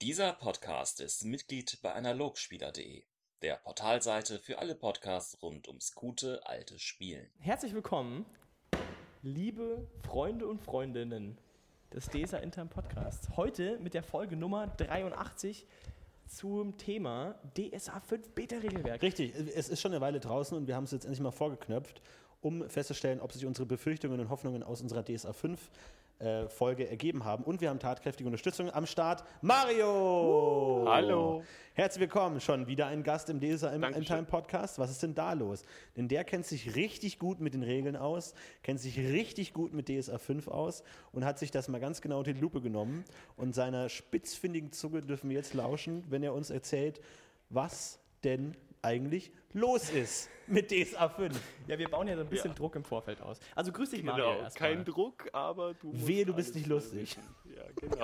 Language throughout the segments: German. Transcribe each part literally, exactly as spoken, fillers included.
Dieser Podcast ist Mitglied bei analogspieler punkt de, der Portalseite für alle Podcasts rund ums gute alte Spielen. Herzlich willkommen, liebe Freunde und Freundinnen des D S A Intern Podcasts. Heute mit der Folge Nummer dreiundachtzig zum Thema D S A fünf Beta-Regelwerk. Richtig, es ist schon eine Weile draußen und wir haben es jetzt endlich mal vorgeknöpft, um festzustellen, ob sich unsere Befürchtungen und Hoffnungen aus unserer D S A fünf äh, Folge ergeben haben. Und wir haben tatkräftige Unterstützung am Start. Mario! Uh, hallo! Herzlich willkommen, schon wieder ein Gast im D S A Intern Podcast. Was ist denn da los? Denn der kennt sich richtig gut mit den Regeln aus, kennt sich richtig gut mit D S A fünf aus und hat sich das mal ganz genau unter die Lupe genommen. Und seiner spitzfindigen Zunge dürfen wir jetzt lauschen, wenn er uns erzählt, was denn eigentlich los ist mit D S A fünf. Ja, wir bauen ja so ein bisschen ja. Druck im Vorfeld aus. Also grüß dich, Mario. Genau, kein mal. Druck, aber du musst Wehe, du bist nicht lustig. Wissen. Ja, genau.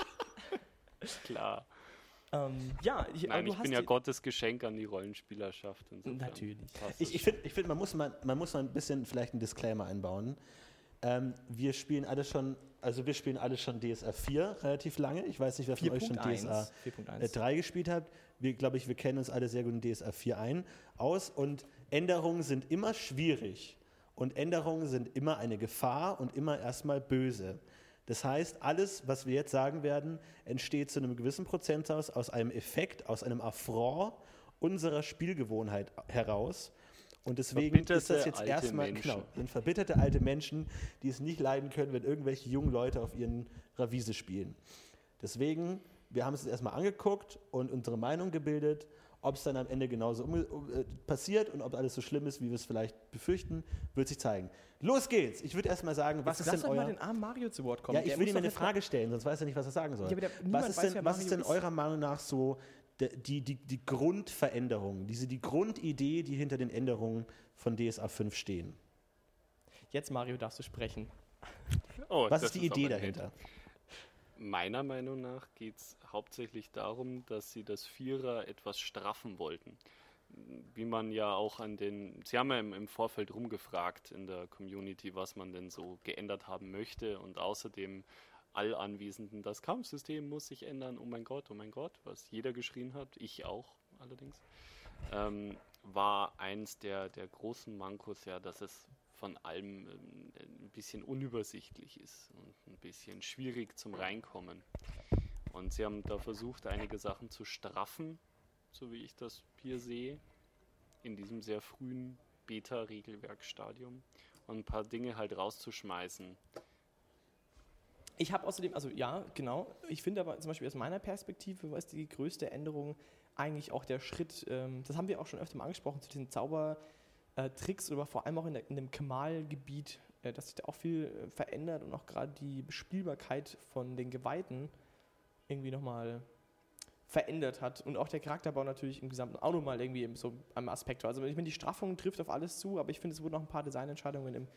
Klar. Ähm, ja, ich, Nein, du ich hast bin ja Gottes Geschenk an die Rollenspielerschaft. Natürlich. Ich, ich finde, ich find, man, muss mal, man muss mal ein bisschen vielleicht einen Disclaimer einbauen. Ähm, wir spielen alle schon, also wir spielen alle schon D S A vier relativ lange. Ich weiß nicht, wer von euch schon D S A drei gespielt hat. Wir, glaube ich, wir kennen uns alle sehr gut in D S A vier ein, aus. Und Änderungen sind immer schwierig. Und Änderungen sind immer eine Gefahr und immer erstmal böse. Das heißt, alles, was wir jetzt sagen werden, entsteht zu einem gewissen Prozentsatz aus einem Effekt, aus einem Affront unserer Spielgewohnheit heraus. Und deswegen ist das jetzt erstmal, genau, sind verbitterte alte Menschen, die es nicht leiden können, wenn irgendwelche jungen Leute auf ihren Ravise spielen. Deswegen, wir haben es jetzt erstmal angeguckt und unsere Meinung gebildet. Ob es dann am Ende genauso um, um, äh, passiert und ob alles so schlimm ist, wie wir es vielleicht befürchten, wird sich zeigen. Los geht's! Ich würde erstmal sagen, was jetzt ist denn euer... Lass mal den armen Mario zu Wort kommen. Ja, ich will ihm eine Frage stellen, sonst weiß er nicht, was er sagen soll. Ja, der, was ist denn, weiß, was ist denn eurer Meinung nach so die, die, die Grundveränderung, diese, die Grundidee, die hinter den Änderungen von D S A fünf stehen? Jetzt, Mario, darfst du sprechen. Oh, was ist die ist Idee dahinter? Nett. Meiner Meinung nach geht es hauptsächlich darum, dass sie das Vierer etwas straffen wollten. Wie man ja auch an den, sie haben ja im, im Vorfeld rumgefragt in der Community, was man denn so geändert haben möchte und außerdem all Anwesenden, das Kampfsystem muss sich ändern, oh mein Gott, oh mein Gott, was jeder geschrien hat, ich auch allerdings, ähm, war eins der, der großen Mankos ja, dass es von allem ähm, ein bisschen unübersichtlich ist und ein bisschen schwierig zum Reinkommen. Und sie haben da versucht, einige Sachen zu straffen, so wie ich das hier sehe, in diesem sehr frühen Beta-Regelwerkstadium und ein paar Dinge halt rauszuschmeißen. Ich habe außerdem, also ja, genau, ich finde aber zum Beispiel aus meiner Perspektive war es die größte Änderung eigentlich auch der Schritt, ähm, das haben wir auch schon öfter mal angesprochen, zu diesen Zauber- Äh, Tricks oder vor allem auch in, der, in dem Kemal-Gebiet, äh, dass sich da auch viel äh, verändert und auch gerade die Bespielbarkeit von den Geweihten irgendwie nochmal verändert hat und auch der Charakterbau natürlich im Gesamten auch nochmal irgendwie so am Aspekt war. Also ich meine, die Straffung trifft auf alles zu, aber ich finde, es wurden noch ein paar Designentscheidungen im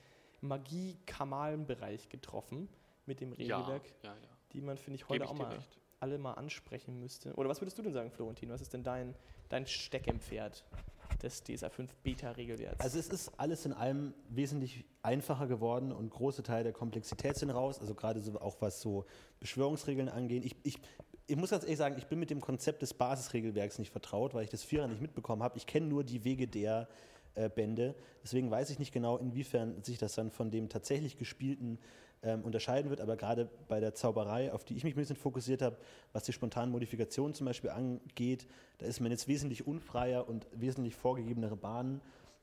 Magie-Kamalen-Bereich getroffen mit dem Regelwerk, ja, ja, ja. die man, finde ich, heute ich auch mal recht. alle mal ansprechen müsste. Oder was würdest du denn sagen, Florentin? Was ist denn dein, dein Steckenpferd des D S A fünf Beta-Regelwerks? Also es ist alles in allem wesentlich einfacher geworden und große Teile der Komplexität sind raus, also gerade so auch was so Beschwörungsregeln angeht. Ich, ich, ich muss ganz ehrlich sagen, ich bin mit dem Konzept des Basisregelwerks nicht vertraut, weil ich das Vierer nicht mitbekommen habe. Ich kenne nur die Wege der äh, Bände, deswegen weiß ich nicht genau, inwiefern sich das dann von dem tatsächlich gespielten ähm, unterscheiden wird, aber gerade bei der Zauberei, auf die ich mich ein bisschen fokussiert habe, was die spontanen Modifikationen zum Beispiel angeht, da ist man jetzt wesentlich unfreier und wesentlich vorgegebenere Bahnen.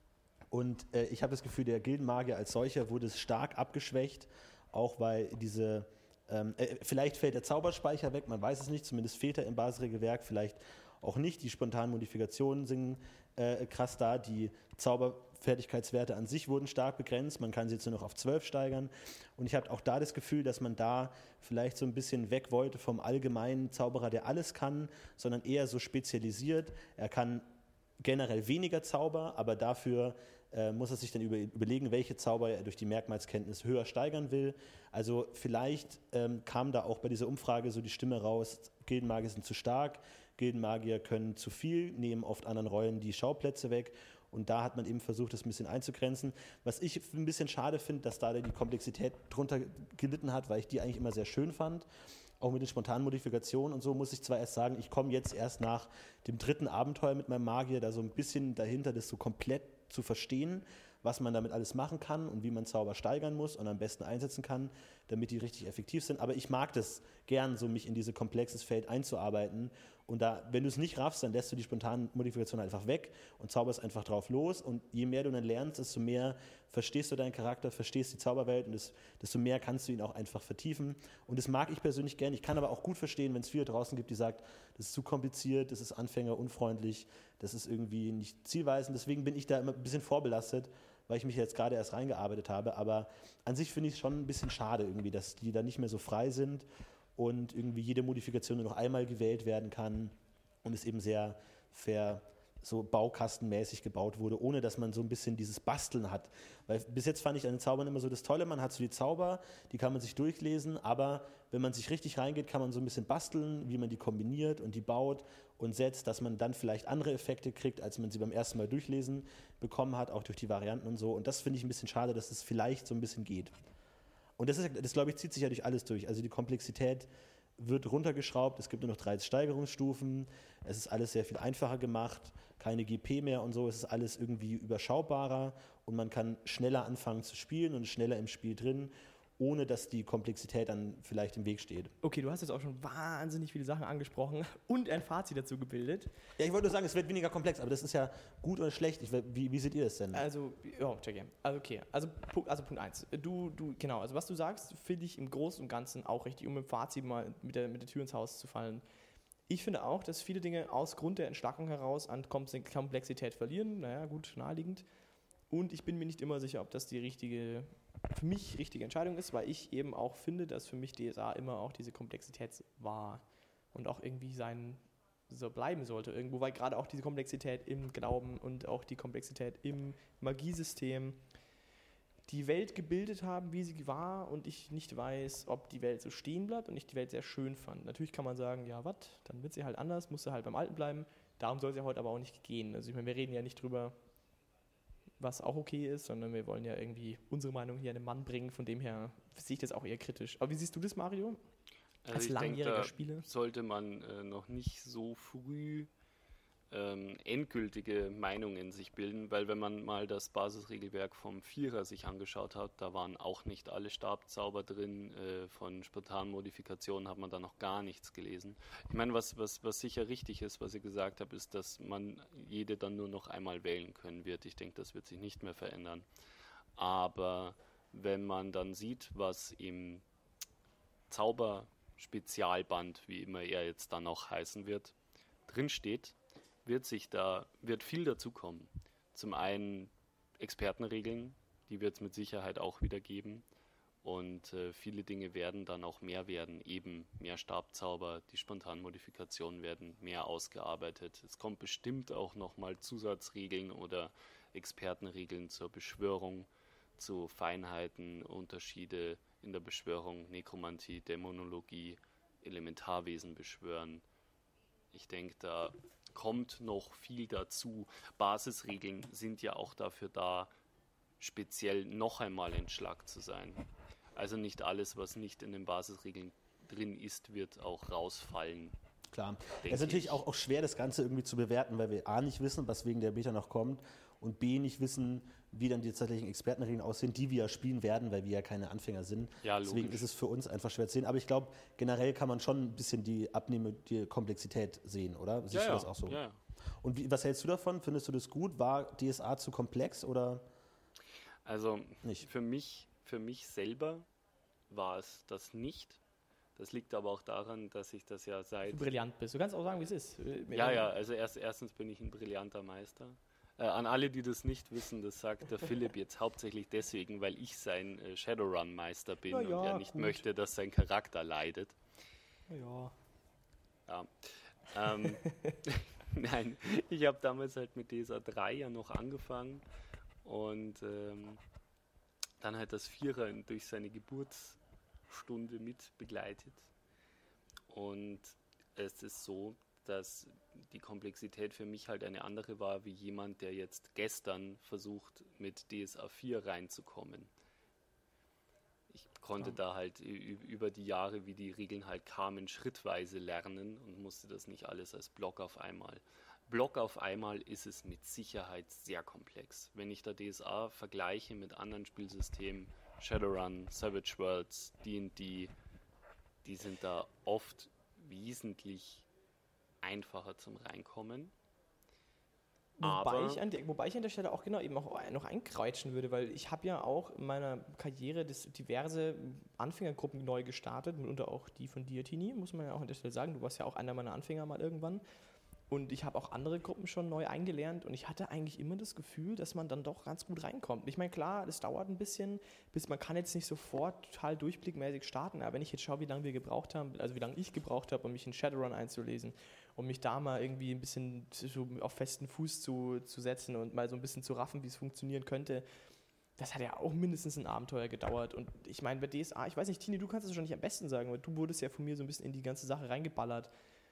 Und äh, ich habe das Gefühl, der Gildenmagier als solcher wurde stark abgeschwächt, auch weil diese, ähm, äh, vielleicht fällt der Zauberspeicher weg, man weiß es nicht, zumindest fehlt er im Basisregelwerk, vielleicht auch nicht. Die spontanen Modifikationen sind äh, krass da, die Zauberfertigkeitswerte an sich wurden stark begrenzt, man kann sie jetzt nur noch auf zwölf steigern. Und ich habe auch da das Gefühl, dass man da vielleicht so ein bisschen weg wollte vom allgemeinen Zauberer, der alles kann, sondern eher so spezialisiert. Er kann generell weniger Zauber, aber dafür äh, muss er sich dann über, überlegen, welche Zauber er durch die Merkmalskenntnis höher steigern will. Also vielleicht ähm, kam da auch bei dieser Umfrage so die Stimme raus, Gildenmagier sind zu stark, Gildenmagier können zu viel, nehmen oft anderen Rollen die Schauplätze weg. Und da hat man eben versucht, das ein bisschen einzugrenzen. Was ich ein bisschen schade finde, dass da die Komplexität drunter gelitten hat, weil ich die eigentlich immer sehr schön fand. auch mit den spontanen Modifikationen und so, muss ich zwar erst sagen, ich komme jetzt erst nach dem dritten Abenteuer mit meinem Magier da so ein bisschen dahinter, das so komplett zu verstehen, was man damit alles machen kann und wie man Zauber steigern muss und am besten einsetzen kann, damit die richtig effektiv sind. Aber ich mag das gern, so mich in dieses komplexes Feld einzuarbeiten. Und da, wenn du es nicht raffst, dann lässt du die spontanen Modifikationen einfach weg und zauberst einfach drauf los. Und je mehr du dann lernst, desto mehr verstehst du deinen Charakter, verstehst die Zauberwelt und desto mehr kannst du ihn auch einfach vertiefen. Und das mag ich persönlich gern. Ich kann aber auch gut verstehen, wenn es viele draußen gibt, die sagen, das ist zu kompliziert, das ist anfängerunfreundlich, das ist irgendwie nicht zielweisend. Deswegen bin ich da immer ein bisschen vorbelastet, weil ich mich jetzt gerade erst reingearbeitet habe. Aber an sich finde ich es schon ein bisschen schade irgendwie, dass die da nicht mehr so frei sind und irgendwie jede Modifikation nur noch einmal gewählt werden kann und es eben sehr fair so baukastenmäßig gebaut wurde, ohne dass man so ein bisschen dieses Basteln hat. Weil bis jetzt fand ich an den Zaubern immer so das Tolle, man hat so die Zauber, die kann man sich durchlesen, aber wenn man sich richtig reingeht, kann man so ein bisschen basteln, wie man die kombiniert und die baut und setzt, dass man dann vielleicht andere Effekte kriegt, als man sie beim ersten Mal durchlesen bekommen hat, auch durch die Varianten und so. Und das finde ich ein bisschen schade, dass es vielleicht so ein bisschen geht. Und das, ist, das glaube ich, zieht sich ja durch alles durch. Also die Komplexität wird runtergeschraubt, es gibt nur noch drei Steigerungsstufen, es ist alles sehr viel einfacher gemacht, keine G P mehr und so, es ist alles irgendwie überschaubarer und man kann schneller anfangen zu spielen und schneller im Spiel drin, ohne dass die Komplexität dann vielleicht im Weg steht. Okay, du hast jetzt auch schon wahnsinnig viele Sachen angesprochen und ein Fazit dazu gebildet. Ja, ich wollte nur sagen, es wird weniger komplex, aber das ist ja gut oder schlecht. Ich, wie, wie seht ihr das denn? Also, ja, check Also, okay. Also, also Punkt eins. Du, du, genau, also was du sagst, finde ich im Großen und Ganzen auch richtig, um im Fazit mal mit der, mit der Tür ins Haus zu fallen. Ich finde auch, dass viele Dinge aus Grund der Entschlackung heraus an Komplexität verlieren. Naja, gut, naheliegend. Und ich bin mir nicht immer sicher, ob das die richtige, für mich richtige Entscheidung ist, weil ich eben auch finde, dass für mich D S A immer auch diese Komplexität war und auch irgendwie sein, so bleiben sollte irgendwo, weil gerade auch diese Komplexität im Glauben und auch die Komplexität im Magiesystem die Welt gebildet haben, wie sie war und ich nicht weiß, ob die Welt so stehen bleibt und ich die Welt sehr schön fand. Natürlich kann man sagen, ja, was, dann wird sie halt anders, muss sie halt beim Alten bleiben. Darum soll es ja heute aber auch nicht gehen. Also ich meine, wir reden ja nicht drüber, was auch okay ist, sondern wir wollen ja irgendwie unsere Meinung hier an den Mann bringen. Von dem her sehe ich das auch eher kritisch. Aber wie siehst du das, Mario? Also Als ich langjähriger denke, da Spieler? sollte man äh, noch nicht so früh ähm, endgültige Meinungen sich bilden, weil wenn man mal das Basisregelwerk vom Vierer sich angeschaut hat, da waren auch nicht alle Stabzauber drin, äh, von spontanen Modifikationen hat man da noch gar nichts gelesen. Ich meine, was, was, was sicher richtig ist, was ihr gesagt habt, ist, dass man jede dann nur noch einmal wählen können wird. Ich denke, das wird sich nicht mehr verändern. Aber wenn man dann sieht, was im Zauber-Spezialband, wie immer er jetzt dann noch heißen wird, drinsteht, wird sich da, wird viel dazukommen. Zum einen Expertenregeln, die wird es mit Sicherheit auch wieder geben. Und äh, viele Dinge werden dann auch mehr werden, eben mehr Stabzauber, die spontanen Modifikationen werden mehr ausgearbeitet. Es kommt bestimmt auch nochmal Zusatzregeln oder Expertenregeln zur Beschwörung, zu Feinheiten, Unterschiede in der Beschwörung, Nekromantie, Dämonologie, Elementarwesen beschwören. Ich denke, da kommt noch viel dazu. Basisregeln sind ja auch dafür da, speziell noch einmal entschlackt zu sein. Also nicht alles, was nicht in den Basisregeln drin ist, wird auch rausfallen. Klar. Es ist natürlich auch, auch schwer, das Ganze irgendwie zu bewerten, weil wir A nicht wissen, was wegen der Beta noch kommt und B nicht wissen, wie dann die tatsächlichen Expertenregeln aussehen, die wir ja spielen werden, weil wir ja keine Anfänger sind. Ja, deswegen logisch. ist es für uns einfach schwer zu sehen. Aber ich glaube, generell kann man schon ein bisschen die abnehmende Komplexität sehen, oder? Siehst ja, du ja. das auch so? Ja, ja. Und wie, was hältst du davon? Findest du das gut? War D S A zu komplex oder Also nicht? Für mich, für mich selber war es das nicht. Das liegt aber auch daran, dass ich das ja seit... Du brillant bist. Du kannst auch sagen, wie es ist. Ja, ja, also erst, erstens bin ich ein brillanter Meister. Äh, an alle, die das nicht wissen, das sagt der Philipp jetzt hauptsächlich deswegen, weil ich sein äh, Shadowrun-Meister bin Na ja, und er nicht gut. möchte, dass sein Charakter leidet. Ja. Ja. Ähm, Nein, ich habe damals halt mit D S A drei ja noch angefangen und ähm, dann halt das Vierer durch seine Geburtsstunde mit begleitet. Und es ist so, dass die Komplexität für mich halt eine andere war, wie jemand, der jetzt gestern versucht, mit D S A vier reinzukommen. Ich konnte ja. da halt über die Jahre, wie die Regeln halt kamen, schrittweise lernen und musste das nicht alles als Block auf einmal. Block auf einmal ist es mit Sicherheit sehr komplex. Wenn ich da D S A vergleiche mit anderen Spielsystemen, Shadowrun, Savage Worlds, D und D, die sind da oft wesentlich einfacher zum Reinkommen. Wobei ich, an der, wobei ich an der Stelle auch genau eben auch noch einkreutschen würde, weil ich habe ja auch in meiner Karriere das, diverse Anfängergruppen neu gestartet, mitunter auch die von dir, Tini, muss man ja auch an der Stelle sagen. Du warst ja auch einer meiner Anfänger mal irgendwann. Und ich habe auch andere Gruppen schon neu eingelernt und ich hatte eigentlich immer das Gefühl, dass man dann doch ganz gut reinkommt. Ich meine, klar, das dauert ein bisschen, bis man kann jetzt nicht sofort total durchblickmäßig starten, aber wenn ich jetzt schaue, wie lange wir gebraucht haben, also wie lange ich gebraucht habe, um mich in Shadowrun einzulesen, um mich da mal irgendwie ein bisschen so auf festen Fuß zu, zu setzen und mal so ein bisschen zu raffen, wie es funktionieren könnte, das hat ja auch mindestens ein Abenteuer gedauert. Und ich meine, bei D S A, ich weiß nicht, Tini, du kannst es wahrscheinlich am besten sagen, weil du wurdest ja von mir so ein bisschen in die ganze Sache reingeballert.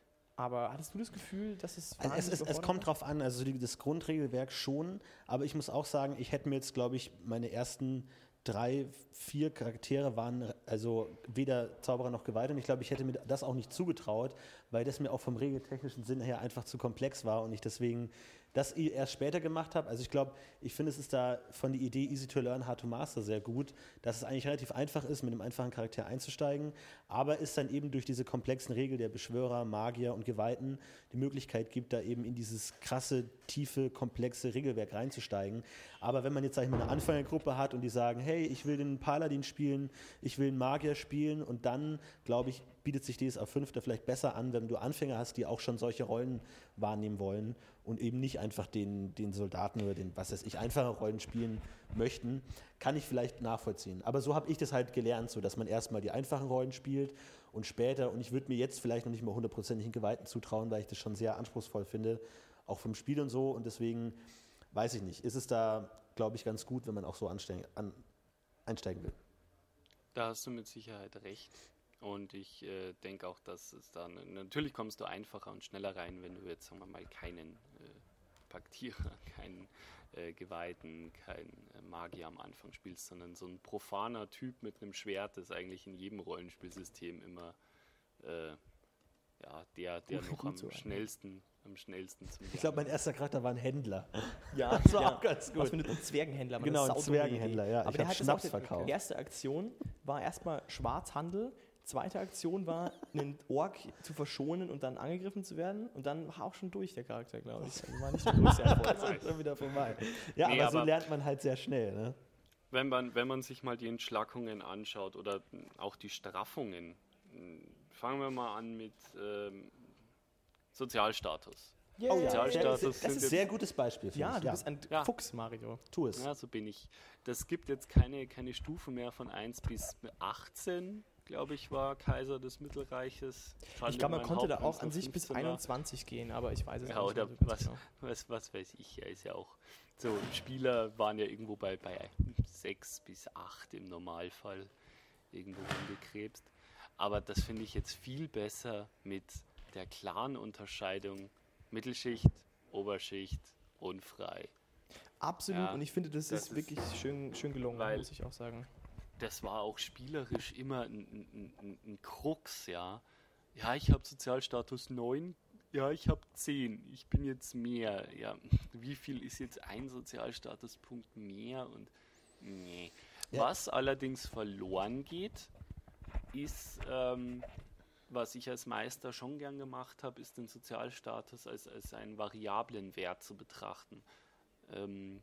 Aber hattest du das Gefühl, dass es... Also es, es, es kommt drauf an, also die, das Grundregelwerk schon, aber ich muss auch sagen, ich hätte mir jetzt, glaube ich, meine ersten drei, vier Charaktere waren also weder Zauberer noch Geweihte und ich glaube, ich hätte mir das auch nicht zugetraut, weil das mir auch vom regeltechnischen Sinn her einfach zu komplex war und ich deswegen das erst später gemacht habe. Also ich glaube, ich finde, es ist da von der Idee Easy to Learn, Hard to Master sehr gut, dass es eigentlich relativ einfach ist, mit einem einfachen Charakter einzusteigen, aber es dann eben durch diese komplexen Regeln der Beschwörer, Magier und Geweihten die Möglichkeit gibt, da eben in dieses krasse, tiefe, komplexe Regelwerk reinzusteigen. Aber wenn man jetzt, sag ich mal, eine Anfängergruppe hat und die sagen, hey, ich will den Paladin spielen, ich will einen Magier spielen und dann, glaube ich, bietet sich D S A fünf da vielleicht besser an, wenn du Anfänger hast, die auch schon solche Rollen wahrnehmen wollen und eben nicht einfach den, den Soldaten oder den, was weiß ich, einfache Rollen spielen möchten, kann ich vielleicht nachvollziehen. Aber so habe ich das halt gelernt, so dass man erstmal die einfachen Rollen spielt und später, und ich würde mir jetzt vielleicht noch nicht mal hundertprozentig in Geweihten zutrauen, weil ich das schon sehr anspruchsvoll finde, auch vom Spiel und so, und deswegen weiß ich nicht, ist es da, glaube ich, ganz gut, wenn man auch so ansteigen, an, einsteigen will. Da hast du mit Sicherheit recht. Und ich äh, denke auch, dass es dann, natürlich kommst du einfacher und schneller rein, wenn du jetzt, sagen wir mal, keinen äh, Paktierer, keinen äh, Geweihten, keinen äh, Magier am Anfang spielst, sondern so ein profaner Typ mit einem Schwert ist eigentlich in jedem Rollenspielsystem immer äh, ja, der, der noch am so schnellsten, am schnellsten zum Ich glaube, mein erster Charakter war ein Händler. Ja, das war ja auch ganz gut. Was für ein Zwergenhändler. Genau, ein Zwergenhändler, ja. Aber ich der hat Schnaps auch, verkauft. Die erste Aktion war erstmal Schwarzhandel. Zweite Aktion war, einen Ork zu verschonen und dann angegriffen zu werden. Und dann war auch schon durch der Charakter, glaube ich. Das war nicht der größte Erfolg. Das ist schon wieder vorbei. Ja, nee, aber so aber lernt man halt sehr schnell. Ne? Wenn man, wenn man sich mal die Entschlackungen anschaut oder auch die Straffungen, fangen wir mal an mit ähm, Sozialstatus. Yeah. Oh, ja. Das ist ein sehr gutes Beispiel. Ja, ich. du ja. bist ein ja. Fuchs, Mario. Tu es. Ja, so bin ich. Das gibt jetzt keine, keine Stufen mehr von eins bis achtzehn, glaube ich, war Kaiser des Mittelreiches. Ich glaube, man konnte da auch an sich bis einundzwanzig gehen, aber ich weiß es ja, nicht. Oder so was, genau. was, was weiß ich, ja, ist ja auch so, Spieler waren ja irgendwo bei, bei sechs bis acht im Normalfall irgendwo rumgekrebst. Aber das finde ich jetzt viel besser mit der klaren Unterscheidung Mittelschicht, Oberschicht, unfrei. Absolut, ja, und ich finde, das, das ist, ist wirklich schön, schön gelungen, weil muss ich auch sagen. Das war auch spielerisch immer ein, ein, ein, ein Krux, ja. Ja, ich habe Sozialstatus neun, ja, ich habe zehn, ich bin jetzt mehr. Ja, wie viel ist jetzt ein Sozialstatuspunkt mehr? Und nee. Ja. Was allerdings verloren geht, ist, ähm, was ich als Meister schon gern gemacht habe, ist den Sozialstatus als, als einen variablen Wert zu betrachten. Ähm,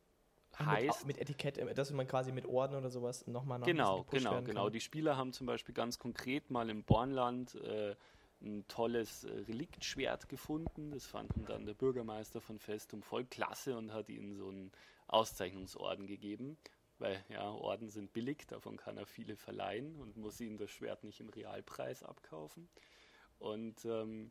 heißt, mit, mit Etikett, dass man quasi mit Orden oder sowas nochmal noch Genau, genau, genau. Die Spieler haben zum Beispiel ganz konkret mal im Bornland äh, ein tolles äh, Reliktschwert gefunden. Das fanden dann der Bürgermeister von Festum voll klasse und hat ihnen so einen Auszeichnungsorden gegeben. Weil ja, Orden sind billig, davon kann er viele verleihen und muss ihnen das Schwert nicht im Realpreis abkaufen. Und ähm,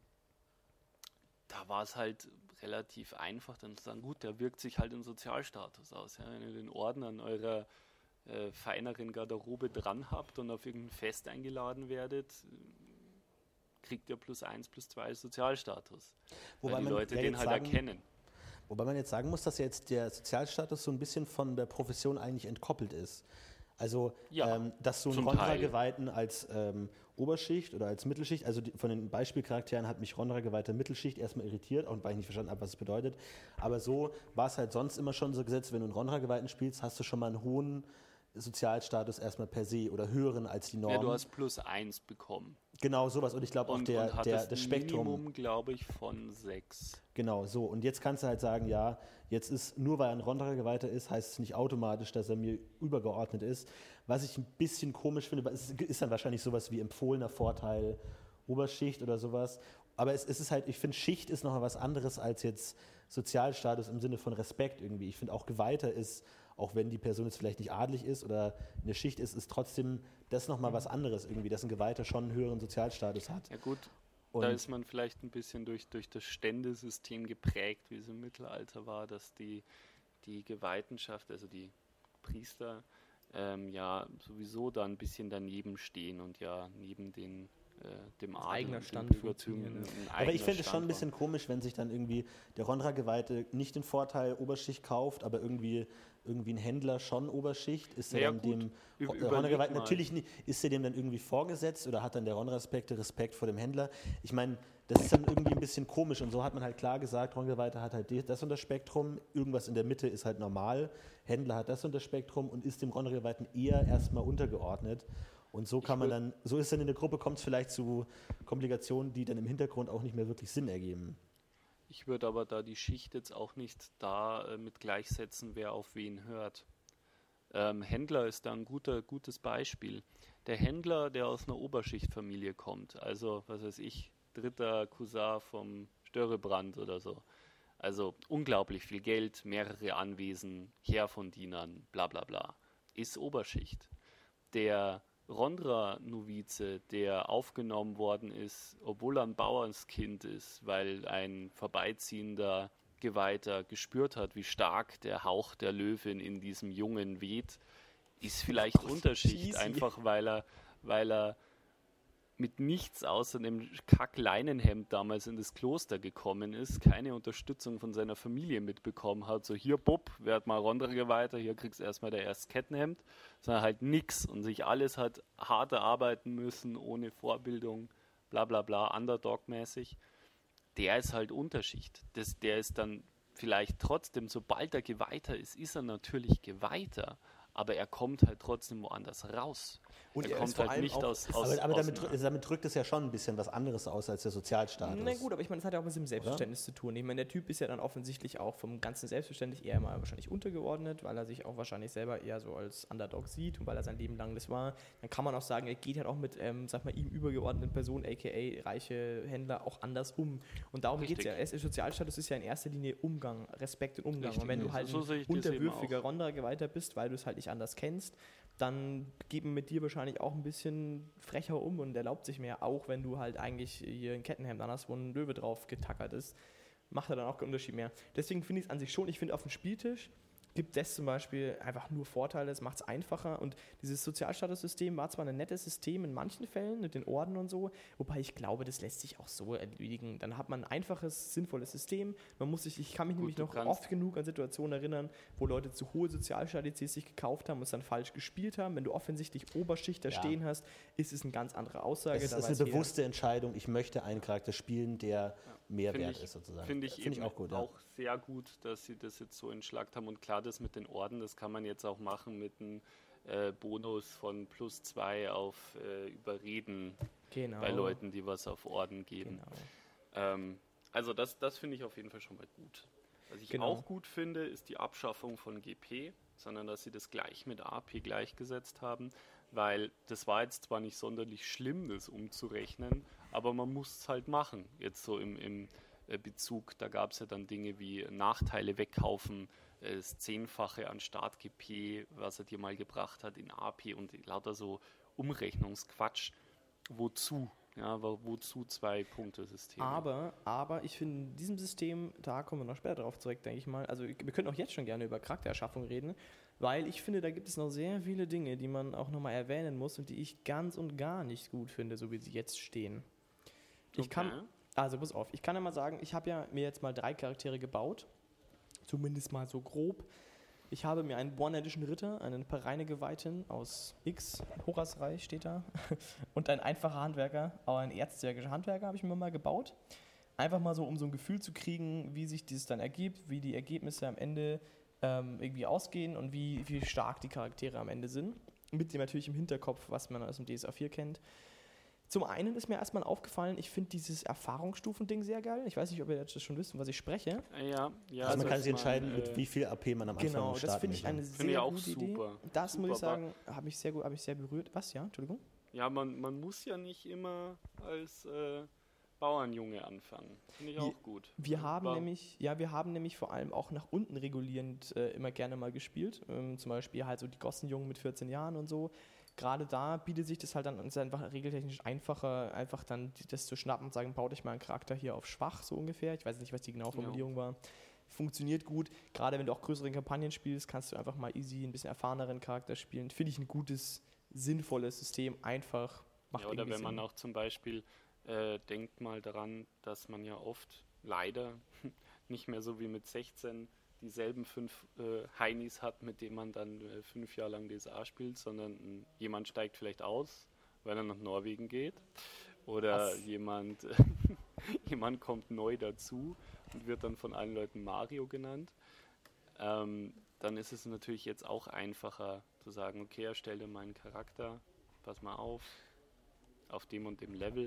da war es halt relativ einfach, dann zu sagen, gut, der wirkt sich halt im Sozialstatus aus. Ja? Wenn ihr den Orden an eurer äh, feineren Garderobe dran habt und auf irgendein Fest eingeladen werdet, kriegt ihr plus eins, plus zwei Sozialstatus. Wobei weil die Leute ja den halt sagen, erkennen. Wobei man jetzt sagen muss, dass jetzt der Sozialstatus so ein bisschen von der Profession eigentlich entkoppelt ist. Also, Ja, ähm, dass du einen zum Rondra-Geweihten als ähm, Oberschicht oder als Mittelschicht, also die, von den Beispielcharakteren hat mich Rondra-Geweihter Mittelschicht erstmal irritiert, auch weil ich nicht verstanden habe, was es bedeutet. Aber so war es halt sonst immer schon so gesetzt, wenn du einen Rondra-Geweihten spielst, hast du schon mal einen hohen Sozialstatus erstmal per se oder höheren als die Norm. Ja, du hast plus eins bekommen. Genau, sowas. Und ich glaube auch Und, der, und der, das Spektrum. Minimum, glaube ich, von sechs. Genau, so. Und jetzt kannst du halt sagen, ja, jetzt ist, nur weil er ein Rondra-Geweihter ist, heißt es nicht automatisch, dass er mir übergeordnet ist. Was ich ein bisschen komisch finde, ist, ist dann wahrscheinlich sowas wie empfohlener Vorteil, Oberschicht oder sowas. Aber es, es ist halt, ich finde, Schicht ist noch was anderes als jetzt Sozialstatus im Sinne von Respekt irgendwie. Ich finde auch Geweihter ist, auch wenn die Person jetzt vielleicht nicht adlig ist oder in der Schicht ist, ist trotzdem das nochmal was anderes irgendwie, dass ein Geweihter schon einen höheren Sozialstatus hat. Ja gut, Und da ist man vielleicht ein bisschen durch, durch das Ständesystem geprägt, wie es im Mittelalter war, dass die, die Geweihtenschaft, also die Priester, ähm, ja sowieso da ein bisschen daneben stehen und ja neben den, äh, dem Adel eigener und Stand den Bürgertümern funktionieren, ein Aber ich eigener finde es schon ein Stand bisschen komisch, wenn sich dann irgendwie der Rondra-Geweihte nicht den Vorteil Oberschicht kauft, aber irgendwie, irgendwie ein Händler schon Oberschicht. Ist der Naja, dann gut. dem Ü- der überleg Rondra-Geweihten mal. natürlich nicht, ist der dem dann irgendwie vorgesetzt oder hat dann der Rondra-Respekte Respekt vor dem Händler? Ich meine, das ist dann irgendwie ein bisschen komisch und so hat man halt klar gesagt, Rondra-Geweihte hat halt die- das und das Spektrum, irgendwas in der Mitte ist halt normal, Händler hat das und das Spektrum und ist dem Rondra-Geweihten eher erstmal untergeordnet. Und so kann man würd- dann, so ist dann in der Gruppe, kommt es vielleicht zu Komplikationen, die dann im Hintergrund auch nicht mehr wirklich Sinn ergeben. Ich würde aber da die Schicht jetzt auch nicht da äh, mit gleichsetzen, wer auf wen hört. Ähm, Händler ist da ein guter, gutes Beispiel. Der Händler, der aus einer Oberschichtfamilie kommt, also was weiß ich, dritter Cousin vom Störrebrand oder so. Also unglaublich viel Geld, mehrere Anwesen, Heer von Dienern, bla bla bla. Ist Oberschicht. Der Rondra-Novize, der aufgenommen worden ist, obwohl er ein Bauernskind ist, weil ein vorbeiziehender Geweihter gespürt hat, wie stark der Hauch der Löwin in diesem Jungen weht, ist vielleicht Unterschicht, cheesy. einfach weil er, weil er mit nichts außer einem Kack-Leinenhemd damals in das Kloster gekommen ist, keine Unterstützung von seiner Familie mitbekommen hat, so hier Bub, werd mal Rondra-Geweihter, hier kriegst du erstmal der erste Kettenhemd, sondern halt nix und sich alles hat hart erarbeiten müssen, ohne Vorbildung, bla bla bla, Underdog-mäßig, der ist halt Unterschicht. Das, der ist dann vielleicht trotzdem, sobald er Geweihter ist, ist er natürlich Geweihter, aber er kommt halt trotzdem woanders raus. Und er er kommt ist vor halt allem nicht auch- aus, aus Aber, aber aus damit, einer- drü- damit drückt es ja schon ein bisschen was anderes aus als der Sozialstatus. Na gut, aber ich meine, das hat ja auch mit dem Selbstverständnis zu tun. Ich meine, der Typ ist ja dann offensichtlich auch vom ganzen Selbstverständnis eher mal wahrscheinlich untergeordnet, weil er sich auch wahrscheinlich selber eher so als Underdog sieht und weil er sein Leben lang das war. Dann kann man auch sagen, er geht halt auch mit, ähm, sag mal, ihm übergeordneten Personen, aka reiche Händler, auch anders um. Und darum geht es Richtig. ja. Es- Sozialstatus ist ja in erster Linie Umgang, Respekt und Umgang. Richtig, und wenn du so- halt so sehe ich ein das eben unterwürfiger auch. Rondra-Geweihter bist, weil du es halt nicht anders kennst, dann geben mit dir wahrscheinlich auch ein bisschen frecher um und erlaubt sich mehr, auch wenn du halt eigentlich hier ein Kettenhemd an hast, wo ein Löwe drauf getackert ist, macht er dann auch keinen Unterschied mehr. Deswegen finde ich es an sich schon, ich finde auf dem Spieltisch gibt das zum Beispiel einfach nur Vorteile, es macht es einfacher und dieses Sozialstatussystem war zwar ein nettes System in manchen Fällen mit den Orden und so, wobei ich glaube, das lässt sich auch so erledigen. Dann hat man ein einfaches, sinnvolles System. Man muss sich, ich kann mich Gut, nämlich du noch kannst- oft genug an Situationen erinnern, wo Leute zu hohe Sozialstadizes sich gekauft haben und es dann falsch gespielt haben. Wenn du offensichtlich Oberschicht da Ja. stehen hast, ist es eine ganz andere Aussage. Es Da ist weiß eine jeder- bewusste Entscheidung, ich möchte einen Charakter spielen, der mehr Finde wert ich- ist sozusagen. Finde ich, Finde eben auch gut. Ja. auch sehr gut, dass sie das jetzt so entschlackt haben. Und klar, das mit den Orden, das kann man jetzt auch machen mit einem äh, Bonus von plus zwei auf äh, Überreden genau. bei Leuten, die was auf Orden geben. Genau. Ähm, also das, das finde ich auf jeden Fall schon mal gut. Was ich Genau. auch gut finde, ist die Abschaffung von G P, sondern dass sie das gleich mit A P gleichgesetzt haben, weil das war jetzt zwar nicht sonderlich schlimm, das umzurechnen, aber man muss es halt machen. Jetzt so im, im äh, Bezug, da gab es ja dann Dinge wie Nachteile wegkaufen, äh, das Zehnfache an Start-G P, was er dir mal gebracht hat in A P und lauter so Umrechnungsquatsch. Wozu? Ja, wo- wozu zwei Punktesysteme? Aber, aber ich finde, in diesem System, da kommen wir noch später drauf zurück, denke ich mal. Also wir können auch jetzt schon gerne über Charaktererschaffung reden, weil ich finde, da gibt es noch sehr viele Dinge, die man auch nochmal erwähnen muss und die ich ganz und gar nicht gut finde, so wie sie jetzt stehen. Ich kann, Okay. also pass auf, ich kann ja mal sagen, ich habe ja mir jetzt mal drei Charaktere gebaut, zumindest mal so grob. Ich habe mir einen bornerdischen Ritter, einen Pereinegeweihten aus X, Horasreich steht da, und ein einfacher Handwerker, auch ein erzzwergischer Handwerker habe ich mir mal gebaut. Einfach mal so, um so ein Gefühl zu kriegen, wie sich dieses dann ergibt, wie die Ergebnisse am Ende ähm, irgendwie ausgehen und wie, wie stark die Charaktere am Ende sind. Mit dem natürlich im Hinterkopf, was man aus dem D S A vier kennt. Zum einen ist mir erstmal aufgefallen, ich finde dieses Erfahrungsstufen-Ding sehr geil. Ich weiß nicht, ob ihr das schon wisst, um was ich spreche. Ja, ja. Also man kann sich entscheiden, man, mit äh, wie viel A P man am Anfang Genau, starten das finde ich möchte. eine Finde ich sehr auch gute super. Idee. Das Super, muss ich sagen, habe ich sehr gut, habe ich sehr berührt. Was, ja? Entschuldigung? Ja, man, man muss ja nicht immer als äh, Bauernjunge anfangen. Finde ich Wir- auch gut. Wir haben War- nämlich, ja, wir haben nämlich vor allem auch nach unten regulierend äh, immer gerne mal gespielt. Ähm, zum Beispiel halt so die Gossenjungen mit vierzehn Jahren und so. Gerade da bietet sich das halt dann ist einfach regeltechnisch einfacher, einfach dann die- das zu schnappen und sagen, bau dich mal einen Charakter hier auf schwach, so ungefähr. Ich weiß nicht, was die genaue Formulierung war. Funktioniert gut. Gerade wenn du auch größere Kampagnen spielst, kannst du einfach mal easy ein bisschen erfahreneren Charakter spielen. Finde ich ein gutes, sinnvolles System. Einfach macht Ja, oder irgendwie wenn man Sinn. auch zum Beispiel äh, denkt mal daran, dass man ja oft leider nicht mehr so wie mit sechzehn dieselben fünf äh, Heinis hat, mit denen man dann äh, fünf Jahre lang D S A spielt, sondern mh, jemand steigt vielleicht aus, weil er nach Norwegen geht. Oder Was? jemand, jemand kommt neu dazu und wird dann von allen Leuten Mario genannt. Ähm, dann ist es natürlich jetzt auch einfacher zu sagen, okay, erstelle meinen Charakter, pass mal auf, auf dem und dem Level.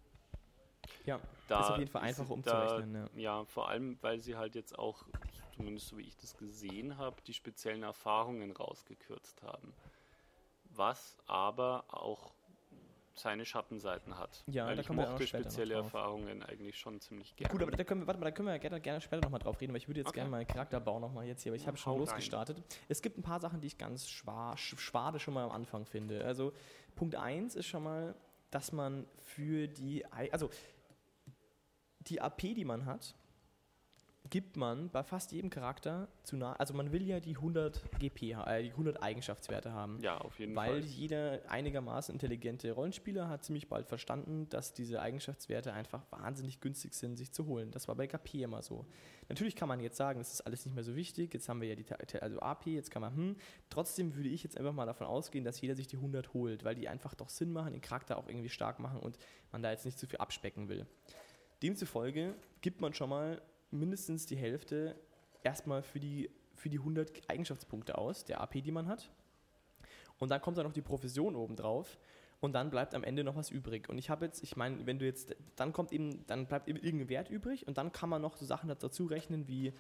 Ja, Da ist auf jeden Fall ist einfacher es- da- umzurechnen. Ja. Ja, vor allem, weil sie halt jetzt auch, zumindest so wie ich das gesehen habe, die speziellen Erfahrungen rausgekürzt haben. Was aber auch seine Schattenseiten hat. Ja, weil da ich kommen wir auch mochte später noch spezielle drauf. Erfahrungen eigentlich schon ziemlich gerne. Gut, aber da können wir, warte mal, da können wir gerne, gerne später nochmal drauf reden, weil ich würde jetzt Okay. gerne meinen Charakterbau nochmal jetzt hier, aber ich habe schon Hau rein. losgestartet. Es gibt ein paar Sachen, die ich ganz schwa- sch- schwade schon mal am Anfang finde. Also Punkt eins ist schon mal, dass man für die, Ei- also die A P, die man hat, gibt man bei fast jedem Charakter zu nah, also man will ja die hundert G P, ha- äh, die hundert Eigenschaftswerte haben. Ja, auf jeden Weil Fall. jeder einigermaßen intelligente Rollenspieler hat ziemlich bald verstanden, dass diese Eigenschaftswerte einfach wahnsinnig günstig sind, sich zu holen. Das war bei K P immer so. Natürlich kann man jetzt sagen, das ist alles nicht mehr so wichtig, jetzt haben wir ja die Ta- also A P, jetzt kann man, hm, trotzdem würde ich jetzt einfach mal davon ausgehen, dass jeder sich die hundert holt, weil die einfach doch Sinn machen, den Charakter auch irgendwie stark machen und man da jetzt nicht zu viel abspecken will. Demzufolge gibt man schon mal mindestens die Hälfte erstmal für die, für die hundert Eigenschaftspunkte aus, der A P, die man hat. Und dann kommt da noch die Profession obendrauf und dann bleibt am Ende noch was übrig. Und ich habe jetzt, ich meine, wenn du jetzt, dann kommt eben, dann bleibt eben irgendein Wert übrig und dann kann man noch so Sachen dazu rechnen wie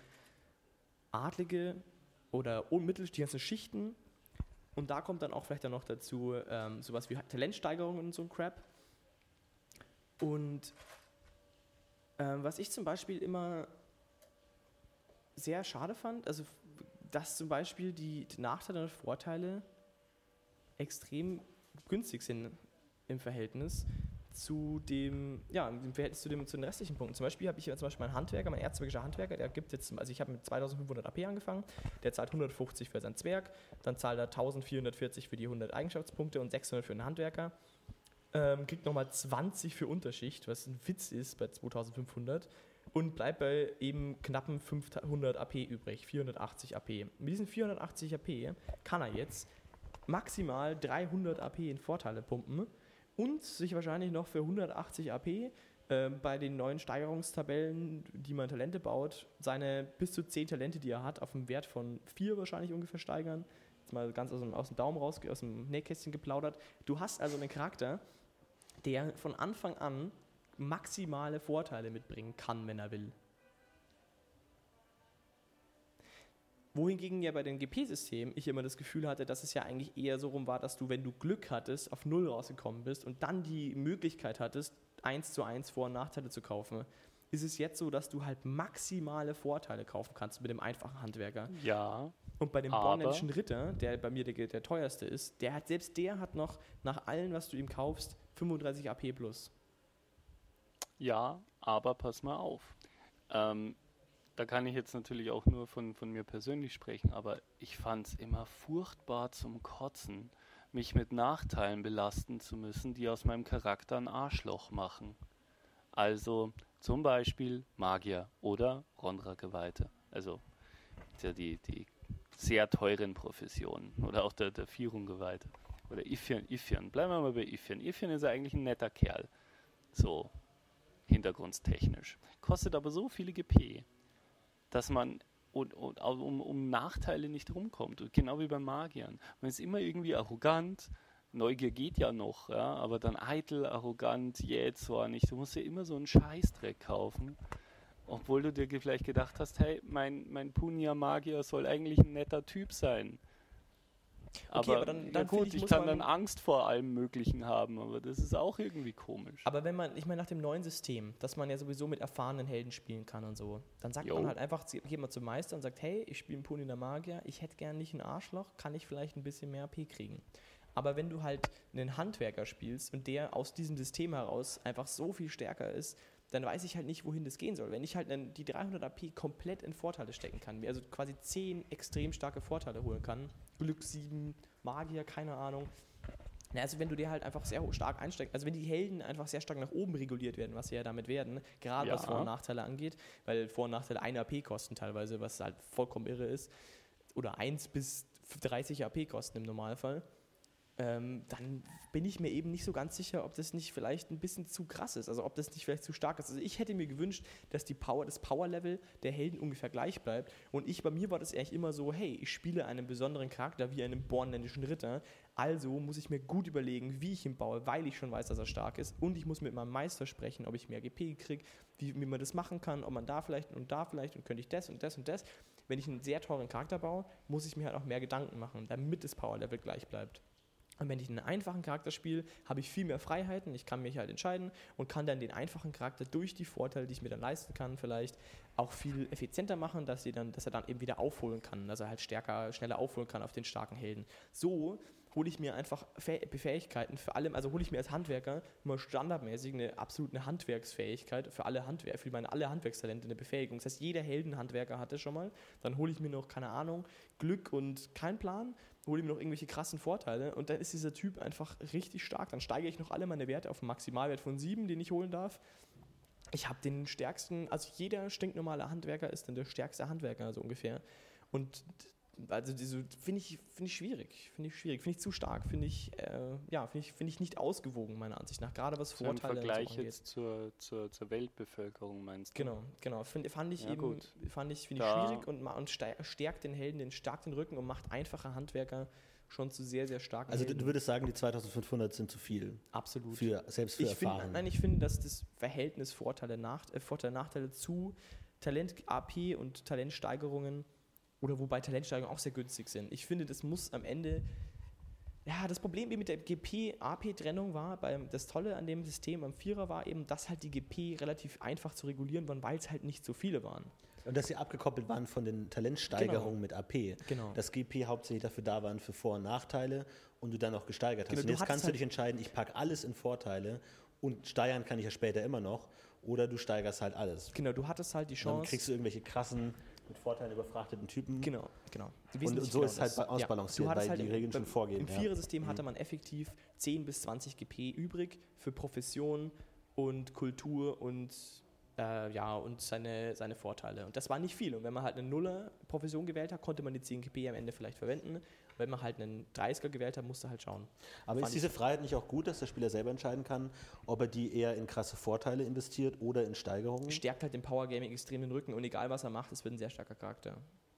Adlige oder mittel, die ganzen Schichten. Und da kommt dann auch vielleicht dann noch dazu ähm, sowas wie Talentsteigerungen und so ein Crap. Und ähm, was ich zum Beispiel immer sehr schade fand, also dass zum Beispiel die, die Nachteile und Vorteile extrem günstig sind im Verhältnis zu dem, ja, im Verhältnis zu, dem, zu den restlichen Punkten. Zum Beispiel habe ich ja zum Beispiel meinen Handwerker, mein erzbergischer Handwerker, der gibt jetzt, also ich habe mit zweitausendfünfhundert A P angefangen, der zahlt hundertfünfzig für sein Zwerg, dann zahlt er eintausendvierhundertvierzig für die hundert Eigenschaftspunkte und sechshundert für den Handwerker, ähm, kriegt nochmal zwanzig für Unterschicht, was ein Witz ist bei zweitausendfünfhundert und bleibt bei eben knappen fünfhundert A P übrig, vierhundertachtzig A P. Mit diesen vierhundertachtzig A P kann er jetzt maximal dreihundert A P in Vorteile pumpen und sich wahrscheinlich noch für hundertachtzig A P äh, bei den neuen Steigerungstabellen, die man Talente baut, seine bis zu zehn Talente, die er hat, auf einen Wert von vier wahrscheinlich ungefähr steigern. Jetzt mal ganz aus dem, aus dem Daumen raus, aus dem Nähkästchen geplaudert. Du hast also einen Charakter, der von Anfang an maximale Vorteile mitbringen kann, wenn er will. Wohingegen ja bei den G P-Systemen ich immer das Gefühl hatte, dass es ja eigentlich eher so rum war, dass du, wenn du Glück hattest, auf Null rausgekommen bist und dann die Möglichkeit hattest, eins zu eins Vor- und Nachteile zu kaufen, ist es jetzt so, dass du halt maximale Vorteile kaufen kannst mit dem einfachen Handwerker. Ja, Und bei dem Aber- bornellischen Ritter, der bei mir der, der teuerste ist, der hat, selbst der hat noch nach allem, was du ihm kaufst, fünfunddreißig A P plus. ja, aber pass mal auf. Ähm, da kann ich jetzt natürlich auch nur von, von mir persönlich sprechen, aber ich fand es immer furchtbar zum Kotzen, mich mit Nachteilen belasten zu müssen, die aus meinem Charakter ein Arschloch machen. Also zum Beispiel Magier oder Ronra-Geweihte. Also ist ja die, die sehr teuren Professionen oder auch der, der Vierung-Geweihte. Oder Ifyan, Ifyan. Bleiben wir mal bei Ifyan. Ifyan ist ja eigentlich ein netter Kerl. So, hintergrundstechnisch. Kostet aber so viele G P, dass man und, und, um, um Nachteile nicht rumkommt. Genau wie beim Magiern. Man ist immer irgendwie arrogant. Neugier geht ja noch, ja, aber dann eitel, arrogant, jähzornig. Du musst dir immer so einen Scheißdreck kaufen. Obwohl du dir vielleicht gedacht hast, hey, mein, mein Punia-Magier soll eigentlich ein netter Typ sein. Aber, okay, aber dann, dann ja gut, ich, ich muss kann man, dann Angst vor allem Möglichen haben, aber das ist auch irgendwie komisch. Aber wenn man, ich meine, nach dem neuen System, dass man ja sowieso mit erfahrenen Helden spielen kann und so, dann sagt Jo. man halt einfach, geht man zum Meister und sagt, hey, ich spiele einen Punina Magier, ich hätte gern nicht ein Arschloch, kann ich vielleicht ein bisschen mehr A P kriegen. Aber wenn du halt einen Handwerker spielst und der aus diesem System heraus einfach so viel stärker ist, dann weiß ich halt nicht, wohin das gehen soll. Wenn ich halt dann die dreihundert A P komplett in Vorteile stecken kann, mir also quasi zehn extrem starke Vorteile holen kann, Glück sieben, Magier, keine Ahnung. Na, also wenn du dir halt einfach sehr stark einsteckst, also wenn die Helden einfach sehr stark nach oben reguliert werden, was sie ja damit werden, gerade Ja. was Vor- und Nachteile angeht, weil Vor- und Nachteile eine A P kosten teilweise, was halt vollkommen irre ist, oder eins bis dreißig A P kosten im Normalfall, ähm, dann bin ich mir eben nicht so ganz sicher, ob das nicht vielleicht ein bisschen zu krass ist, also ob das nicht vielleicht zu stark ist. Also ich hätte mir gewünscht, dass die Power, das Power-Level der Helden ungefähr gleich bleibt und ich, bei mir war das eigentlich immer so, hey, ich spiele einen besonderen Charakter wie einen bornländischen Ritter, also muss ich mir gut überlegen, wie ich ihn baue, weil ich schon weiß, dass er stark ist und ich muss mit meinem Meister sprechen, ob ich mehr G P kriege, wie, wie man das machen kann, ob man da vielleicht und da vielleicht und könnte ich das und das und das. Wenn ich einen sehr teuren Charakter baue, muss ich mir halt auch mehr Gedanken machen, damit das Power-Level gleich bleibt. Und wenn ich einen einfachen Charakter spiele, habe ich viel mehr Freiheiten, ich kann mich halt entscheiden und kann dann den einfachen Charakter durch die Vorteile, die ich mir dann leisten kann, vielleicht auch viel effizienter machen, dass, sie dann, dass er dann eben wieder aufholen kann, dass er halt stärker, schneller aufholen kann auf den starken Helden. So hole ich mir einfach Fäh- Fähigkeiten für alle, also hole ich mir als Handwerker immer standardmäßig eine absolute Handwerksfähigkeit für alle Handwerker, für meine alle Handwerkstalente eine Befähigung. Das heißt, jeder Heldenhandwerker hat das schon mal. Dann hole ich mir noch, keine Ahnung, Glück und kein Plan, hole ich mir noch irgendwelche krassen Vorteile und dann ist dieser Typ einfach richtig stark. Dann steigere ich noch alle meine Werte auf einen Maximalwert von sieben, den ich holen darf. Ich habe den stärksten, also jeder stinknormale Handwerker ist dann der stärkste Handwerker, so ungefähr. Und also diese finde ich, find ich schwierig, finde ich schwierig, finde ich zu stark, finde ich, äh, ja, finde ich, find ich nicht ausgewogen, meiner Ansicht nach, gerade was So im Vorteile Vergleich und so angeht. jetzt zur, zur, zur Weltbevölkerung meinst du? Genau, genau, find, fand ich Ja, eben, gut. fand ich, finde ich Da- schwierig und, ma- und stei- stärkt den Helden, den stärkt den Rücken und macht einfache Handwerker schon zu sehr, sehr starken Also du, Helden. du würdest sagen, die zweitausendfünfhundert sind zu viel, Absolut. für, selbst für Ich finde, Erfahrene. nein, ich finde, dass das Verhältnis Vorteile, nach, äh, Vorteile, Nachteile zu Talent-A P und Talentsteigerungen oder wobei Talentsteigerungen auch sehr günstig sind. Ich finde, das muss am Ende, ja, das Problem eben mit der G P-A P-Trennung war, beim, das Tolle an dem System am Vierer war eben, dass halt die G P relativ einfach zu regulieren waren, weil es halt nicht so viele waren. Und dass sie abgekoppelt waren von den Talentsteigerungen Genau. mit A P. Genau. Dass G P hauptsächlich dafür da waren für Vor- und Nachteile und du dann auch gesteigert hast. Genau, und du jetzt hattest kannst du halt- dich entscheiden, ich packe alles in Vorteile und steigern kann ich ja später immer noch. Oder du steigerst halt alles. Genau, du hattest halt die Und dann Chance. kriegst du irgendwelche krassen, mit Vorteilen überfrachteten Typen. Genau, genau. Und Wesentlich so genau ist es halt das. ausbalanciert, Du hattest weil die im- Regeln schon beim- vorgeben. Im ja. Vierer-System hatte man effektiv zehn bis zwanzig G P übrig für Profession und Kultur und, äh, ja, und seine, seine Vorteile. Und das war nicht viel. Und wenn man halt eine Nuller-Profession gewählt hat, konnte man die zehn G P am Ende vielleicht verwenden. Wenn man halt einen dreißiger gewählt hat, musste halt schauen. Aber Fand ist diese Freiheit nicht auch gut, dass der Spieler selber entscheiden kann, ob er die eher in krasse Vorteile investiert oder in Steigerungen? Stärkt halt im Power Gaming extrem den Rücken und egal was er macht, es wird ein sehr starker Charakter.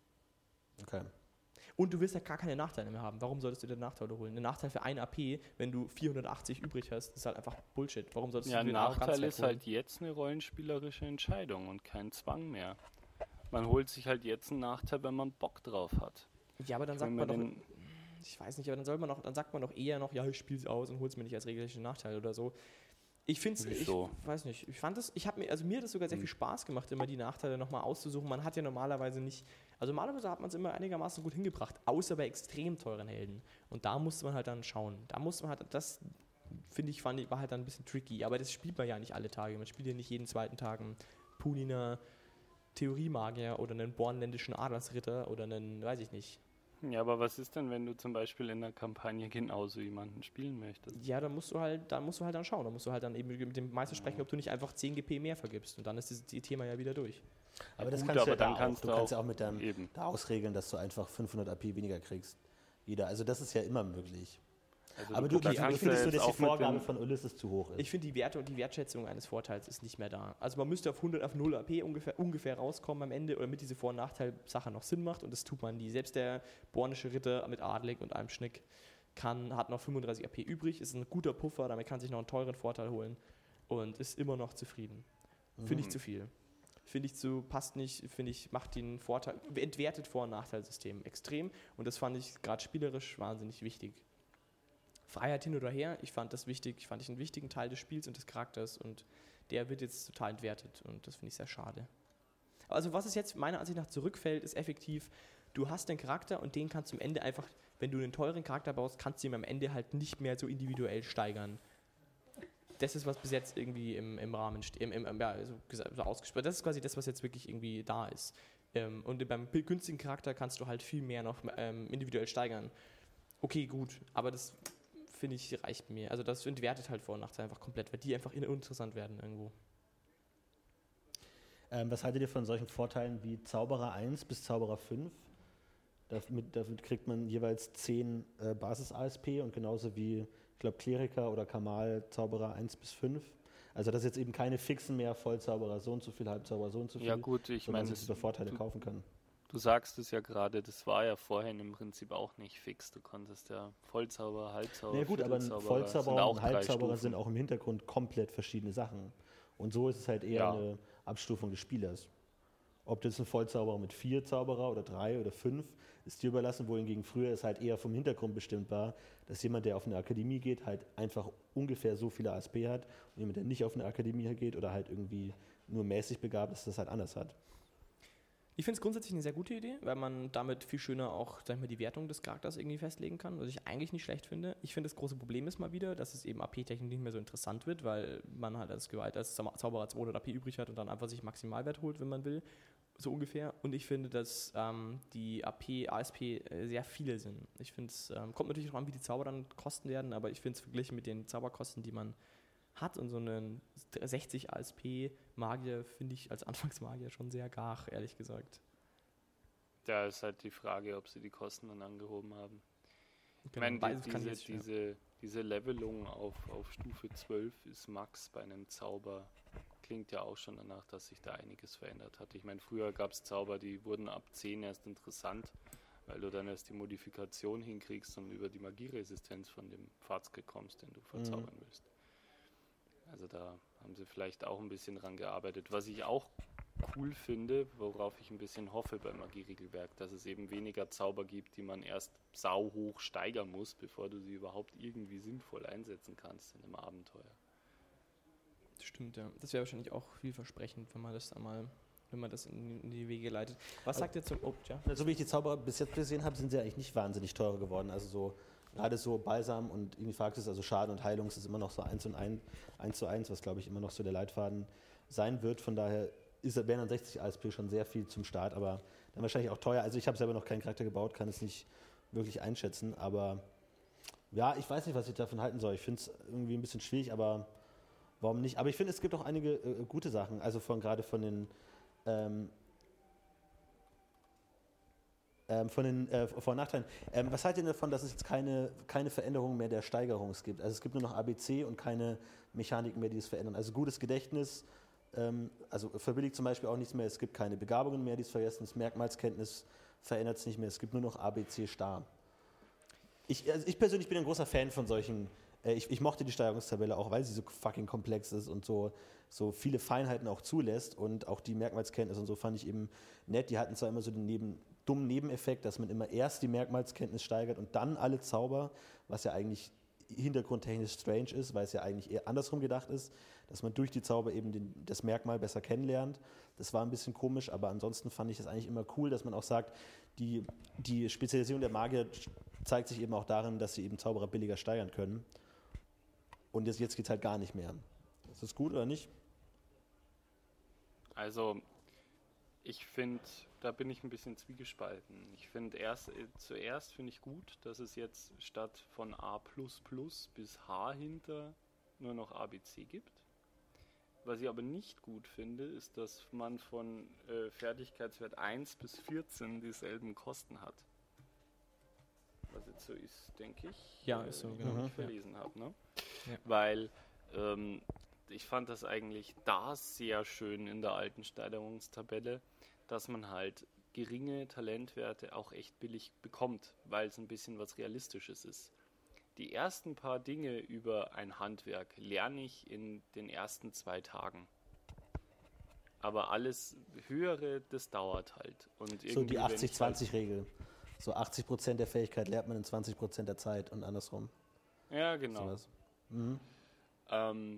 Okay. Und du wirst ja gar keine Nachteile mehr haben. Warum solltest du dir Nachteile holen? Ein Nachteil für ein A P, wenn du vierhundertachtzig übrig hast, ist halt einfach Bullshit. Warum solltest Ja, du ein den Arroganz Nachteil ist holen? halt jetzt eine rollenspielerische Entscheidung und kein Zwang mehr. Man holt sich halt jetzt einen Nachteil, wenn man Bock drauf hat. Ja, aber dann sagt Wenn man man doch, den, ich weiß nicht, aber dann soll man doch, dann sagt man doch eher noch, ja, ich spiel's aus und hol's mir nicht als regelrechten Nachteil oder so. Ich finde es, ich Wieso? weiß nicht, ich fand das, ich habe mir, also mir hat es sogar sehr viel Spaß gemacht, immer die Nachteile nochmal auszusuchen. Man hat ja normalerweise nicht, also normalerweise hat man es immer einigermaßen gut hingebracht, außer bei extrem teuren Helden. Und da musste man halt dann schauen. Da musste man halt, das finde ich, fand ich, war halt dann ein bisschen tricky. Aber das spielt man ja nicht alle Tage. Man spielt ja nicht jeden zweiten Tag einen Puniner Theoriemagier oder einen bornländischen Adelsritter oder einen, weiß ich nicht. ja, aber was ist denn, wenn du zum Beispiel in der Kampagne genauso jemanden spielen möchtest? Ja, dann musst du halt, dann musst du halt dann schauen. Dann musst du halt dann eben mit dem Meister sprechen, ob du nicht einfach zehn G P mehr vergibst. Und dann ist das die Thema ja wieder durch. Aber das gut, kannst du aber ja dann da kannst auch. du Du kannst ja auch auch mit deinem eben. da ausregeln, dass du einfach fünfhundert A P weniger kriegst. Jeder. Also das ist ja immer möglich. Also Aber du, da ich kannst finde du so, jetzt dass die auch mit Vorgabe den- von Ulysses zu hoch ist. Ich finde die Werte und die Wertschätzung eines Vorteils ist nicht mehr da. Also man müsste auf hundert, auf null A P ungefähr, ungefähr rauskommen am Ende, damit diese Vor- und Nachteilsache noch Sinn macht, und das tut man nie. Selbst der bornische Ritter mit Adlig und einem Schnick kann, hat noch fünfunddreißig A P übrig, ist ein guter Puffer, damit kann sich noch einen teuren Vorteil holen und ist immer noch zufrieden. Finde ich Mhm. zu viel. Finde ich zu, passt nicht, finde ich, macht den Vorteil, entwertet Vor- und Nachteilsystem extrem, und das fand ich gerade spielerisch wahnsinnig wichtig. Freiheit hin oder her, ich fand das wichtig, ich fand ich einen wichtigen Teil des Spiels und des Charakters, und der wird jetzt total entwertet, und das finde ich sehr schade. Also was es jetzt meiner Ansicht nach zurückfällt, ist effektiv, du hast einen Charakter und den kannst du am Ende einfach, wenn du einen teuren Charakter baust, kannst du ihn am Ende halt nicht mehr so individuell steigern. Das ist, was bis jetzt irgendwie im, im Rahmen steht, im, im, ja, so, so ausgesprochen. Das ist quasi das, was jetzt wirklich irgendwie da ist. Ähm, und beim günstigen Charakter kannst du halt viel mehr noch ähm, individuell steigern. Okay, gut, aber das finde ich reicht mir. Also das entwertet halt Vor- und Nachteile einfach komplett, weil die einfach uninteressant werden irgendwo. Ähm, was haltet ihr von solchen Vorteilen wie Zauberer eins bis Zauberer fünf? Damit, damit kriegt man jeweils zehn äh, Basis-A S P und genauso wie, ich glaube, Kleriker oder Kamal Zauberer eins bis fünf. Also das ist jetzt eben keine fixen mehr, Vollzauberer so und so viel, Halbzauberer so und so viel, Ja gut, ich sondern meine, sich das- über Vorteile du- kaufen kann. Du sagst es ja gerade, das war ja vorhin im Prinzip auch nicht fix. Du konntest ja Vollzauber, Halbzauber, Ja gut, aber ein Viertelzauberer, sind Vollzauberer auch und drei Halbzauberer Stufen. sind auch im Hintergrund komplett verschiedene Sachen. Und so ist es halt eher Ja. eine Abstufung des Spielers. Ob du jetzt ein Vollzauberer mit vier Zauberer oder drei oder fünf, ist dir überlassen, wohingegen früher es halt eher vom Hintergrund bestimmt war, dass jemand, der auf eine Akademie geht, halt einfach ungefähr so viele A S P hat, und jemand, der nicht auf eine Akademie geht oder halt irgendwie nur mäßig begabt ist, das halt anders hat. Ich finde es grundsätzlich eine sehr gute Idee, weil man damit viel schöner auch, sag ich mal, die Wertung des Charakters irgendwie festlegen kann, was ich eigentlich nicht schlecht finde. Ich finde, das große Problem ist mal wieder, dass es eben A P-Technik nicht mehr so interessant wird, weil man halt als Gewalt, als Zau- Zauberer zweihundert A P übrig hat und dann einfach sich Maximalwert holt, wenn man will, so ungefähr. Und ich finde, dass ähm, die A P, A S P äh, sehr viele sind. Ich finde es, ähm, kommt natürlich noch an, wie die Zauber dann kosten werden, aber ich finde es verglichen mit den Zauberkosten, die man hat, und so einen sechzig A S P Magier finde ich als Anfangsmagier schon sehr gar, ehrlich gesagt. Da ist halt die Frage, ob sie die Kosten dann angehoben haben. Ich Genau, meine, beides die, kann ich diese, jetzt schwer. diese, diese Levelung auf, auf Stufe zwölf ist Max bei einem Zauber. Klingt ja auch schon danach, dass sich da einiges verändert hat. Ich meine, früher gab es Zauber, die wurden ab zehn erst interessant, weil du dann erst die Modifikation hinkriegst und über die Magieresistenz von dem Pfadske kommst, den du verzaubern willst. Also da haben sie vielleicht auch ein bisschen dran gearbeitet. Was ich auch cool finde, worauf ich ein bisschen hoffe beim Magieregelwerk, dass es eben weniger Zauber gibt, die man erst sau hoch steigern muss, bevor du sie überhaupt irgendwie sinnvoll einsetzen kannst in einem Abenteuer. Das stimmt, ja. Das wäre wahrscheinlich auch vielversprechend, wenn man das einmal, wenn man das in, in die Wege leitet. Was sagt ihr zum, oh, ja. So wie ich die Zauberer bis jetzt gesehen habe, sind sie eigentlich nicht wahnsinnig teurer geworden. Also so gerade so Balsam und Ignifaxis, also Schaden und Heilung, ist immer noch so eins und eins, eins zu eins, was glaube ich immer noch so der Leitfaden sein wird. Von daher ist, wären dann sechzig A S P schon sehr viel zum Start, aber dann wahrscheinlich auch teuer. Also ich habe selber noch keinen Charakter gebaut, kann es nicht wirklich einschätzen, aber ja, ich weiß nicht, was ich davon halten soll. Ich finde es irgendwie ein bisschen schwierig, aber warum nicht? Aber ich finde, es gibt auch einige äh, gute Sachen, also von gerade von den ähm, ähm, von den äh, Vor- und Nachteilen. Ähm, was haltet ihr davon, dass es jetzt keine, keine Veränderung mehr der Steigerung gibt? Also es gibt nur noch A B C und keine Mechaniken mehr, die es verändern. Also gutes Gedächtnis, ähm, also verbilligt zum Beispiel auch nichts mehr. Es gibt keine Begabungen mehr, die es vergessen. Das Merkmalskenntnis verändert es nicht mehr. Es gibt nur noch A B C starr. Ich, also ich persönlich bin ein großer Fan von solchen. Äh, ich, ich mochte die Steigerungstabelle auch, weil sie so fucking komplex ist und so, so viele Feinheiten auch zulässt, und auch die Merkmalskenntnis und so fand ich eben nett. Die hatten zwar immer so den neben, dummen Nebeneffekt, dass man immer erst die Merkmalskenntnis steigert und dann alle Zauber, was ja eigentlich hintergrundtechnisch strange ist, weil es ja eigentlich eher andersrum gedacht ist, dass man durch die Zauber eben den, das Merkmal besser kennenlernt. Das war ein bisschen komisch, aber ansonsten fand ich es eigentlich immer cool, dass man auch sagt, die, die Spezialisierung der Magier zeigt sich eben auch darin, dass sie eben Zauberer billiger steigern können. Und jetzt, jetzt geht es halt gar nicht mehr. Ist das gut oder nicht? Also, ich finde, da bin ich ein bisschen zwiegespalten. Ich finde erst, äh, zuerst finde ich gut, dass es jetzt statt von A plus plus bis H hinter nur noch A B C gibt. Was ich aber nicht gut finde, ist, dass man von äh, Fertigkeitswert eins bis vierzehn dieselben Kosten hat. Was jetzt so ist, denke ich. Ja, ist so, äh, genau. Ich verlesen habe, ne? Ja. Weil ähm, ich fand das eigentlich da sehr schön in der alten Steigerungstabelle, dass man halt geringe Talentwerte auch echt billig bekommt, weil es ein bisschen was Realistisches ist. Die ersten paar Dinge über ein Handwerk lerne ich in den ersten zwei Tagen. Aber alles Höhere, das dauert halt. Und irgendwie, So die wenn ich achtzig zwanzig Regel. So achtzig Prozent der Fähigkeit lernt man in zwanzig Prozent der Zeit und andersrum. Halt, ja, genau. Sowas. Mhm. Ähm,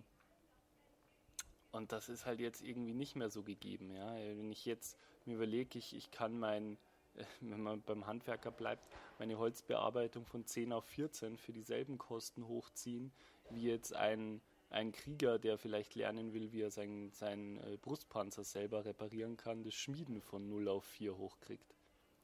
und das ist halt jetzt irgendwie nicht mehr so gegeben. Ja? Wenn ich jetzt mir überlege, ich, ich kann mein, wenn man beim Handwerker bleibt, meine Holzbearbeitung von zehn auf vierzehn für dieselben Kosten hochziehen, wie jetzt ein, ein Krieger, der vielleicht lernen will, wie er seinen sein Brustpanzer selber reparieren kann, das Schmieden von null auf vier hochkriegt.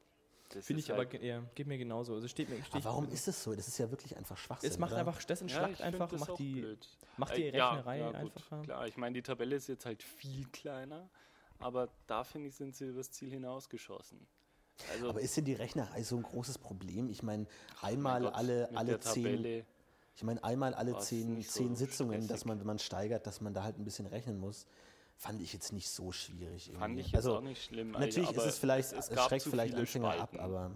Das Finde ist ich halt, aber, ge- ja, geht mir genauso. Also steht mir, steht Aber warum ist es so? Das ist ja wirklich einfach Schwachsinn. es macht oder? einfach, das ja, entschlackt ich find einfach, das macht auch die, blöd. macht die Äh, ja, Rechnerei ja, gut, einfacher. Klar, ich meine, die Tabelle ist jetzt halt viel kleiner, aber da finde ich, sind sie übers Ziel hinausgeschossen. Also, Aber ist denn die Rechnerei so ein großes Problem? Ich meine, einmal mein Gott, alle, mit alle der zehn, Tabelle ich meine, einmal alle war's zehn, nicht so zehn Sitzungen, dass stressig. man, wenn man steigert, dass man da halt ein bisschen rechnen muss, fand ich jetzt nicht so schwierig. Irgendwie. fand ich jetzt also, auch nicht schlimm. natürlich aber ist es vielleicht, es, es es gab schreckt zu vielleicht viele Anfänger ab, Spalten, aber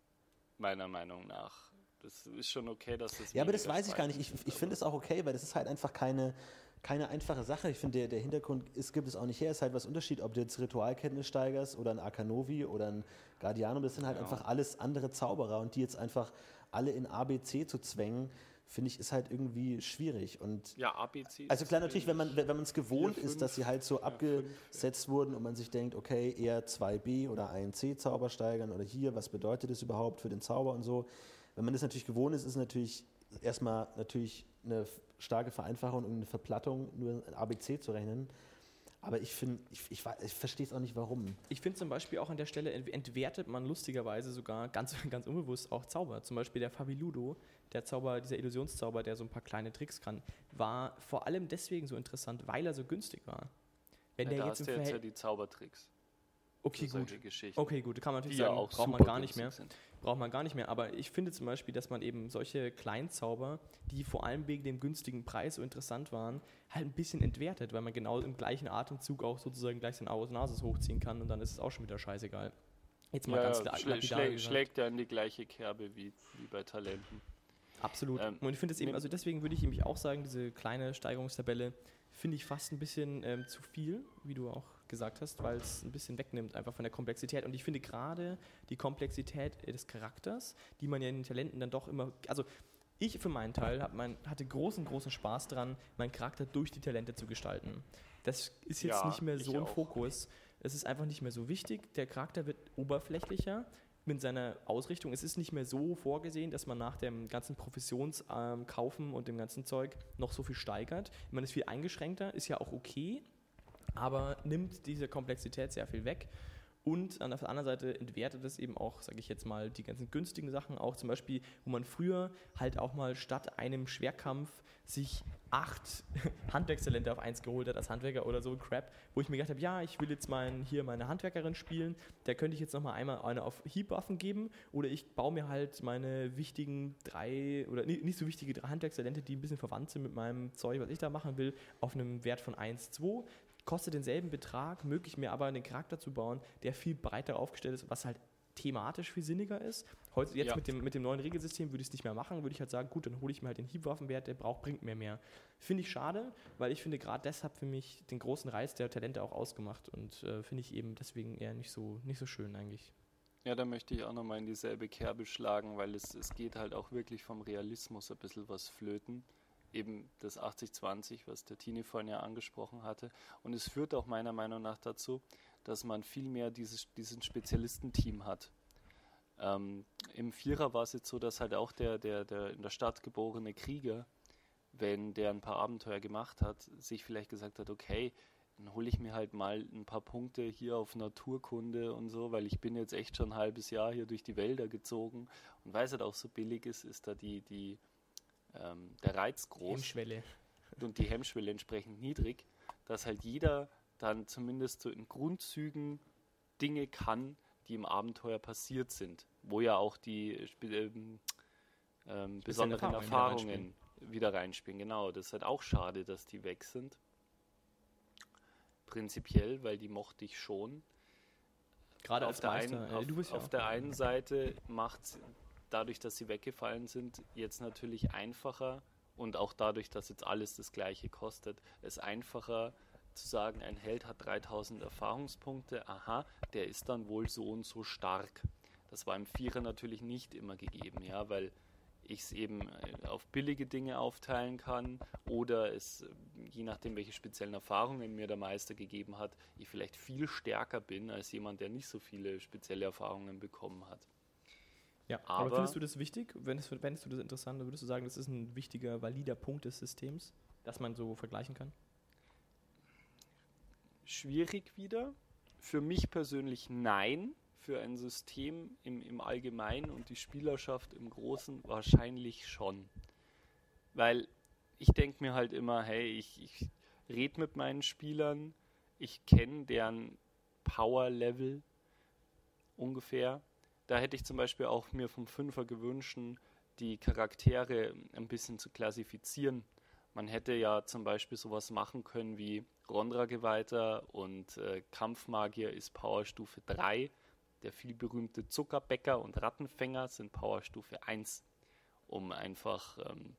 meiner Meinung nach. Das ist schon okay, dass das ja, aber das weniger weiß ich gar nicht. Ich, Spalten ich sind, finde es auch okay, weil das ist halt einfach keine, keine einfache Sache. Ich finde, der, der Hintergrund ist, gibt es auch nicht her. Es ist halt was Unterschied, ob du jetzt Ritualkenntnis steigerst oder ein Arkanovi oder ein Guardianum. Das sind halt Ja. einfach alles andere Zauberer und die jetzt einfach alle in A B C zu zwängen, finde ich, ist halt irgendwie schwierig. Und Ja, A B C. also klar, ist natürlich, wenn man wenn man es gewohnt vier, ist, dass sie halt so ja, abgesetzt wurden und man sich denkt, okay, eher zwei B oder ein C Zauber steigern oder hier, was bedeutet das überhaupt für den Zauber und so. Wenn man das natürlich gewohnt ist, ist es natürlich erstmal natürlich eine starke Vereinfachung und eine Verplattung, nur A B C zu rechnen. Aber ich finde, ich, ich, weiß- ich verstehe es auch nicht, warum. Ich finde zum Beispiel auch an der Stelle ent- entwertet man lustigerweise sogar ganz, ganz unbewusst auch Zauber. Zum Beispiel der Fabiludo, der Zauber, dieser Illusionszauber, der so ein paar kleine Tricks kann, war vor allem deswegen so interessant, weil er so günstig war. Wenn Ja, der da jetzt hast im du jetzt ja Verhältnis. die Zaubertricks. Okay, für solche gut. Geschichten. Okay, gut, kann man natürlich Die ja sagen, auch braucht man super gar nicht günstig mehr. sind. Braucht man gar nicht mehr. Aber ich finde zum Beispiel, dass man eben solche Kleinzauber, die vor allem wegen dem günstigen Preis so interessant waren, halt ein bisschen entwertet, weil man genau im gleichen Atemzug auch sozusagen gleich sein Aus Nases hochziehen kann und dann ist es auch schon wieder scheißegal. Jetzt mal Ja, ganz ja, la- schlä lapidar schlä gesagt. schlägt ja in die gleiche Kerbe wie, wie bei Talenten. Absolut. Ähm, und ich finde es eben, nimm- also deswegen würde ich nämlich auch sagen, diese kleine Steigerungstabelle finde ich fast ein bisschen ähm, zu viel, wie du auch gesagt hast, weil es ein bisschen wegnimmt einfach von der Komplexität. Und ich finde gerade die Komplexität äh, des Charakters, die man ja in den Talenten dann doch immer, also ich für meinen Teil hab mein, hatte großen, großen Spaß dran, meinen Charakter durch die Talente zu gestalten. Das ist jetzt Ja, nicht mehr ich so im auch. Fokus. Es ist einfach nicht mehr so wichtig. Der Charakter wird oberflächlicher mit seiner Ausrichtung. Es ist nicht mehr so vorgesehen, dass man nach dem ganzen Professionskaufen ähm, und dem ganzen Zeug noch so viel steigert. Man ist viel eingeschränkter, ist ja auch okay, aber nimmt diese Komplexität sehr viel weg. Und an der anderen Seite entwertet es eben auch, sage ich jetzt mal, die ganzen günstigen Sachen auch. Zum Beispiel, wo man früher halt auch mal statt einem Schwerkampf sich acht Handwerkstalente auf eins geholt hat als Handwerker oder so Crap, wo ich mir gedacht habe, ja, ich will jetzt mein, hier meine Handwerkerin spielen, der könnte ich jetzt nochmal einmal eine auf Hiebwaffen geben oder ich baue mir halt meine wichtigen drei oder nicht nicht so wichtige drei Handwerkstalente, die ein bisschen verwandt sind mit meinem Zeug, was ich da machen will, auf einem Wert von eins, zwei. Kostet denselben Betrag, möglich mir aber einen Charakter zu bauen, der viel breiter aufgestellt ist, was halt thematisch viel sinniger ist. Heute, jetzt Ja. mit, dem, mit dem neuen Regelsystem würde ich es nicht mehr machen, würde ich halt sagen, gut, dann hole ich mir halt den Hiebwaffenwert, der braucht, bringt mir mehr. Finde ich schade, weil ich finde gerade deshalb für mich den großen Reiz der Talente auch ausgemacht und äh, finde ich eben deswegen eher nicht so, nicht so schön eigentlich. Ja, da möchte ich auch nochmal in dieselbe Kerbe schlagen, weil es, es geht halt auch wirklich vom Realismus ein bisschen was flöten. Eben das achtzig zwanzig, was der Tini vorhin ja angesprochen hatte. Und es führt auch meiner Meinung nach dazu, dass man viel mehr dieses, diesen Spezialistenteam hat. Ähm, Im Vierer war es jetzt so, dass halt auch der, der, der in der Stadt geborene Krieger, wenn der ein paar Abenteuer gemacht hat, sich vielleicht gesagt hat, okay, dann hole ich mir halt mal ein paar Punkte hier auf Naturkunde und so, weil ich bin jetzt echt schon ein halbes Jahr hier durch die Wälder gezogen und weil es halt auch so billig ist, ist da die, die, ähm, der Reiz groß Hemmschwelle. und die Hemmschwelle entsprechend niedrig, dass halt jeder dann zumindest so in Grundzügen Dinge kann, die im Abenteuer passiert sind, wo ja auch die ähm, ähm, besonderen Erfahrungen, Erfahrungen wieder reinspielen. Genau, das ist halt auch schade, dass die weg sind. Prinzipiell, weil die mochte ich schon. Gerade auf als der Meister. einen, auf, du bist ja auf der einen Seite macht dadurch, dass sie weggefallen sind, jetzt natürlich einfacher und auch dadurch, dass jetzt alles das Gleiche kostet, es einfacher zu sagen, ein Held hat dreitausend Erfahrungspunkte, aha, der ist dann wohl so und so stark. Das war im Vierer natürlich nicht immer gegeben, ja, weil ich es eben auf billige Dinge aufteilen kann oder es, je nachdem, welche speziellen Erfahrungen mir der Meister gegeben hat, ich vielleicht viel stärker bin als jemand, der nicht so viele spezielle Erfahrungen bekommen hat. Ja, aber, aber findest du das wichtig? Findest du, findest du das interessant? Würdest du sagen, das ist ein wichtiger, valider Punkt des Systems, dass man so vergleichen kann? Schwierig wieder. Für mich persönlich nein. Für ein System im, im Allgemeinen und die Spielerschaft im Großen wahrscheinlich schon. Weil ich denke mir halt immer, hey, ich, ich rede mit meinen Spielern, ich kenne deren Power-Level ungefähr. Da hätte ich zum Beispiel auch mir vom Fünfer gewünscht, die Charaktere ein bisschen zu klassifizieren. Man hätte ja zum Beispiel sowas machen können wie Rondra-Geweihter und äh, Kampfmagier ist Powerstufe drei. Der vielberühmte Zuckerbäcker und Rattenfänger sind Powerstufe eins, um einfach ähm,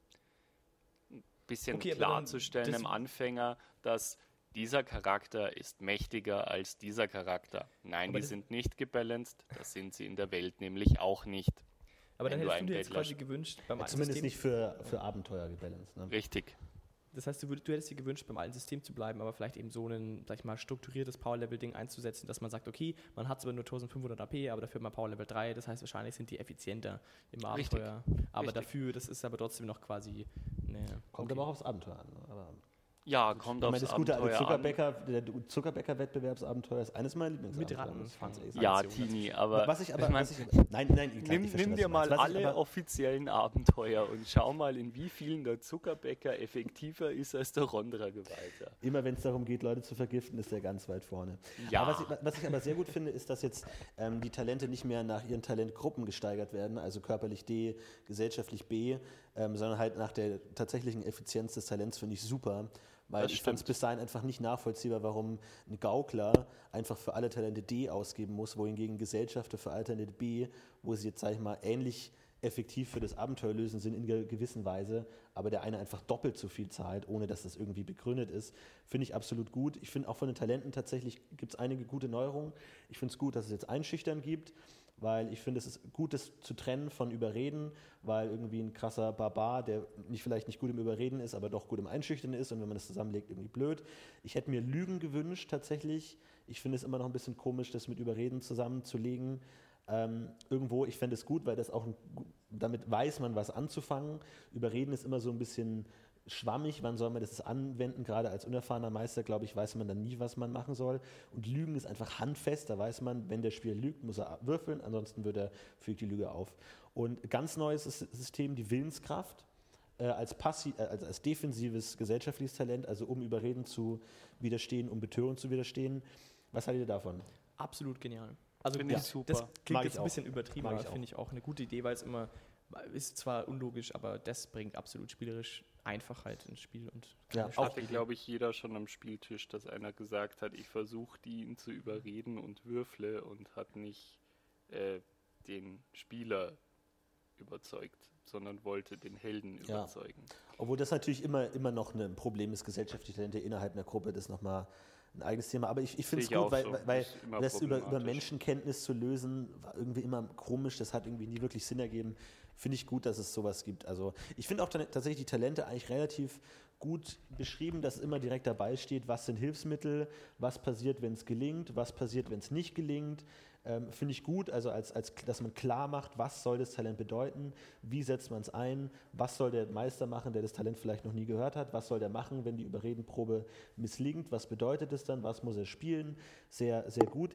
ein bisschen okay, klarzustellen im Anfänger, dass dieser Charakter ist mächtiger als dieser Charakter. Nein, aber die sind nicht gebalanced, das sind sie in der Welt nämlich auch nicht. Aber dann hättest du dir jetzt quasi gewünscht, beim ja, zumindest System nicht für, für Abenteuer gebalanced. Ne? Richtig. Das heißt, du, würd, du hättest dir gewünscht, beim alten System zu bleiben, aber vielleicht eben so ein, sag ich mal, strukturiertes Power-Level-Ding einzusetzen, dass man sagt, okay, man hat zwar nur eintausendfünfhundert A P, aber dafür mal Power-Level drei, das heißt, wahrscheinlich sind die effizienter im Abenteuer. Richtig. Aber Richtig. dafür, das ist aber trotzdem noch quasi eine... Kommt okay. aber auch aufs Abenteuer an. Aber ja, kommt aufs das Abenteuer gute Zuckerbäcker, der Zuckerbäcker-Wettbewerbsabenteuer ist eines meiner Lieblingsabenteuer. Mit Rattenfang. Ja, Tini, aber... Was ich aber, ich mein, was ich, nein, nein, klar, nimm, ich verstehe, nimm dir mal was alle aber, offiziellen Abenteuer und schau mal, in wie vielen der Zuckerbäcker effektiver ist als der Rondra-Geweihter. Immer wenn es darum geht, Leute zu vergiften, ist er ganz weit vorne. Ja. Aber was, ich, was ich aber sehr gut finde, ist, dass jetzt ähm, die Talente nicht mehr nach ihren Talentgruppen gesteigert werden, also körperlich D, gesellschaftlich B, ähm, sondern halt nach der tatsächlichen Effizienz des Talents, finde ich super. Weil das ich fand es bis dahin einfach nicht nachvollziehbar, warum ein Gaukler einfach für alle Talente D ausgeben muss, wohingegen Gesellschafter für alle Talente B, wo sie jetzt, sag ich mal, ähnlich effektiv für das Abenteuer lösen sind in einer gewissen Weise, aber der eine einfach doppelt so viel zahlt, ohne dass das irgendwie begründet ist, finde ich absolut gut. Ich finde auch von den Talenten tatsächlich gibt es einige gute Neuerungen. Ich finde es gut, dass es jetzt Einschüchtern gibt, weil ich finde, es ist gut, das zu trennen von Überreden, weil irgendwie ein krasser Barbar, der nicht, vielleicht nicht gut im Überreden ist, aber doch gut im Einschüchtern ist und wenn man das zusammenlegt, irgendwie blöd. Ich hätte mir Lügen gewünscht tatsächlich. Ich finde es immer noch ein bisschen komisch, das mit Überreden zusammenzulegen. Ähm, irgendwo, ich fände es gut, weil das auch, ein, damit weiß man, was anzufangen. Überreden ist immer so ein bisschen schwammig, wann soll man das anwenden, gerade als unerfahrener Meister, glaube ich, weiß man dann nie, was man machen soll. Und Lügen ist einfach handfest, da weiß man, wenn der Spieler lügt, muss er würfeln, ansonsten wird er, fügt die Lüge auf. Und ganz neues System, die Willenskraft, äh, als, passi- äh, als, als defensives gesellschaftliches Talent, also um Überreden zu widerstehen, um Betörung zu widerstehen. Was haltet ihr davon? Absolut genial. Also finde ja, ich super. Das klingt Mag jetzt ich ein bisschen übertrieben, Mag aber ich finde ich auch eine gute Idee, weil es immer, ist zwar unlogisch, aber das bringt absolut spielerisch Einfachheit ins Spiel. Und ja, auch hatte, glaube ich, jeder schon am Spieltisch, dass einer gesagt hat, ich versuche, ihn zu überreden und würfle und hat nicht äh, den Spieler überzeugt, sondern wollte den Helden ja. überzeugen. Obwohl das natürlich immer, immer noch ein Problem ist, gesellschaftliche Talente innerhalb einer Gruppe, das ist nochmal ein eigenes Thema. Aber ich, ich finde es gut, weil, so. weil das, das über, über Menschenkenntnis zu lösen, war irgendwie immer komisch, das hat irgendwie nie wirklich Sinn ergeben. Finde ich gut, dass es sowas gibt. Also ich finde auch t- tatsächlich die Talente eigentlich relativ gut beschrieben, dass immer direkt dabei steht, was sind Hilfsmittel, was passiert, wenn es gelingt, was passiert, wenn es nicht gelingt. Ähm, finde ich gut, also als, als, dass man klar macht, was soll das Talent bedeuten, wie setzt man es ein, was soll der Meister machen, der das Talent vielleicht noch nie gehört hat, was soll der machen, wenn die Überredenprobe misslingt, was bedeutet es dann, was muss er spielen, sehr, sehr gut. Ich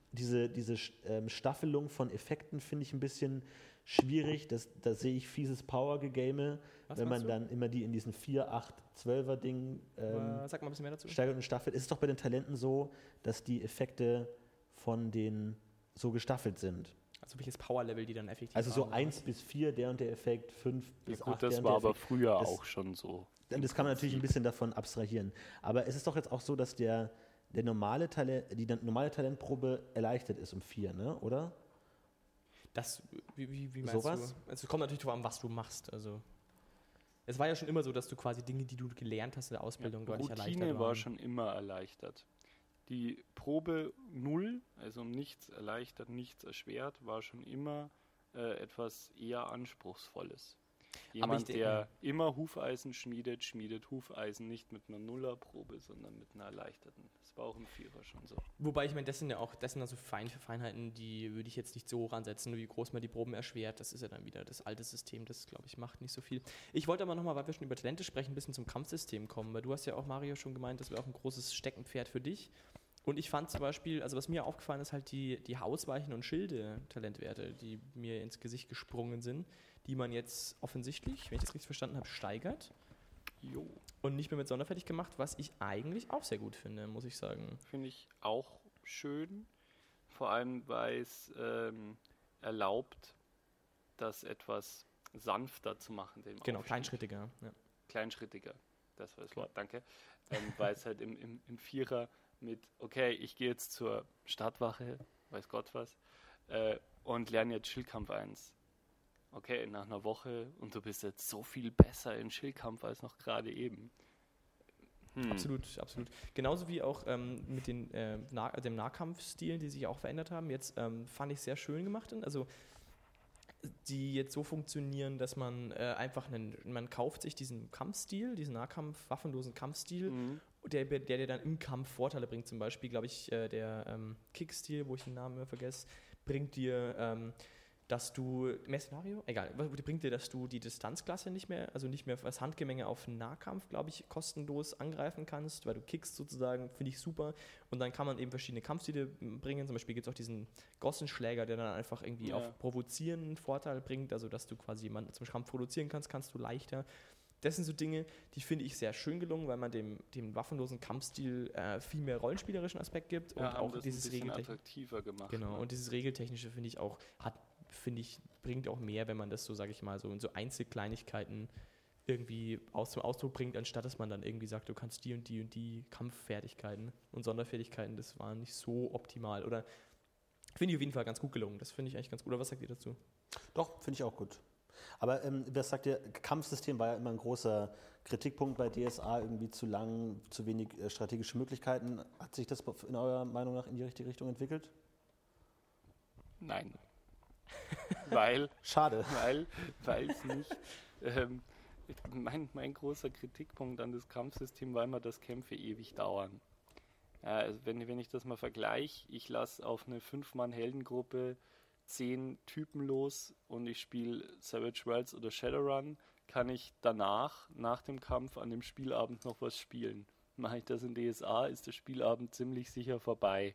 diese, diese ähm, Staffelung von Effekten finde ich ein bisschen schwierig. Das, da sehe ich fieses Power-Gegame, Was wenn man meinst du? dann immer die in diesen vier, acht, zwölfer Ding ähm, Äh, Sag mal ein bisschen mehr dazu. steigert und staffelt. Ist es doch bei den Talenten so, dass die Effekte von den so gestaffelt sind. Also welches Power-Level die dann effektiv Also so haben, eins bis vier der und der Effekt, fünf bis Ja, acht gut, der das und war der aber Effekt. früher Das- auch schon so. Das kann man natürlich ein bisschen davon abstrahieren. Aber es ist doch jetzt auch so, dass der, der normale Talent, die dann- normale Talentprobe erleichtert ist um vier, ne? Oder? Das, wie, wie, wie meinst Sowas? du? Also es kommt natürlich darauf an, was du machst. Also es war ja schon immer so, dass du quasi Dinge, die du gelernt hast in der Ausbildung, deutlich erleichtert Routine waren. war schon immer erleichtert. Die Probe null, also um nichts erleichtert, nichts erschwert, war schon immer äh, etwas eher Anspruchsvolles. Jemand, ich denk- der immer Hufeisen schmiedet, schmiedet Hufeisen nicht mit einer Nullerprobe, sondern mit einer erleichterten. Das war auch im Vierer schon so. Wobei, ich meine, das sind ja auch, das sind also Fein für Feinheiten, die würde ich jetzt nicht so hoch ansetzen, wie groß man die Proben erschwert. Das ist ja dann wieder das alte System, das, glaube ich, macht nicht so viel. Ich wollte aber nochmal, weil wir schon über Talente sprechen, ein bisschen zum Kampfsystem kommen, weil du hast ja auch, Mario, schon gemeint, das wäre auch ein großes Steckenpferd für dich. Und ich fand zum Beispiel, also was mir aufgefallen ist, halt die, die Hausweichen- und Schilde-Talentwerte, die mir ins Gesicht gesprungen sind, die man jetzt offensichtlich, wenn ich das richtig verstanden habe, steigert Jo, und nicht mehr mit sonderfertig gemacht, was ich eigentlich auch sehr gut finde, muss ich sagen. finde ich auch schön. Vor allem, weil es ähm, erlaubt, das etwas sanfter zu machen. Den Genau, Aufstieg. kleinschrittiger. Ja. Kleinschrittiger, das war das Wort, danke. Ähm, weil es halt im, im, im Vierer mit, okay, ich gehe jetzt zur Stadtwache, weiß Gott was, äh, und lerne jetzt Schildkampf eins. Okay, nach einer Woche und du bist jetzt so viel besser in Schildkampf als noch gerade eben. Hm. Absolut, absolut. Genauso wie auch ähm, mit den, äh, nah dem Nahkampfstilen, die sich auch verändert haben. Jetzt ähm, fand ich sehr schön gemacht. Also die jetzt so funktionieren, dass man äh, einfach einen, man kauft sich diesen Kampfstil, diesen Nahkampf, waffenlosen Kampfstil, Mhm. der, der dir dann im Kampf Vorteile bringt. Zum Beispiel, glaube ich, äh, der ähm, Kickstil, wo ich den Namen immer vergesse, bringt dir, ähm, dass du, mehr Szenario? Egal, was bringt dir, dass du die Distanzklasse nicht mehr, also nicht mehr als Handgemenge auf Nahkampf, glaube ich, kostenlos angreifen kannst, weil du kickst sozusagen, finde ich super. Und dann kann man eben verschiedene Kampfstile bringen. Zum Beispiel gibt es auch diesen Gossenschläger, der dann einfach irgendwie Ja. auf Provozieren einen Vorteil bringt, also dass du quasi jemanden zum Kampf produzieren kannst, kannst du leichter. Das sind so Dinge, die finde ich sehr schön gelungen, weil man dem, dem waffenlosen Kampfstil äh, viel mehr rollenspielerischen Aspekt gibt Ja, und haben auch das dieses ein bisschen Regeltechnische. attraktiver gemacht. Genau, ne? und dieses Regeltechnische finde ich auch, hat, finde ich, bringt auch mehr, wenn man das so, sage ich mal, so in so Einzelkleinigkeiten irgendwie aus, zum Ausdruck bringt, anstatt dass man dann irgendwie sagt, du kannst die und die und die Kampffertigkeiten und Sonderfertigkeiten, das war nicht so optimal. Oder finde ich auf jeden Fall ganz gut gelungen. Das finde ich eigentlich ganz gut. Oder was sagt ihr dazu? Doch, finde ich auch gut. Aber ähm, was sagt ihr, Kampfsystem war ja immer ein großer Kritikpunkt bei D S A, irgendwie zu lang, zu wenig äh, strategische Möglichkeiten. Hat sich das in eurer Meinung nach in die richtige Richtung entwickelt? Nein. weil, Schade. weil, weil es nicht. Ähm, mein, mein großer Kritikpunkt an das Kampfsystem war immer, dass Kämpfe ewig dauern. Ja, also wenn, wenn ich das mal vergleiche, ich lasse auf eine fünf-Mann-Heldengruppe zehn Typen los und ich spiele Savage Worlds oder Shadowrun, kann ich danach, nach dem Kampf, an dem Spielabend noch was spielen. Mache ich das in D S A, ist der Spielabend ziemlich sicher vorbei.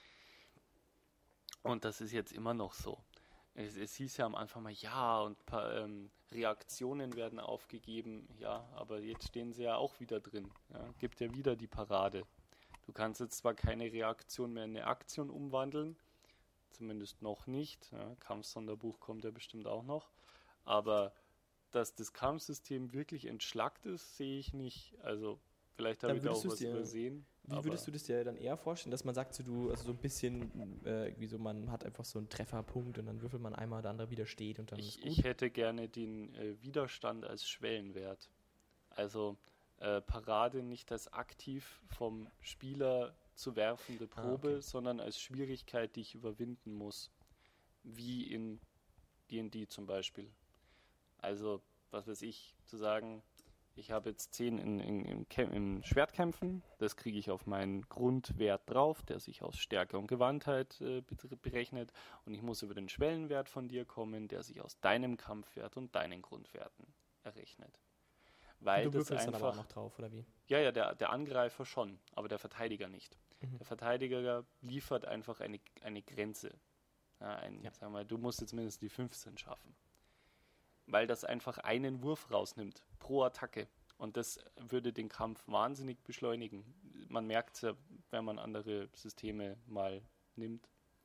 Und das ist jetzt immer noch so. Es, es hieß ja am Anfang mal, ja, und ein paar ähm, Reaktionen werden aufgegeben. Ja, aber jetzt stehen sie ja auch wieder drin. Ja, gibt ja wieder die Parade. Du kannst jetzt zwar keine Reaktion mehr in eine Aktion umwandeln, zumindest noch nicht. Ja, Kampfsonderbuch kommt ja bestimmt auch noch. Aber dass das Kampfsystem wirklich entschlackt ist, sehe ich nicht. Also vielleicht habe Dann ich da auch würdest du's was dir- übersehen. Wie würdest du das dir dann eher vorstellen, dass man sagt, so du, also so ein bisschen, äh, irgendwie so, man hat einfach so einen Trefferpunkt und dann würfelt man einmal, der andere wieder steht und dann ist Ich, gut? ich hätte gerne den äh, Widerstand als Schwellenwert. Also äh, Parade nicht als aktiv vom Spieler zu werfende Probe, Ah, okay. sondern als Schwierigkeit, die ich überwinden muss. Wie in D und D zum Beispiel. Also, was weiß ich, zu sagen, ich habe jetzt zehn in, in, in, Käm- in Schwertkämpfen, das kriege ich auf meinen Grundwert drauf, der sich aus Stärke und Gewandtheit äh, be- berechnet, und ich muss über den Schwellenwert von dir kommen, der sich aus deinem Kampfwert und deinen Grundwerten errechnet. weil du das würfelst dann aber auch einfach... noch drauf, oder wie? Ja, ja, der, der Angreifer schon, aber der Verteidiger nicht. Mhm. Der Verteidiger liefert einfach eine, eine Grenze. Ja, ein, Ja. Sagen wir, du musst jetzt mindestens die fünfzehn schaffen. Weil das einfach einen Wurf rausnimmt pro Attacke. Und das würde den Kampf wahnsinnig beschleunigen. Man merkt es ja, wenn man andere Systeme mal nimmt.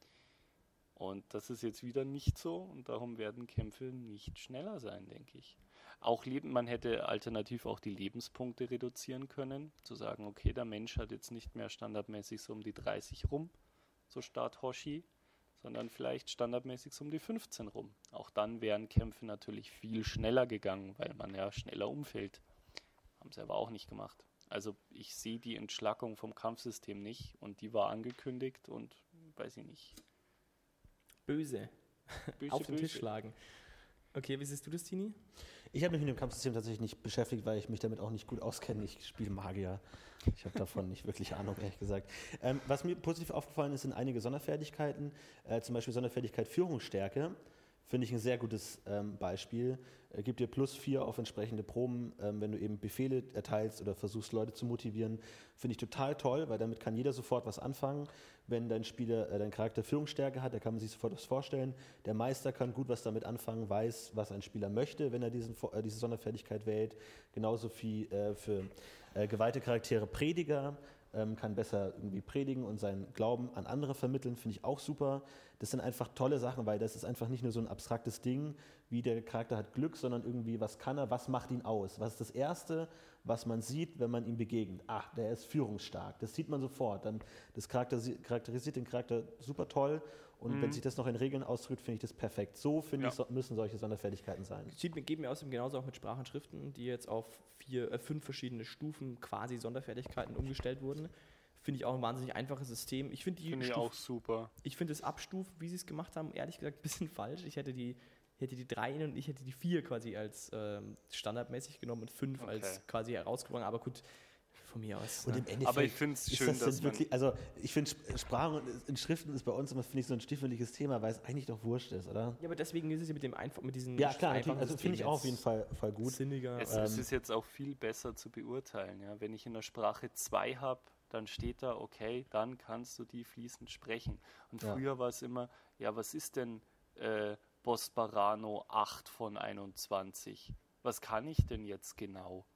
Und das ist jetzt wieder nicht so und darum werden Kämpfe nicht schneller sein, denke ich. Auch Leben, man hätte alternativ auch die Lebenspunkte reduzieren können, zu sagen, okay, der Mensch hat jetzt nicht mehr standardmäßig so um die dreißig rum, so Start Hoshi, sondern vielleicht standardmäßig so um die fünfzehn rum. Auch dann wären Kämpfe natürlich viel schneller gegangen, weil man ja schneller umfällt. Haben sie aber auch nicht gemacht. Also ich sehe die Entschlackung vom Kampfsystem nicht und die war angekündigt und weiß ich nicht. Böse. Böse, Auf den böse. Tisch schlagen. Okay, wie siehst du das, Tini? Ich habe mich mit dem Kampfsystem tatsächlich nicht beschäftigt, weil ich mich damit auch nicht gut auskenne. Ich spiele Magier. Ich habe davon nicht wirklich Ahnung, ehrlich gesagt. Ähm, was mir positiv aufgefallen ist, sind einige Sonderfertigkeiten. Äh, zum Beispiel Sonderfertigkeit Führungsstärke. Finde ich ein sehr gutes ähm, Beispiel. Äh, gibt dir plus vier auf entsprechende Proben, ähm, wenn du eben Befehle erteilst oder versuchst, Leute zu motivieren. Finde ich total toll, weil damit kann jeder sofort was anfangen. Wenn dein Spieler, äh, dein Charakter Führungsstärke hat, da kann man sich sofort was vorstellen. Der Meister kann gut was damit anfangen, weiß, was ein Spieler möchte, wenn er diesen, äh, diese Sonderfertigkeit wählt. Genauso wie äh, für äh, geweihte Charaktere Prediger. Ähm, kann besser irgendwie predigen und seinen Glauben an andere vermitteln, finde ich auch super. Das sind einfach tolle Sachen, weil das ist einfach nicht nur so ein abstraktes Ding, wie der Charakter hat Glück, sondern irgendwie, was kann er, was macht ihn aus? Was ist das Erste, was man sieht, wenn man ihm begegnet? Ach, der ist führungsstark. Das sieht man sofort. Dann, das Charakter, charakterisiert den Charakter super toll und Mhm. wenn sich das noch in Regeln ausdrückt, finde ich das perfekt. So, finde Ja. ich, so, müssen solche Sonderfertigkeiten sein. Sieht mir, geht mir außerdem genauso auch mit Sprachen und Schriften, die jetzt auf vier, äh, fünf verschiedene Stufen quasi Sonderfertigkeiten umgestellt wurden. Finde ich auch ein wahnsinnig einfaches System. Ich finde die Finde ich Stufen- auch super. Ich finde das Abstufen, wie sie es gemacht haben, ehrlich gesagt ein bisschen falsch. Ich hätte die, ich hätte die drei und ich hätte die vier quasi als ähm, standardmäßig genommen und fünf Okay. als quasi herausgebracht. Aber gut, von mir aus. Und ne? im Endeffekt Aber ich finde es ist schön, das dass denn man... wirklich, also ich finde Sp- Sprachen und in Schriften ist bei uns immer, finde ich, so ein stiefmütterliches Thema, weil es eigentlich doch wurscht ist, oder? Ja, aber deswegen ist es ja mit dem einfach mit diesen Ja, klar, natürlich, einfachen also finde ich Systemen auch auf jeden jetzt Fall, Fall gut. sinniger. Es, Ähm, es ist jetzt auch viel besser zu beurteilen. Ja? Wenn ich in der Sprache zwei habe, dann steht da, okay, dann kannst du die fließend sprechen. Und Ja. früher war es immer, ja, was ist denn äh, Bosbarano acht von einundzwanzig? Was kann ich denn jetzt genau?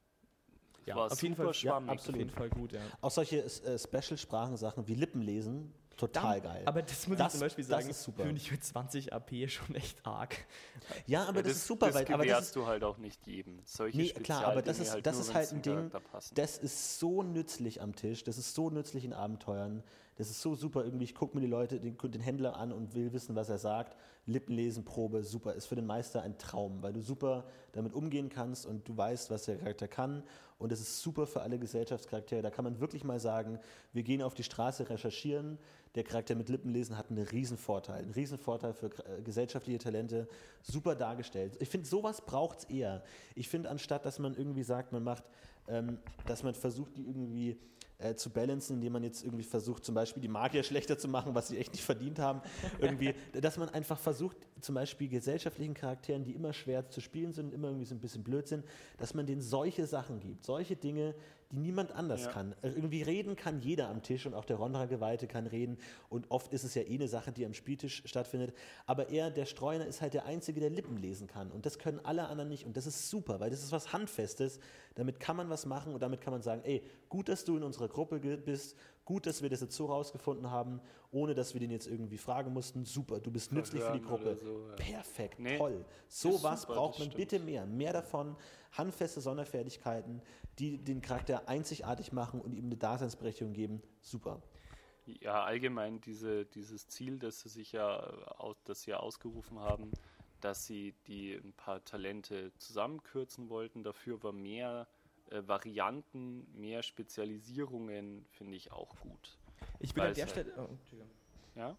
Das Ja, war auf jeden super Fall, schwammig. ja, auf jeden Fall gut, ja. Auch solche äh, Special-Sprachen-Sachen wie Lippenlesen, total geil. Aber das muss Das- ich zum Beispiel das sagen, ist super. finde ich mit zwanzig A P schon echt arg. ja, aber Ja, das, ist super, das weil aber das gewährst ist, du halt auch nicht jedem. Solche nee, klar, aber das Spezialdinge ist, halt das nur, ist wenn's halt zum ein Ding, Charakter passen. das ist so nützlich am Tisch, das ist so nützlich in Abenteuern, das ist so super irgendwie, ich gucke mir die Leute, den, den Händler an und will wissen, was er sagt, Lippenlesen, Probe, super, ist für den Meister ein Traum, weil du super damit umgehen kannst und du weißt, was der Charakter kann und es ist super für alle Gesellschaftscharaktere, da kann man wirklich mal sagen, wir gehen auf die Straße recherchieren, der Charakter mit Lippenlesen hat einen riesen Vorteil, einen riesen Vorteil für äh, gesellschaftliche Talente, super dargestellt. Ich finde, sowas braucht es eher. Ich finde, anstatt, dass man irgendwie sagt, man macht, ähm, dass man versucht, die irgendwie äh, zu balancen, indem man jetzt irgendwie versucht, zum Beispiel die Magier schlechter zu machen, was sie echt nicht verdient haben, irgendwie, dass man einfach versucht, zum Beispiel gesellschaftlichen Charakteren, die immer schwer zu spielen sind, immer irgendwie so ein bisschen blöd sind, dass man denen solche Sachen gibt, solche Dinge, die niemand anders Ja. kann. Äh, Irgendwie reden kann jeder am Tisch und auch der Rondra-Geweihte kann reden und oft ist es ja eh eine Sache, die am Spieltisch stattfindet, aber er, der Streuner, ist halt der Einzige, der Lippen lesen kann und das können alle anderen nicht und das ist super, weil das ist was Handfestes, damit kann man was machen und damit kann man sagen, ey, gut, dass du in unserer Gruppe ge- bist, gut, dass wir das jetzt so rausgefunden haben, ohne dass wir den jetzt irgendwie fragen mussten, super, du bist nützlich für die Verhören Gruppe, oder so, ja. perfekt, Nee, toll, ist sowas super, braucht das man stimmt. bitte mehr, mehr davon, handfeste Sonderfertigkeiten, die den Charakter einzigartig machen und ihm eine Daseinsberechtigung geben, super. Ja, allgemein diese, dieses Ziel, das sie sich ja, aus, das sie ja ausgerufen haben, dass sie die ein paar Talente zusammenkürzen wollten, dafür war mehr äh, Varianten, mehr Spezialisierungen, finde ich auch gut. Ich will an Weiß der halt. Stelle. Oh, Entschuldigung. Ja?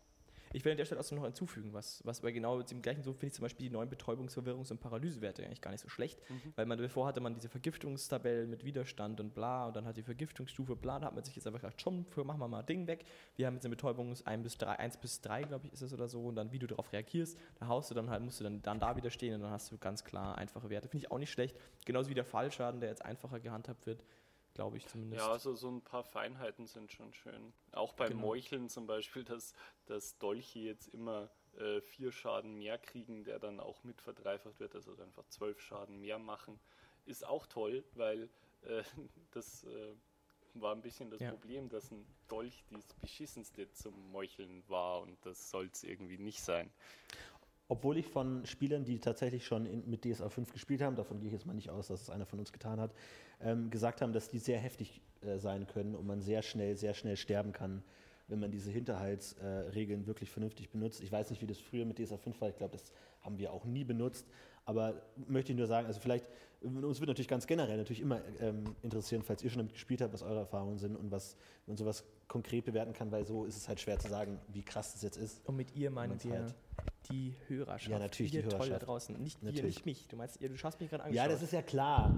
Ich will an der Stelle auch noch hinzufügen, was, was bei genau dem gleichen so finde ich zum Beispiel die neuen Betäubungs-, Verwirrungs- und Paralysewerte eigentlich gar nicht so schlecht, mhm. weil man bevor hatte man diese Vergiftungstabellen mit Widerstand und bla und dann hat die Vergiftungsstufe bla, da hat man sich jetzt einfach gedacht, schon, machen wir mal Ding weg. Wir haben jetzt eine Betäubungs eins bis drei, eins bis drei, glaube ich, ist es oder so, und dann wie du darauf reagierst, da haust du dann halt, musst du dann, dann da wieder stehen und dann hast du ganz klar einfache Werte. Finde ich auch nicht schlecht. Genauso wie der Fallschaden, der jetzt einfacher gehandhabt wird. Glaube ich zumindest. Ja, also so ein paar Feinheiten sind schon schön. Auch beim genau. Meucheln zum Beispiel, dass, dass Dolche jetzt immer äh, vier Schaden mehr kriegen, der dann auch mit verdreifacht wird, also einfach zwölf Schaden mehr machen, ist auch toll, weil äh, das äh, war ein bisschen das ja. Problem, dass ein Dolch das beschissenste zum Meucheln war und das soll es irgendwie nicht sein. Obwohl ich von Spielern, die tatsächlich schon in, mit D S A fünf gespielt haben, davon gehe ich jetzt mal nicht aus, dass es einer von uns getan hat, ähm, gesagt haben, dass die sehr heftig äh, sein können und man sehr schnell, sehr schnell sterben kann, wenn man diese Hinterhaltsregeln äh, wirklich vernünftig benutzt. Ich weiß nicht, wie das früher mit D S A fünf war, ich glaube, das haben wir auch nie benutzt, aber möchte ich nur sagen, also vielleicht, uns wird natürlich ganz generell natürlich immer ähm, interessieren, falls ihr schon damit gespielt habt, was eure Erfahrungen sind und was man sowas konkret bewerten kann, weil so ist es halt schwer zu sagen, wie krass das jetzt ist. Und mit ihr meinen wir halt die Hörerschaft. Ja, natürlich ihr die Hörerschaft. Toll da draußen. Nicht ihr, nicht mich. Du meinst, ihr, du schaust mich gerade angeschaut. Ja, das ist ja klar.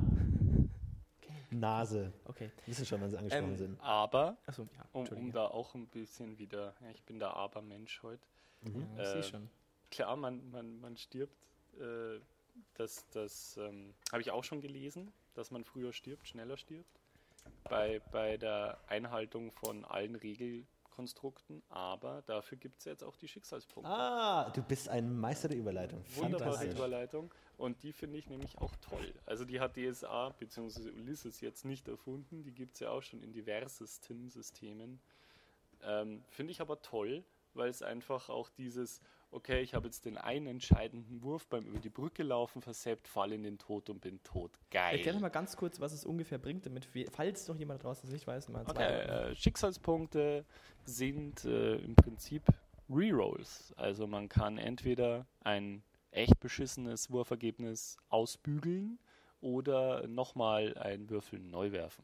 Okay. Nase. Okay. Wissen schon, wann sie angesprochen ähm, sind. Aber, Achso, ja, um, um da auch ein bisschen wieder, ja, ich bin der Aber-Mensch heute. Mhm. Ja, äh, ich sehe schon. Klar, man, man, man stirbt. Äh, das das ähm, habe ich auch schon gelesen, dass man früher stirbt, schneller stirbt. Bei, bei der Einhaltung von allen Regelkonstrukten, aber dafür gibt es jetzt auch die Schicksalspunkte. Ah, du bist ein Meister der Überleitung. Wunderbare Überleitung. Und die finde ich nämlich auch toll. Also die hat D S A bzw. Ulysses jetzt nicht erfunden, die gibt es ja auch schon in diversesten Systemen. Ähm, finde ich aber toll, weil es einfach auch dieses, okay, ich habe jetzt den einen entscheidenden Wurf beim über die Brücke laufen versappt, fall in den Tod und bin tot. Geil. Erklär doch mal ganz kurz, was es ungefähr bringt, damit wir, falls noch jemand draußen das nicht weiß, mal zwei. Okay, äh, Schicksalspunkte sind äh, im Prinzip Rerolls. Also man kann entweder ein echt beschissenes Wurfergebnis ausbügeln oder nochmal einen Würfel neu werfen.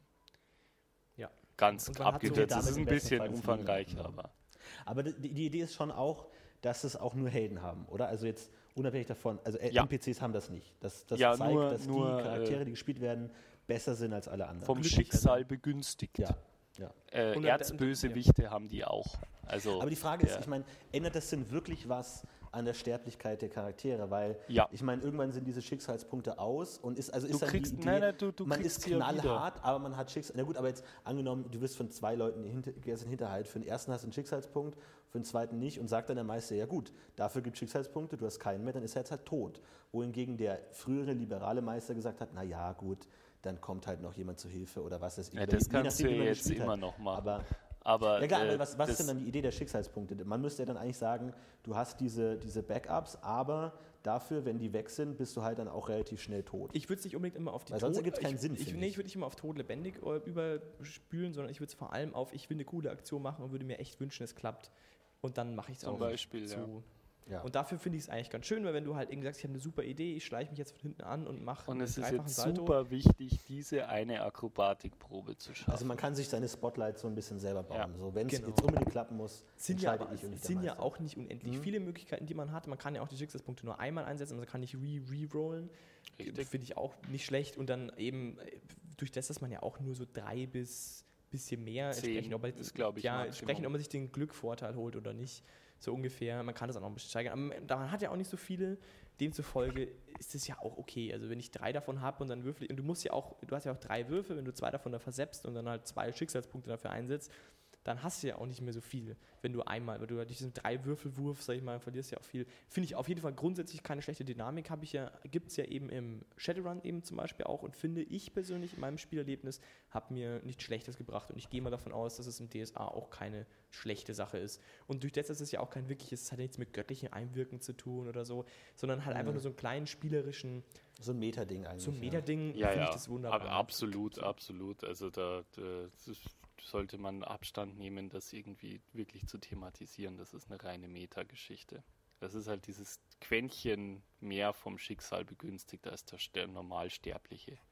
Ja. Ganz abgekürzt. Das ist ein bisschen Fall umfangreicher, ja. aber. Aber die, die Idee ist schon auch, dass es auch nur Helden haben, oder? Also jetzt unabhängig davon, also Ja. N P Cs haben das nicht. Das, das Ja, zeigt, nur- dass nur, die Charaktere, äh, die gespielt werden, besser sind als alle anderen. Vom Glücklicher Schicksal begünstigt. Ja, ja. Äh, Und- Erzbösewichte haben die auch. Also, Aber die Frage ist, ja. ich meine, ändert das denn wirklich was an der Sterblichkeit der Charaktere? Weil, Ja. ich meine, irgendwann sind diese Schicksalspunkte aus und ist, also ist Du dann kriegst- die Idee, nein, nein, du- du man kriegst ist sie ja knallhart, aber man hat Schicksal. Na gut, aber jetzt angenommen, du wirst von zwei Leuten hinter, gehst in Hinterhalt. Für den ersten hast du einen Schicksalspunkt, für den zweiten nicht und sagt dann der Meister, ja gut, dafür gibt es Schicksalspunkte, du hast keinen mehr, dann ist er jetzt halt tot. Wohingegen der frühere liberale Meister gesagt hat, na ja, gut, dann kommt halt noch jemand zu Hilfe oder was das ist. Ja, das kannst du ja jetzt immer noch machen. Aber Aber, ja klar, äh, aber was, was das- ist denn dann die Idee der Schicksalspunkte? Man müsste ja dann eigentlich sagen, du hast diese, diese Backups, aber dafür, wenn die weg sind, bist du halt dann auch relativ schnell tot. Ich würde es nicht unbedingt immer auf die Weil sonst Tod- ergibt's keinen ich, Sinn, Ich, finde nee, ich. ich würde nicht immer auf Tod lebendig äh, überspülen, sondern ich würde es vor allem auf, ich will eine coole Aktion machen und würde mir echt wünschen, es klappt. Und dann mache ich es Zum auch. Beispiel, so. ja. Ja. Und dafür finde ich es eigentlich ganz schön, weil wenn du halt irgendwie sagst, ich habe eine super Idee, ich schleiche mich jetzt von hinten an und mache Und einen es ist dreifachen jetzt Salto. super wichtig, diese eine Akrobatikprobe zu schaffen. Also man kann sich seine Spotlights so ein bisschen selber bauen. Ja. So, wenn es Genau. jetzt unbedingt klappen muss, Sind ja, entscheide aber, ich und nicht der sind ja Meister. auch nicht unendlich Mhm. viele Möglichkeiten, die man hat. Man kann ja auch die Schicksalspunkte nur einmal einsetzen, also kann nicht re-rollen. Richtig. Finde ich auch nicht schlecht. Und dann eben, äh, durch das, dass man ja auch nur so drei bis bisschen mehr, Zehn entsprechend, ob man, ist, glaub ich, ja, Maximum. entsprechend, ob man sich den Glückvorteil holt oder nicht. So ungefähr. Man kann das auch noch ein bisschen steigern. Aber man hat ja auch nicht so viele. Demzufolge ist es ja auch okay. Also wenn ich drei davon habe und dann würfel ich, und du musst ja auch, du hast ja auch drei Würfel, wenn du zwei davon da versetzt und dann halt zwei Schicksalspunkte dafür einsetzt, dann hast du ja auch nicht mehr so viel, wenn du einmal, weil du durch diesen Drei-Würfel-Wurf, sag ich mal, verlierst ja auch viel. Finde ich auf jeden Fall grundsätzlich keine schlechte Dynamik, habe ich ja, gibt es ja eben im Shadowrun eben zum Beispiel auch und finde ich persönlich in meinem Spielerlebnis, habe mir nichts Schlechtes gebracht und ich gehe mal davon aus, dass es im D S A auch keine schlechte Sache ist. Und durch das, dass es ja auch kein wirkliches, es hat ja nichts mit göttlichem Einwirken zu tun oder so, sondern halt Mhm. einfach nur so einen kleinen spielerischen, So ein Meta-Ding eigentlich. so ein ja. Meta-Ding, Ja, finde ja, ich das wunderbar. ab, absolut, absolut. Also da, da das ist, sollte man Abstand nehmen, das irgendwie wirklich zu thematisieren. Das ist eine reine Meta-Geschichte. Das ist halt dieses Quäntchen mehr vom Schicksal begünstigt als der Ster- Normalsterbliche.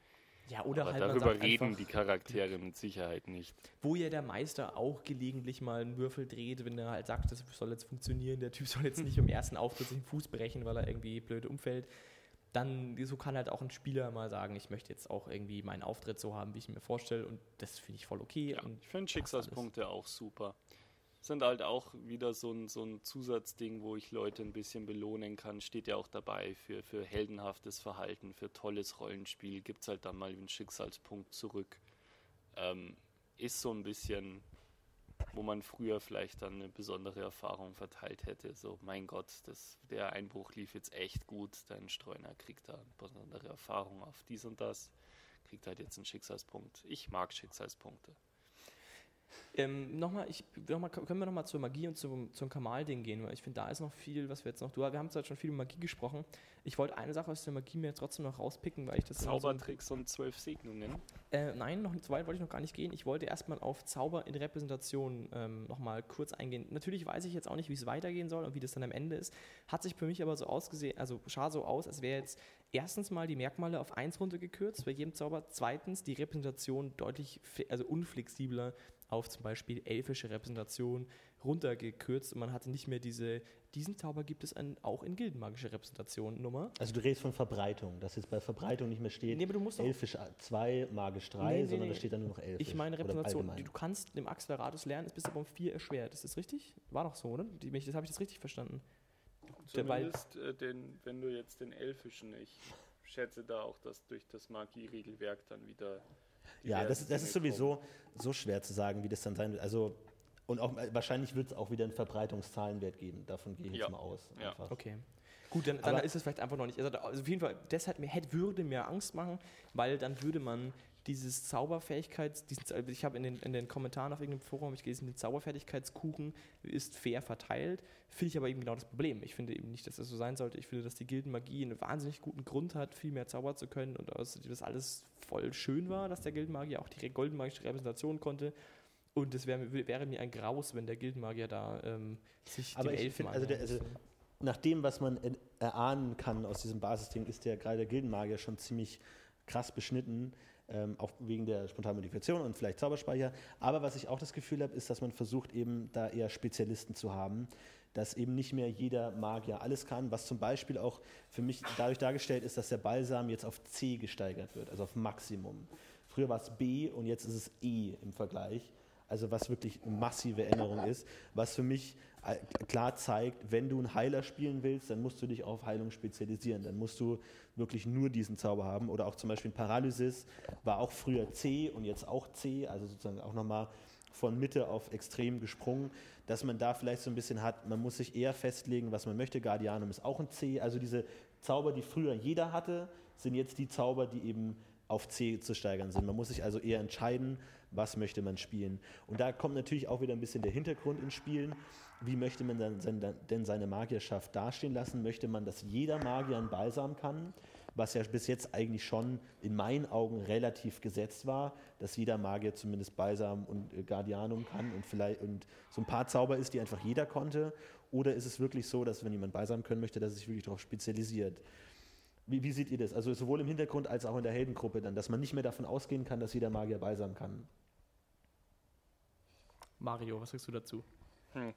Ja, oder Aber halt man darüber sagt reden einfach, die Charaktere mit Sicherheit nicht. wo ja der Meister auch gelegentlich mal einen Würfel dreht, wenn er halt sagt, das soll jetzt funktionieren, der Typ soll jetzt nicht im ersten Auftritt sich den Fuß brechen, weil er irgendwie blöd umfällt. Dann, so kann halt auch ein Spieler mal sagen, ich möchte jetzt auch irgendwie meinen Auftritt so haben, wie ich ihn mir vorstelle, und das finde ich voll okay. Ja, und ich finde passt Schicksalspunkte auch super. Sind halt auch wieder so ein, so ein Zusatzding, wo ich Leute ein bisschen belohnen kann. Steht ja auch dabei für, für heldenhaftes Verhalten, für tolles Rollenspiel. Gibt es halt dann mal einen Schicksalspunkt zurück. Ähm, ist so ein bisschen, wo man früher vielleicht dann eine besondere Erfahrung verteilt hätte. So, mein Gott, das, der Einbruch lief jetzt echt gut. Dein Streuner kriegt da eine besondere Erfahrung auf dies und das. Kriegt halt jetzt einen Schicksalspunkt. Ich mag Schicksalspunkte. Ähm, nochmal, ich, noch mal, können wir nochmal zur Magie und zum, zum Kamal-Ding gehen, weil ich finde, da ist noch viel, was wir jetzt noch, du, wir haben zwar schon viel über Magie gesprochen, ich wollte eine Sache aus der Magie mir trotzdem noch rauspicken, weil ich das immer so, Zaubertricks und zwölf Segnungen. äh, nein, noch so weit wollte ich noch gar nicht gehen, ich wollte erstmal auf Zauber in Repräsentation ähm, nochmal kurz eingehen. Natürlich weiß ich jetzt auch nicht, wie es weitergehen soll und wie das dann am Ende ist, hat sich für mich aber so ausgesehen, also sah so aus, als wäre jetzt erstens mal die Merkmale auf eins runtergekürzt bei jedem Zauber, zweitens die Repräsentation deutlich, also unflexibler auf zum Beispiel elfische Repräsentation runtergekürzt und man hatte nicht mehr diese, diesen Zauber gibt es ein, auch in gildenmagische Repräsentation Nummer. Also du redest von Verbreitung, dass jetzt bei Verbreitung nicht mehr steht Nee, aber du musst doch- elfisch zwei, magisch drei, Nee, nee, sondern nee. da steht dann nur noch elfisch. Ich meine oder Repräsentation, allgemein. die du kannst im Acceleratus lernen, ist bis aber um vier erschwert. Ist das richtig? War doch so, oder? Die, das habe ich das richtig verstanden. Der- weil- Zumindest äh, den, wenn du jetzt den elfischen, ich schätze da auch, dass durch das Magie-Regelwerk dann wieder Ja, das, das ist Dinge kommen. sowieso so schwer zu sagen, wie das dann sein wird. Also, und auch wahrscheinlich wird es auch wieder einen Verbreitungszahlenwert geben. Davon gehe ich Ja. jetzt mal aus. Ja. Einfach. Okay. Gut, dann, dann Aber- ist es vielleicht einfach noch nicht. Also, also auf jeden Fall, deshalb mir, hätte, würde mir Angst machen, weil dann würde man dieses Zauberfähigkeits, diesen, Zau- ich habe in den, in den Kommentaren auf irgendeinem Forum habe ich gelesen, den Zauberfertigkeitskuchen ist fair verteilt. Finde ich aber eben genau das Problem. Ich finde eben nicht, dass das so sein sollte. Ich finde, dass die Gildenmagie einen wahnsinnig guten Grund hat, viel mehr zaubern zu können und dass das alles voll schön war, dass der Gildenmagier auch die goldenmagische Repräsentation konnte. Und es wäre, wäre mir ein Graus, wenn der Gildenmagier da ähm, sich Aber dem ich Elfen finde, also der- annähern also- müsste. Nach dem, was man er- erahnen kann aus diesem Basisding, ist der gerade der Gildenmagier schon ziemlich krass beschnitten, ähm, auch wegen der spontanen Modifikation und vielleicht Zauberspeicher. Aber was ich auch das Gefühl habe, ist, dass man versucht, eben da eher Spezialisten zu haben, dass eben nicht mehr jeder Magier alles kann, was zum Beispiel auch für mich dadurch dargestellt ist, dass der Balsam jetzt auf C gesteigert wird, also auf Maximum. Früher war es B und jetzt ist es E im Vergleich. Also was wirklich eine massive Änderung ist, was für mich äh, klar zeigt, wenn du einen Heiler spielen willst, dann musst du dich auf Heilung spezialisieren. Dann musst du wirklich nur diesen Zauber haben. Oder auch zum Beispiel Paralysis war auch früher C und jetzt auch C, also sozusagen auch nochmal von Mitte auf extrem gesprungen, dass man da vielleicht so ein bisschen hat, man muss sich eher festlegen, was man möchte. Guardianum ist auch ein C. Also diese Zauber, die früher jeder hatte, sind jetzt die Zauber, die eben auf C zu steigern sind. Man muss sich also eher entscheiden, was möchte man spielen. Und da kommt natürlich auch wieder ein bisschen der Hintergrund ins Spiel. Wie möchte man dann sein, denn seine Magierschaft dastehen lassen? Möchte man, dass jeder Magier einen Balsam kann, was ja bis jetzt eigentlich schon in meinen Augen relativ gesetzt war, dass jeder Magier zumindest Balsam und äh, Guardianum kann und vielleicht und so ein paar Zauber ist, die einfach jeder konnte? Oder ist es wirklich so, dass wenn jemand Balsam können möchte, dass er sich wirklich darauf spezialisiert? Wie, wie seht ihr das? Also sowohl im Hintergrund als auch in der Heldengruppe dann, dass man nicht mehr davon ausgehen kann, dass jeder Magier Balsam kann. Mario, was sagst du dazu? Hm.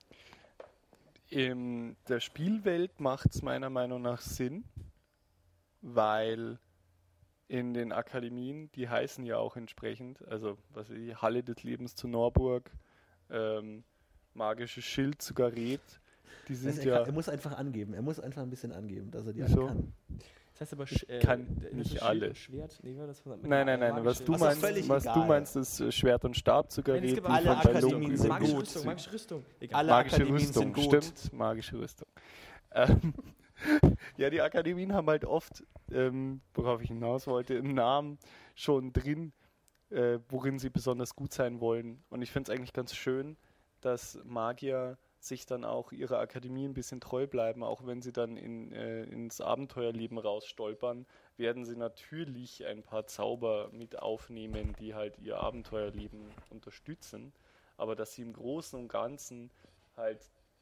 In der Spielwelt macht es meiner Meinung nach Sinn, weil in den Akademien, die heißen ja auch entsprechend, also was weiß ich, Halle des Lebens zu Norburg, ähm, magisches Schild zu Gareth, die sind Also er, ja... kann, er muss einfach angeben, er muss einfach ein bisschen angeben, dass er die alle Wieso? kann. Das heißt aber, Ich äh, kann das nicht Schild alle. und Schwert, nee, war das mit Nein, nein, nein, magische- was du Was ist meinst, völlig was du egal. meinst, ist äh, Schwert und Stab zu Nein, es Gareth. gibt die alle von der Akademien Logik- sind magische gut. Rüstung, magische Rüstung. Egal. Alle Magische Akademien Rüstung, sind gut. stimmt, magische Rüstung. Ähm, ja, die Akademien haben halt oft, ähm, worauf ich hinaus wollte, im Namen schon drin, äh, worin sie besonders gut sein wollen. Und ich finde es eigentlich ganz schön, dass Magier sich dann auch ihrer Akademie ein bisschen treu bleiben, auch wenn sie dann in, äh, ins Abenteuerleben rausstolpern, werden sie natürlich ein paar Zauber mit aufnehmen, die halt ihr Abenteuerleben unterstützen, aber dass sie im Großen und Ganzen halt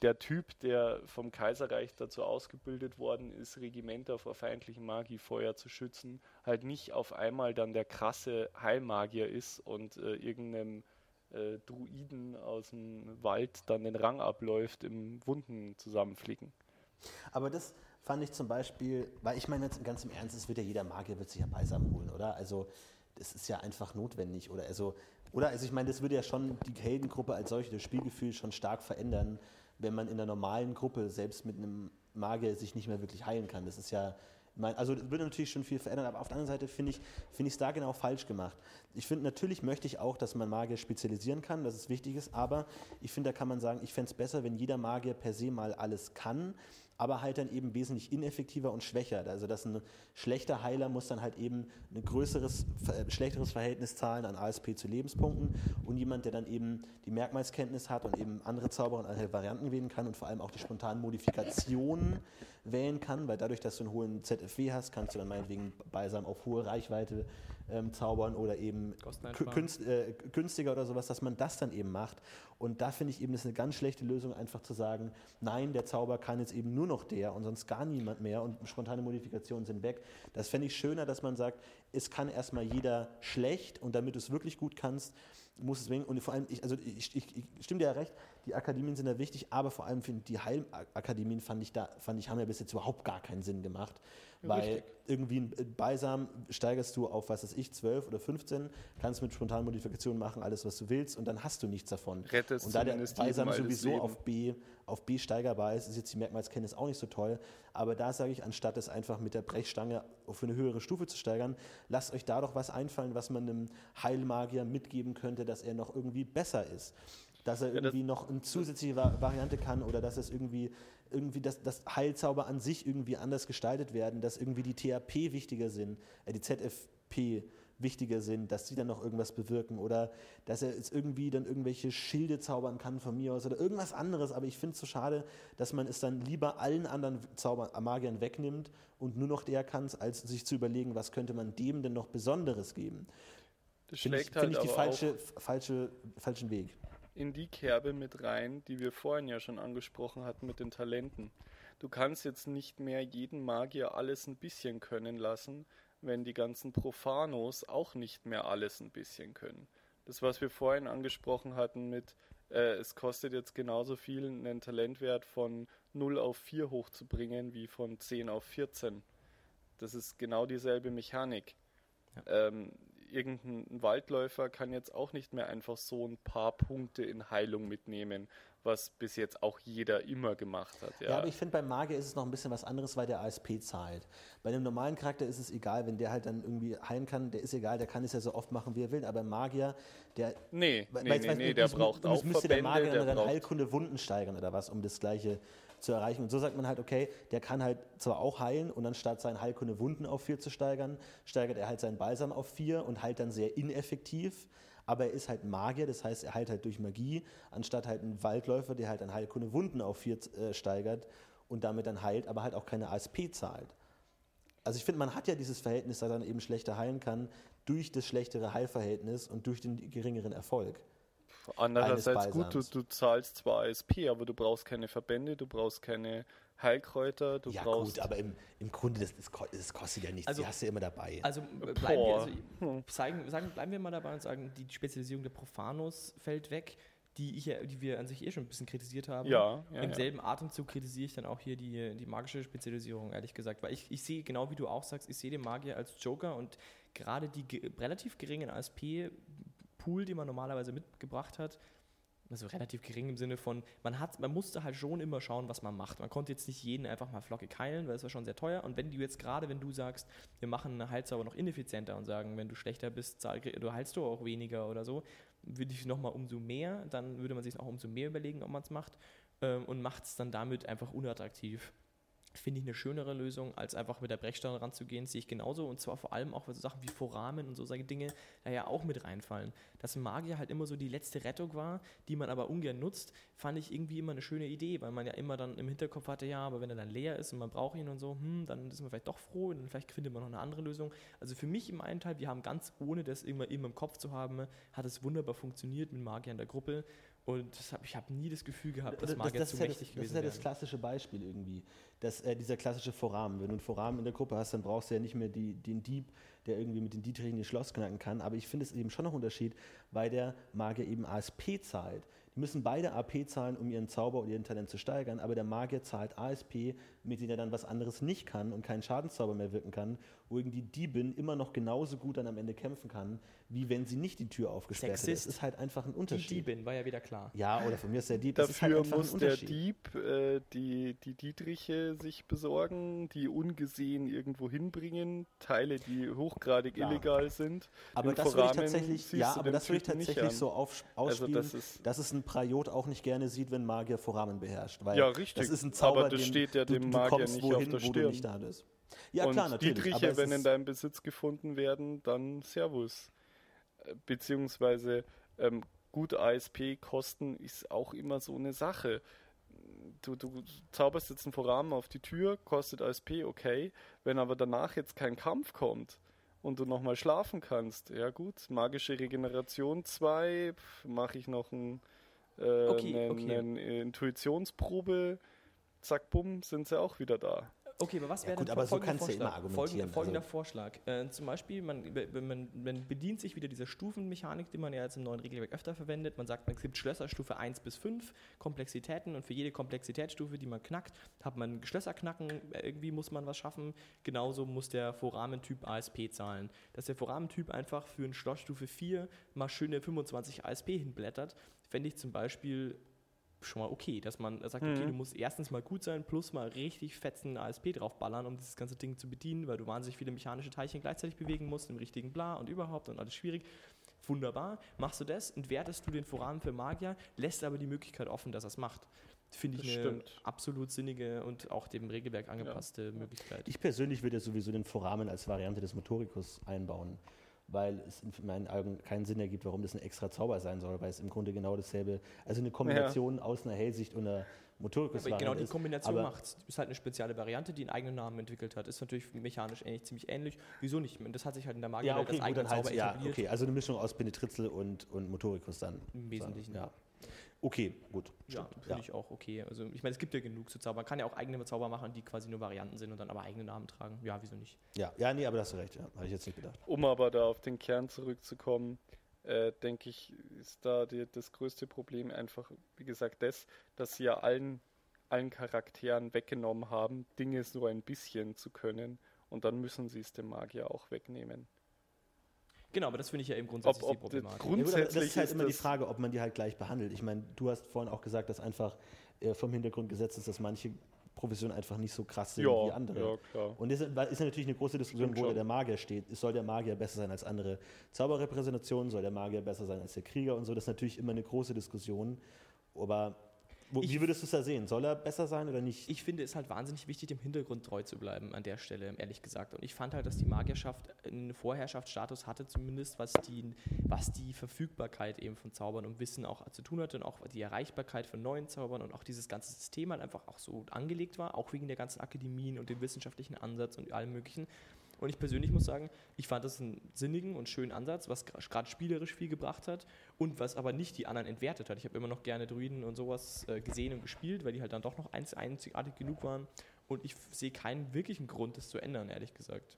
der Typ, der vom Kaiserreich dazu ausgebildet worden ist, Regimenter vor feindlichen Magiefeuer zu schützen, halt nicht auf einmal dann der krasse Heilmagier ist und äh, irgendeinem äh, Druiden aus dem Wald dann den Rang abläuft im Wunden zusammenflicken. Aber das fand ich zum Beispiel, weil ich meine jetzt ganz im Ernst, es wird ja jeder Magier wird sich ja Balsam holen, oder? Also das ist ja einfach notwendig, oder? Also, oder? Also ich meine, das würde ja schon die Heldengruppe als solche, das Spielgefühl schon stark verändern, wenn man in der normalen Gruppe selbst mit einem Magier sich nicht mehr wirklich heilen kann. Das ist ja, mein, also das würde natürlich schon viel verändern, aber auf der anderen Seite finde ich finde ich es da genau falsch gemacht. Ich finde, natürlich möchte ich auch, dass man Magier spezialisieren kann, dass es wichtig ist, aber ich finde, da kann man sagen, ich fände es besser, wenn jeder Magier per se mal alles kann, aber halt dann eben wesentlich ineffektiver und schwächer. Also dass ein schlechter Heiler muss dann halt eben ein größeres, äh, schlechteres Verhältnis zahlen an A S P zu Lebenspunkten und jemand, der dann eben die Merkmalskenntnis hat und eben andere Zauberer und andere Varianten wählen kann und vor allem auch die spontanen Modifikationen wählen kann, weil dadurch, dass du einen hohen Z F W hast, kannst du dann meinetwegen Balsam auf hohe Reichweite ähm, zaubern oder eben künst, äh, günstiger oder sowas, dass man das dann eben macht. Und da finde ich eben, das ist eine ganz schlechte Lösung, einfach zu sagen, nein, der Zauber kann jetzt eben nur noch der und sonst gar niemand mehr und spontane Modifikationen sind weg. Das fände ich schöner, dass man sagt, es kann erstmal jeder schlecht und damit du es wirklich gut kannst, muss es wegen, und vor allem, ich, also ich, ich, ich stimme dir ja recht, die Akademien sind da wichtig, aber vor allem finde die Heilakademien fand ich da, fand ich, haben ja bis jetzt überhaupt gar keinen Sinn gemacht, weil Richtig. irgendwie ein Balsam steigerst du auf, was weiß ich, zwölf oder fünfzehn, kannst mit spontanen Modifikationen machen, alles was du willst und dann hast du nichts davon. Rettest und da der Balsam sowieso auf B, auf B steigerbar ist, ist jetzt die Merkmalskenntnis auch nicht so toll, aber da sage ich, anstatt es einfach mit der Brechstange auf eine höhere Stufe zu steigern, lasst euch da doch was einfallen, was man einem Heilmagier mitgeben könnte, dass er noch irgendwie besser ist. Dass er irgendwie ja, noch eine zusätzliche Variante kann oder dass es irgendwie, irgendwie dass, dass Heilzauber an sich irgendwie anders gestaltet werden, dass irgendwie die T A P wichtiger sind, äh, die Z F P wichtiger sind, dass die dann noch irgendwas bewirken oder dass er jetzt irgendwie dann irgendwelche Schilde zaubern kann von mir aus oder irgendwas anderes, aber ich finde es so schade, dass man es dann lieber allen anderen Zauber Magiern wegnimmt und nur noch der kann es, als sich zu überlegen, was könnte man dem denn noch Besonderes geben. Das finde schlägt ich, halt find ich die aber falsche, falsche, falschen Weg. In die Kerbe mit rein, die wir vorhin ja schon angesprochen hatten mit den Talenten. Du kannst jetzt nicht mehr jeden Magier alles ein bisschen können lassen, wenn die ganzen Profanos auch nicht mehr alles ein bisschen können. Das, was wir vorhin angesprochen hatten mit, äh, es kostet jetzt genauso viel, einen Talentwert von null auf vier hochzubringen, wie von zehn auf vierzehn. Das ist genau dieselbe Mechanik. Ja. Ähm, irgendein Waldläufer kann jetzt auch nicht mehr einfach so ein paar Punkte in Heilung mitnehmen, was bis jetzt auch jeder immer gemacht hat. Ja, ja aber ich finde, beim Magier ist es noch ein bisschen was anderes, weil der A S P zahlt. Bei einem normalen Charakter ist es egal, wenn der halt dann irgendwie heilen kann, der ist egal, der kann es ja so oft machen, wie er will, aber beim Magier, der... Nee, weil, nee, weil, nee, weil, nee der müsste, braucht auch müsste Verbände. Der Magier der dann braucht Heilkunde Wunden steigern oder was, um das Gleiche zu erreichen. Und so sagt man halt, okay, der kann halt zwar auch heilen und dann statt seinen Heilkunde Wunden auf vier zu steigern, steigert er halt seinen Balsam auf vier und heilt dann sehr ineffektiv. Aber er ist halt Magier, das heißt, er heilt halt durch Magie, anstatt halt ein Waldläufer, der halt an Heilkunde Wunden auf vier äh, steigert und damit dann heilt, aber halt auch keine A S P zahlt. Also ich finde, man hat ja dieses Verhältnis, dass er dann eben schlechter heilen kann, durch das schlechtere Heilverhältnis und durch den geringeren Erfolg. Andererseits gut, du, du zahlst zwar A S P, aber du brauchst keine Verbände, du brauchst keine Heilkräuter, du ja, brauchst... Ja gut, aber im, im Grunde, das, das, das kostet ja nichts, also, die hast du ja immer dabei. Also, bleiben wir, also hm. sagen, sagen, bleiben wir mal dabei und sagen, die Spezialisierung der Profanos fällt weg, die, ich, die wir an sich eh schon ein bisschen kritisiert haben. Ja, ja, Im ja. selben Atemzug kritisiere ich dann auch hier die, die magische Spezialisierung, ehrlich gesagt, weil ich, ich sehe, genau wie du auch sagst, ich sehe den Magier als Joker und gerade die ge- relativ geringen A S P-Pool, die man normalerweise mitgebracht hat, also relativ gering im Sinne von, man hat, man musste halt schon immer schauen, was man macht. Man konnte jetzt nicht jeden einfach mal flockig heilen, weil es war schon sehr teuer. Und wenn du jetzt gerade, wenn du sagst, wir machen eine Heilzauber noch ineffizienter und sagen, wenn du schlechter bist, zahl, du heilst du auch weniger oder so, würde ich nochmal umso mehr, dann würde man sich auch umso mehr überlegen, ob man es macht ähm, und macht es dann damit einfach unattraktiv. Finde ich eine schönere Lösung, als einfach mit der Brechstange ranzugehen, sehe ich genauso. Und zwar vor allem auch so Sachen wie Foramen und so solche Dinge da ja auch mit reinfallen. Dass Magier halt immer so die letzte Rettung war, die man aber ungern nutzt, fand ich irgendwie immer eine schöne Idee, weil man ja immer dann im Hinterkopf hatte, ja, aber wenn er dann leer ist und man braucht ihn und so, hm, dann ist man vielleicht doch froh und dann vielleicht findet man noch eine andere Lösung. Also für mich im einen Teil, wir haben ganz ohne das immer, immer im Kopf zu haben, hat es wunderbar funktioniert mit Magier in der Gruppe. Und das hab, ich habe nie das Gefühl gehabt, dass das, Magier das, zu ist ja mächtig das, gewesen das ist ja das wären. klassische Beispiel irgendwie. Das, äh, dieser klassische Vorrahmen. Wenn du einen Vorrahmen in der Gruppe hast, dann brauchst du ja nicht mehr die, den Dieb, der irgendwie mit den Dietrichen das Schloss knacken kann. Aber ich finde es eben schon noch ein Unterschied, weil der Magier eben A S P zahlt. Die müssen beide A P zahlen, um ihren Zauber oder ihren Talent zu steigern, aber der Magier zahlt A S P, mit dem er dann was anderes nicht kann und keinen Schadenszauber mehr wirken kann, wo irgendwie die Diebin immer noch genauso gut dann am Ende kämpfen kann, wie wenn sie nicht die Tür aufgesperrt hätte. Das ist halt einfach ein Die Unterschied. Diebin, war ja wieder klar. Ja, oder von mir ist der Dieb. Das ist halt Dafür einfach ein muss der Unterschied. Dieb äh, die, die Dietriche sich besorgen, die ungesehen irgendwo hinbringen, Teile, die hochgradig Klar. illegal sind. Aber Den das würde ich Vorrahmen tatsächlich, siehst ja, du aber den das würde ich Typen nicht tatsächlich an. so auf, Also ausspielen, das ist- dass es ein Prajot auch nicht gerne sieht, wenn Magier Vorrahmen beherrscht. Weil Ja, richtig. Das ist ein Zauber, Aber das den steht ja du, dem du Magier kommst nicht auf wohin, der wo du Stirn. nicht da bist. Ja, Und klar, natürlich. aber Dietriche, es wenn ist, in deinem Besitz gefunden werden, dann Servus. Äh, Beziehungsweise ähm, gut A S P kosten ist auch immer so eine Sache. Du, du zauberst jetzt einen Vorrahmen auf die Tür, kostet A S P, okay. Wenn aber danach jetzt kein Kampf kommt und du nochmal schlafen kannst, ja gut, magische Regeneration zwei, mache ich noch ein, äh, Okay, eine, okay. eine Intuitionsprobe, zack, bumm, sind sie auch wieder da. Okay, aber was Ja, wäre gut, denn aber so folgender kannst du ja Vorschlag? immer argumentieren, Folgender, folgender also- Vorschlag. Äh, zum Beispiel, man, man, man bedient sich wieder dieser Stufenmechanik, die man ja jetzt im neuen Regelwerk öfter verwendet. Man sagt, es gibt Schlösser Stufe eins bis fünf, Komplexitäten, und für jede Komplexitätsstufe, die man knackt, hat man Schlösser knacken, irgendwie muss man was schaffen. Genauso muss der Vorrahmentyp A S P zahlen. Dass der Vorrahmentyp einfach für einen Schloss Stufe vier mal schöne fünfundzwanzig A S P hinblättert, fände ich zum Beispiel schon mal okay, dass man sagt, okay, Mhm. du musst erstens mal gut sein, plus mal richtig fetzen A S P draufballern, um dieses ganze Ding zu bedienen, weil du wahnsinnig viele mechanische Teilchen gleichzeitig bewegen musst, im richtigen Bla und überhaupt und alles schwierig. Wunderbar. Machst du das, entwertest du den Vorrahmen für Magier, lässt aber die Möglichkeit offen, dass er es macht. Finde ich Das eine stimmt. absolut sinnige und auch dem Regelwerk angepasste Möglichkeit. Ich persönlich würde sowieso den Vorrahmen als Variante des Motoricus einbauen, weil es in meinen Augen keinen Sinn ergibt, warum das ein extra Zauber sein soll, weil es im Grunde genau dasselbe, also eine Kombination aus einer Hellsicht und einer Motoricus-Variante Aber genau die ist. Kombination aber- macht es. Ist halt eine spezielle Variante, die einen eigenen Namen entwickelt hat. Ist natürlich mechanisch ähnlich, ziemlich ähnlich. Wieso nicht? Das hat sich halt in der Ja, Magierwelt okay, als gut, eigener dann halt, Zauber ja, etabliert. okay, also eine Mischung aus Benetritzel und, und Motoricus dann. Im Wesentlichen. Ja. Okay, gut. Ja, stimmt, finde ich auch okay. Also ich meine, es gibt ja genug zu zaubern. Man kann ja auch eigene Zauber machen, die quasi nur Varianten sind und dann aber eigene Namen tragen. Ja, wieso nicht? Ja, ja, nee, aber da hast du recht, ja. Habe ich jetzt nicht gedacht. Um aber da auf den Kern zurückzukommen, äh, denke ich, ist da die, das größte Problem einfach, wie gesagt, das, dass sie ja allen, allen Charakteren weggenommen haben, Dinge so ein bisschen zu können, und dann müssen sie es dem Magier auch wegnehmen. Genau, aber das finde ich ja eben grundsätzlich Ob- die ob das Problematik. Grund- Ja, gut, aber das Grundsätzlich ist halt ist immer die das- Frage, ob man die halt gleich behandelt. Ich meine, du hast vorhin auch gesagt, dass einfach äh, vom Hintergrund gesetzt ist, dass manche Professionen einfach nicht so krass sind wie andere. ja, klar. Und das ist ist ja natürlich eine große Diskussion, Stimmt wo schon. der Magier steht. Soll der Magier besser sein als andere Zauberrepräsentationen? Soll der Magier besser sein als der Krieger und so? Das ist natürlich immer eine große Diskussion. Aber wo, Ich- wie würdest du es da sehen? Soll er besser sein oder nicht? Ich finde es halt wahnsinnig wichtig, dem Hintergrund treu zu bleiben an der Stelle, ehrlich gesagt. Und ich fand halt, dass die Magierschaft einen Vorherrschaftsstatus hatte, zumindest was die, was die Verfügbarkeit eben von Zaubern und Wissen auch zu tun hatte und auch die Erreichbarkeit von neuen Zaubern und auch dieses ganze System halt einfach auch so angelegt war, auch wegen der ganzen Akademien und dem wissenschaftlichen Ansatz und allem möglichen. Und ich persönlich muss sagen, ich fand das einen sinnigen und schönen Ansatz, was gerade spielerisch viel gebracht hat und was aber nicht die anderen entwertet hat. Ich habe immer noch gerne Druiden und sowas äh, gesehen und gespielt, weil die halt dann doch noch einz- einzigartig genug waren. Und ich f- sehe keinen wirklichen Grund, das zu ändern, ehrlich gesagt.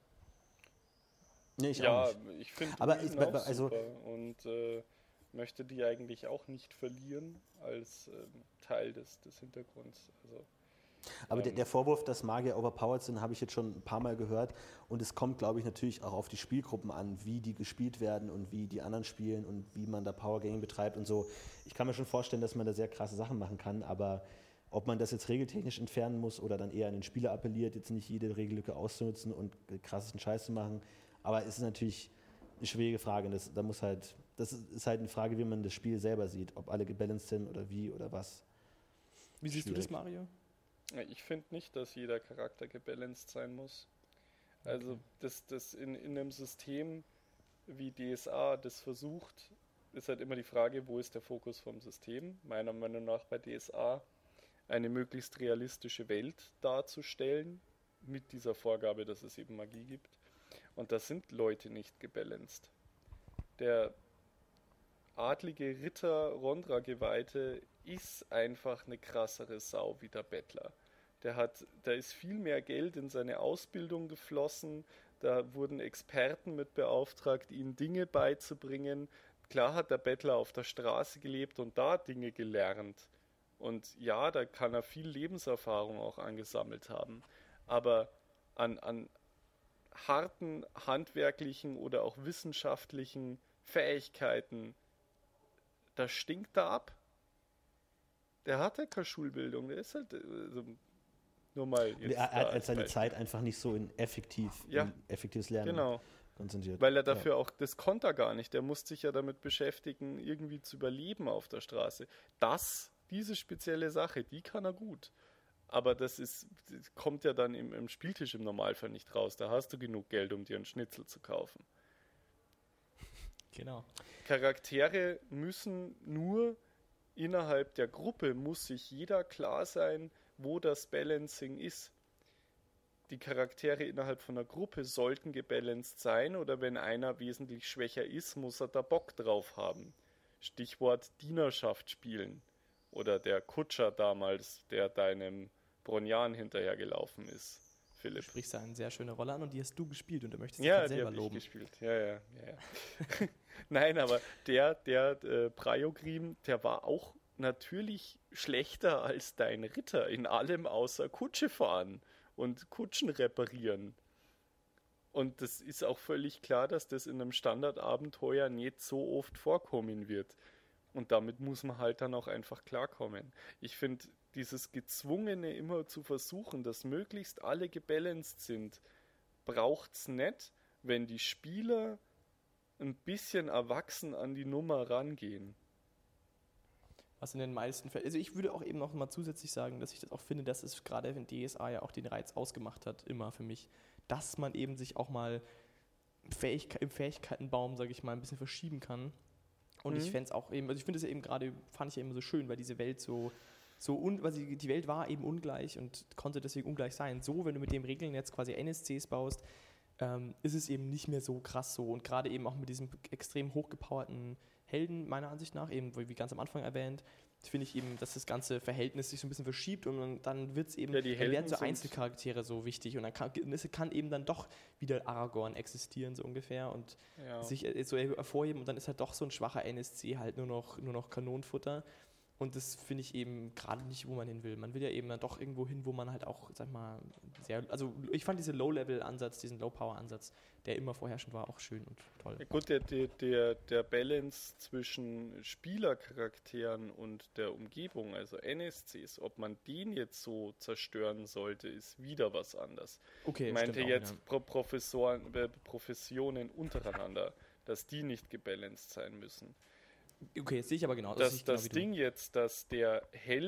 Nee, ich Ja, auch nicht. ich finde Aber Druiden ich- auch also- super und äh, möchte die eigentlich auch nicht verlieren als ähm, Teil des, des Hintergrunds. Also, Aber der, Ähm. der Vorwurf, dass Magier overpowered sind, habe ich jetzt schon ein paar Mal gehört. Und es kommt, glaube ich, natürlich auch auf die Spielgruppen an, wie die gespielt werden und wie die anderen spielen und wie man da Power Gaming betreibt und so. Ich kann mir schon vorstellen, dass man da sehr krasse Sachen machen kann, aber ob man das jetzt regeltechnisch entfernen muss oder dann eher an den Spieler appelliert, jetzt nicht jede Regellücke auszunutzen und krassesten Scheiß zu machen. Aber es ist natürlich eine schwierige Frage. Das, da muss halt, das ist halt eine Frage, wie man das Spiel selber sieht, ob alle gebalanced sind oder wie oder was. Wie siehst du das, Schwierig. Mario? ja, ich finde nicht, dass jeder Charakter gebalanced sein muss. Also Okay. das, das in, in einem System wie D S A das versucht, ist halt immer die Frage, wo ist der Fokus vom System? Meiner Meinung nach bei D S A eine möglichst realistische Welt darzustellen, mit dieser Vorgabe, dass es eben Magie gibt. Und da sind Leute nicht gebalanced. Der adlige Ritter Rondra-Geweihte ist einfach eine krassere Sau wie der Bettler. Der hat, da ist viel mehr Geld in seine Ausbildung geflossen, da wurden Experten mit beauftragt, ihnen Dinge beizubringen. Klar hat der Bettler auf der Straße gelebt und da Dinge gelernt. Und ja, da kann er viel Lebenserfahrung auch angesammelt haben. Aber an, an harten, handwerklichen oder auch wissenschaftlichen Fähigkeiten, da stinkt er ab. Der hat ja keine Schulbildung, der ist halt also, nur mal jetzt Er hat als seine Beispiel. Zeit einfach nicht so in effektiv, Ja, in effektives Lernen Genau, konzentriert. weil er dafür auch, das konnte er gar nicht, der musste sich ja damit beschäftigen, irgendwie zu überleben auf der Straße. Das, diese spezielle Sache, die kann er gut. Aber das ist, das kommt ja dann im, im Spieltisch im Normalfall nicht raus. Da hast du genug Geld, um dir einen Schnitzel zu kaufen. Genau. Charaktere müssen nur innerhalb der Gruppe, muss sich jeder klar sein, wo das Balancing ist. Die Charaktere innerhalb von einer Gruppe sollten gebalanced sein oder wenn einer wesentlich schwächer ist, muss er da Bock drauf haben. Stichwort Dienerschaft spielen. Oder der Kutscher damals, der deinem Bronjan hinterhergelaufen ist, Du Philipp. sprichst da eine sehr schöne Rolle an und die hast du gespielt und du möchtest dich Ja, halt die selber habe ich loben. gespielt. Ja, ja, ja. ja. Nein, aber der, der äh, Prajogrim, der war auch natürlich schlechter als dein Ritter in allem außer Kutsche fahren und Kutschen reparieren. Und das ist auch völlig klar, dass das in einem Standardabenteuer nicht so oft vorkommen wird. Und damit muss man halt dann auch einfach klarkommen. Ich finde, dieses Gezwungene immer zu versuchen, dass möglichst alle gebalanced sind, braucht's nicht, wenn die Spieler ein bisschen erwachsen an die Nummer rangehen. Was in den meisten Fällen, also ich würde auch eben noch mal zusätzlich sagen, dass ich das auch finde, dass es gerade in D S A ja auch den Reiz ausgemacht hat, immer für mich, dass man eben sich auch mal Fähigke- im Fähigkeitenbaum, sage ich mal, ein bisschen verschieben kann. Und Mhm. ich fände es auch eben, also ich finde es ja eben gerade, fand ich ja immer so schön, weil diese Welt so, so un, weil sie, die Welt war eben ungleich und konnte deswegen ungleich sein. So, wenn du mit den Regeln jetzt quasi N S Cs baust, ähm, ist es eben nicht mehr so krass so. Und gerade eben auch mit diesem extrem hochgepowerten Helden, meiner Ansicht nach, eben wie ganz am Anfang erwähnt, finde ich eben, dass das ganze Verhältnis sich so ein bisschen verschiebt und dann, dann wird es eben, Ja, die dann werden Helden so sind- Einzelcharaktere so wichtig und dann kann, es kann eben dann doch wieder Aragorn existieren, so ungefähr, und Ja. sich äh, so hervorheben und dann ist halt doch so ein schwacher N S C halt nur noch, nur noch Kanonenfutter. Und das finde ich eben gerade nicht, wo man hin will. Man will ja eben dann doch irgendwo hin, wo man halt auch, sag mal, sehr, also ich fand diesen Low-Level-Ansatz, diesen Low-Power-Ansatz, der immer vorherrschend war, auch schön und toll. Ja gut, der, der, der, der Balance zwischen Spielercharakteren und der Umgebung, also N S Cs, ob man den jetzt so zerstören sollte, ist wieder was anderes. Okay, Ich meinte stimmt auch jetzt wieder. Pro Professoren, äh, Professionen untereinander, dass die nicht gebalanced sein müssen. Okay, jetzt sehe ich aber genau. Das, sehe ich das genau wie Ding jetzt, dass der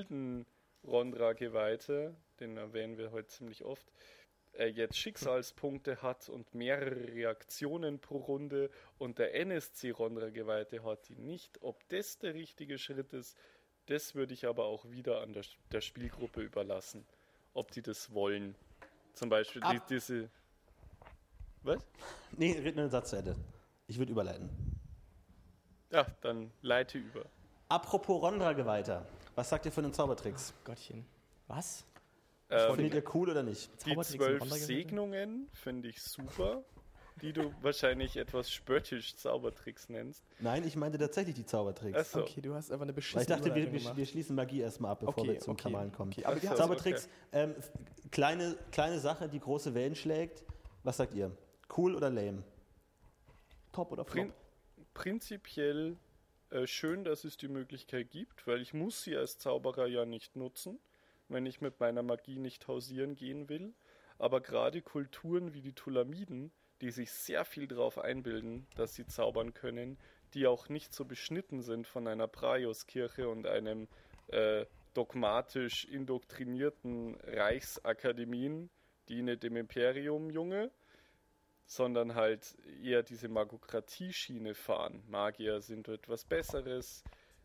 Helden-Rondra-Geweihte, den erwähnen wir heute ziemlich oft, äh, jetzt Schicksalspunkte hat und mehrere Reaktionen pro Runde und der N S C-Rondra-Geweihte hat die nicht. Ob das der richtige Schritt ist, das würde ich aber auch wieder an der, der Spielgruppe überlassen. Ob die das wollen. Zum Beispiel die, Ab- diese... Was? Nee, red nur den Satz zu Ende. Ich würde überleiten. Ja, dann leite über. Apropos Rondra-Geweihter, was sagt ihr von den Zaubertricks? du. Gottchen. Was? Ähm, Findet ihr cool oder nicht? Die Zaubertricks und zwölf Wandergeräte? Segnungen finde ich super, die du wahrscheinlich etwas spöttisch Zaubertricks nennst. Nein, ich meinte tatsächlich die Zaubertricks. Achso, Okay, du hast einfach eine Weil beschissene ich dachte, wir, Überleitung wir, gemacht. wir schließen Magie erstmal ab, bevor Okay, wir zum okay, Kamalen kommen. okay, aber wir Ach haben so. Zaubertricks, ähm, f- kleine, kleine Sache, die große Wellen schlägt. Was sagt ihr? Cool oder lame? Top oder Prin Flop? prinzipiell äh, schön, dass es die Möglichkeit gibt, weil ich muss sie als Zauberer ja nicht nutzen, wenn ich mit meiner Magie nicht hausieren gehen will. Aber gerade Kulturen wie die Tulamiden, die sich sehr viel darauf einbilden, dass sie zaubern können, die auch nicht so beschnitten sind von einer Praios-Kirche und einem äh, dogmatisch indoktrinierten Reichsakademien, die nicht dem Imperium, Junge, sondern halt eher diese Magokratie-Schiene fahren. Magier sind etwas Besseres.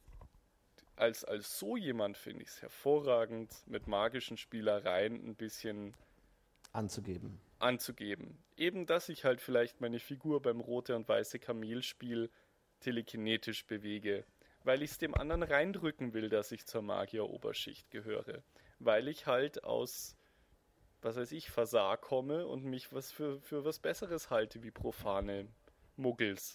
Als, als so jemand finde ich es hervorragend, mit magischen Spielereien ein bisschen Anzugeben. anzugeben. Eben, dass ich halt vielleicht meine Figur beim rote und weiße Kamel-Spiel telekinetisch bewege, weil ich es dem anderen reindrücken will, dass ich zur Magier-Oberschicht gehöre, weil ich halt aus, was weiß ich, Fasar komme und mich was für, für was Besseres halte wie profane Muggels.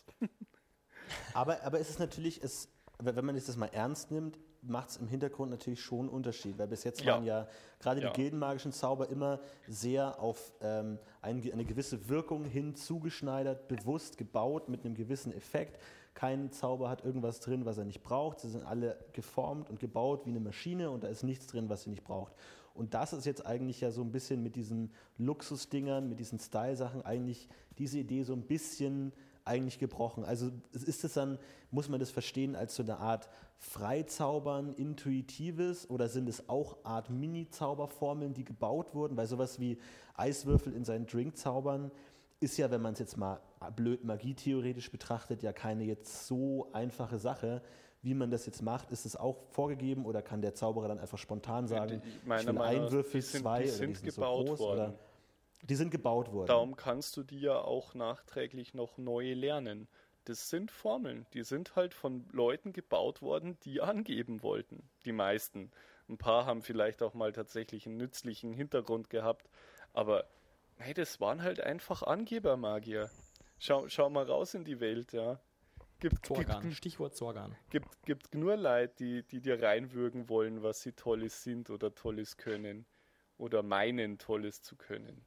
Aber, aber es ist natürlich, es, wenn man das mal ernst nimmt, macht es im Hintergrund natürlich schon einen Unterschied, weil bis jetzt Ja. waren ja gerade Ja. die gildenmagischen Zauber immer sehr auf ähm, ein, eine gewisse Wirkung hin zugeschneidert, bewusst gebaut mit einem gewissen Effekt. Kein Zauber hat irgendwas drin, was er nicht braucht. Sie sind alle geformt und gebaut wie eine Maschine und da ist nichts drin, was sie nicht braucht. Und das ist jetzt eigentlich ja so ein bisschen mit diesen Luxusdingern, mit diesen Style-Sachen eigentlich diese Idee so ein bisschen eigentlich gebrochen. Also ist es dann, muss man das verstehen als so eine Art Freizaubern, Intuitives oder sind es auch Art Mini-Zauberformeln, die gebaut wurden? Weil sowas wie Eiswürfel in seinen Drink zaubern ist ja, wenn man es jetzt mal blöd magietheoretisch betrachtet, ja keine jetzt so einfache Sache. Wie man das jetzt macht, ist es auch vorgegeben oder kann der Zauberer dann einfach spontan sagen, Meiner ich will Meinung nach, ein Würfel, die sind- zwei die oder sind die sind so gebaut groß worden. oder die sind gebaut worden. Darum kannst du die ja auch nachträglich noch neu lernen. Das sind Formeln, die sind halt von Leuten gebaut worden, die angeben wollten. Die meisten. Ein paar haben vielleicht auch mal tatsächlich einen nützlichen Hintergrund gehabt, aber hey, das waren halt einfach Angebermagier. Schau, schau mal raus in die Welt, ja. Gibt, Zorgan, gibt, Stichwort Zorgan. gibt, gibt nur Leute, die, die dir reinwürgen wollen, was sie Tolles sind oder Tolles können. Oder meinen, Tolles zu können.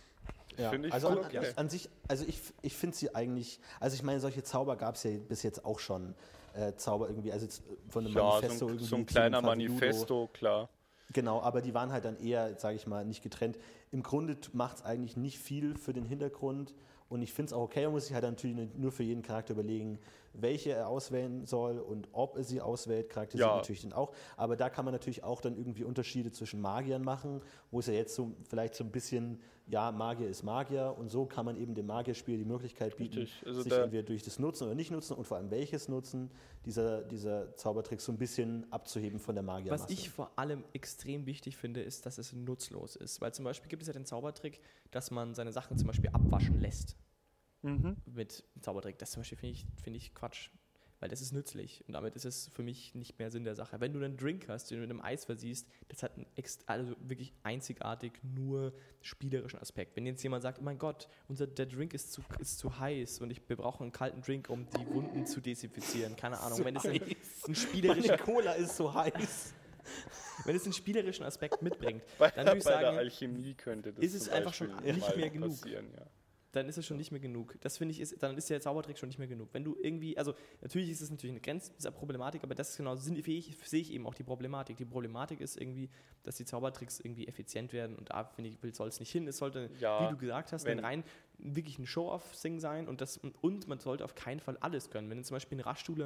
Ja, Finde ich also voll an, okay. an sich, also ich, ich finde sie eigentlich, also ich meine, solche Zauber gab es ja bis jetzt auch schon, äh, Zauber irgendwie, also jetzt von einem Ja, Manifesto so ein, irgendwie. so ein zu kleiner dem Faviludo. Manifesto, klar. Genau, aber die waren halt dann eher, sage ich mal, nicht getrennt. Im Grunde macht es eigentlich nicht viel für den Hintergrund und ich finde es auch okay, man muss sich halt natürlich nur für jeden Charakter überlegen, welche er auswählen soll und ob er sie auswählt, charakterisiert Ja. natürlich dann auch. Aber da kann man natürlich auch dann irgendwie Unterschiede zwischen Magiern machen, wo es ja jetzt so vielleicht so ein bisschen, ja, Magier ist Magier und so kann man eben dem Magierspiel die Möglichkeit bieten, Richtig, also sich da- entweder durch das Nutzen oder nicht Nutzen und vor allem welches Nutzen dieser, dieser Zaubertrick so ein bisschen abzuheben von der Magiermasse. Was ich vor allem extrem wichtig finde, ist, dass es nutzlos ist. Weil zum Beispiel gibt es ja den Zaubertrick, dass man seine Sachen zum Beispiel abwaschen lässt Mhm. mit Zaubertrick. Das zum Beispiel finde ich, finde ich Quatsch. Weil das ist nützlich und damit ist es für mich nicht mehr Sinn der Sache. Wenn du einen Drink hast, den du mit einem Eis versiehst, das hat einen ext- also wirklich einzigartig nur spielerischen Aspekt. Wenn jetzt jemand sagt, oh mein Gott, unser, der Drink ist zu, ist zu heiß und ich, wir brauchen einen kalten Drink, um die Wunden zu desinfizieren, keine Ahnung. Wenn es einen, einen spielerischen Meine Cola ist so heiß. Wenn es einen spielerischen Aspekt mitbringt, Bei, dann würde ich bei der sagen, Alchemie könnte das ist es zum einfach schon Beispiel nicht mal mehr genug. passieren, ja. dann ist es schon nicht mehr genug. Das finde ich, ist, dann ist der Zaubertrick schon nicht mehr genug. Wenn du irgendwie, also natürlich ist es natürlich eine Grenze dieser Problematik, aber das ist genau, sind, sehe ich, sehe ich eben auch die Problematik. Die Problematik ist irgendwie, dass die Zaubertricks irgendwie effizient werden und da finde ich, soll es nicht hin. Es sollte, Ja, wie du gesagt hast, wenn- ein rein wirklich ein Show-Off-Sing sein und, das, und man sollte auf keinen Fall alles können. Wenn du zum Beispiel ein Raschstuhler,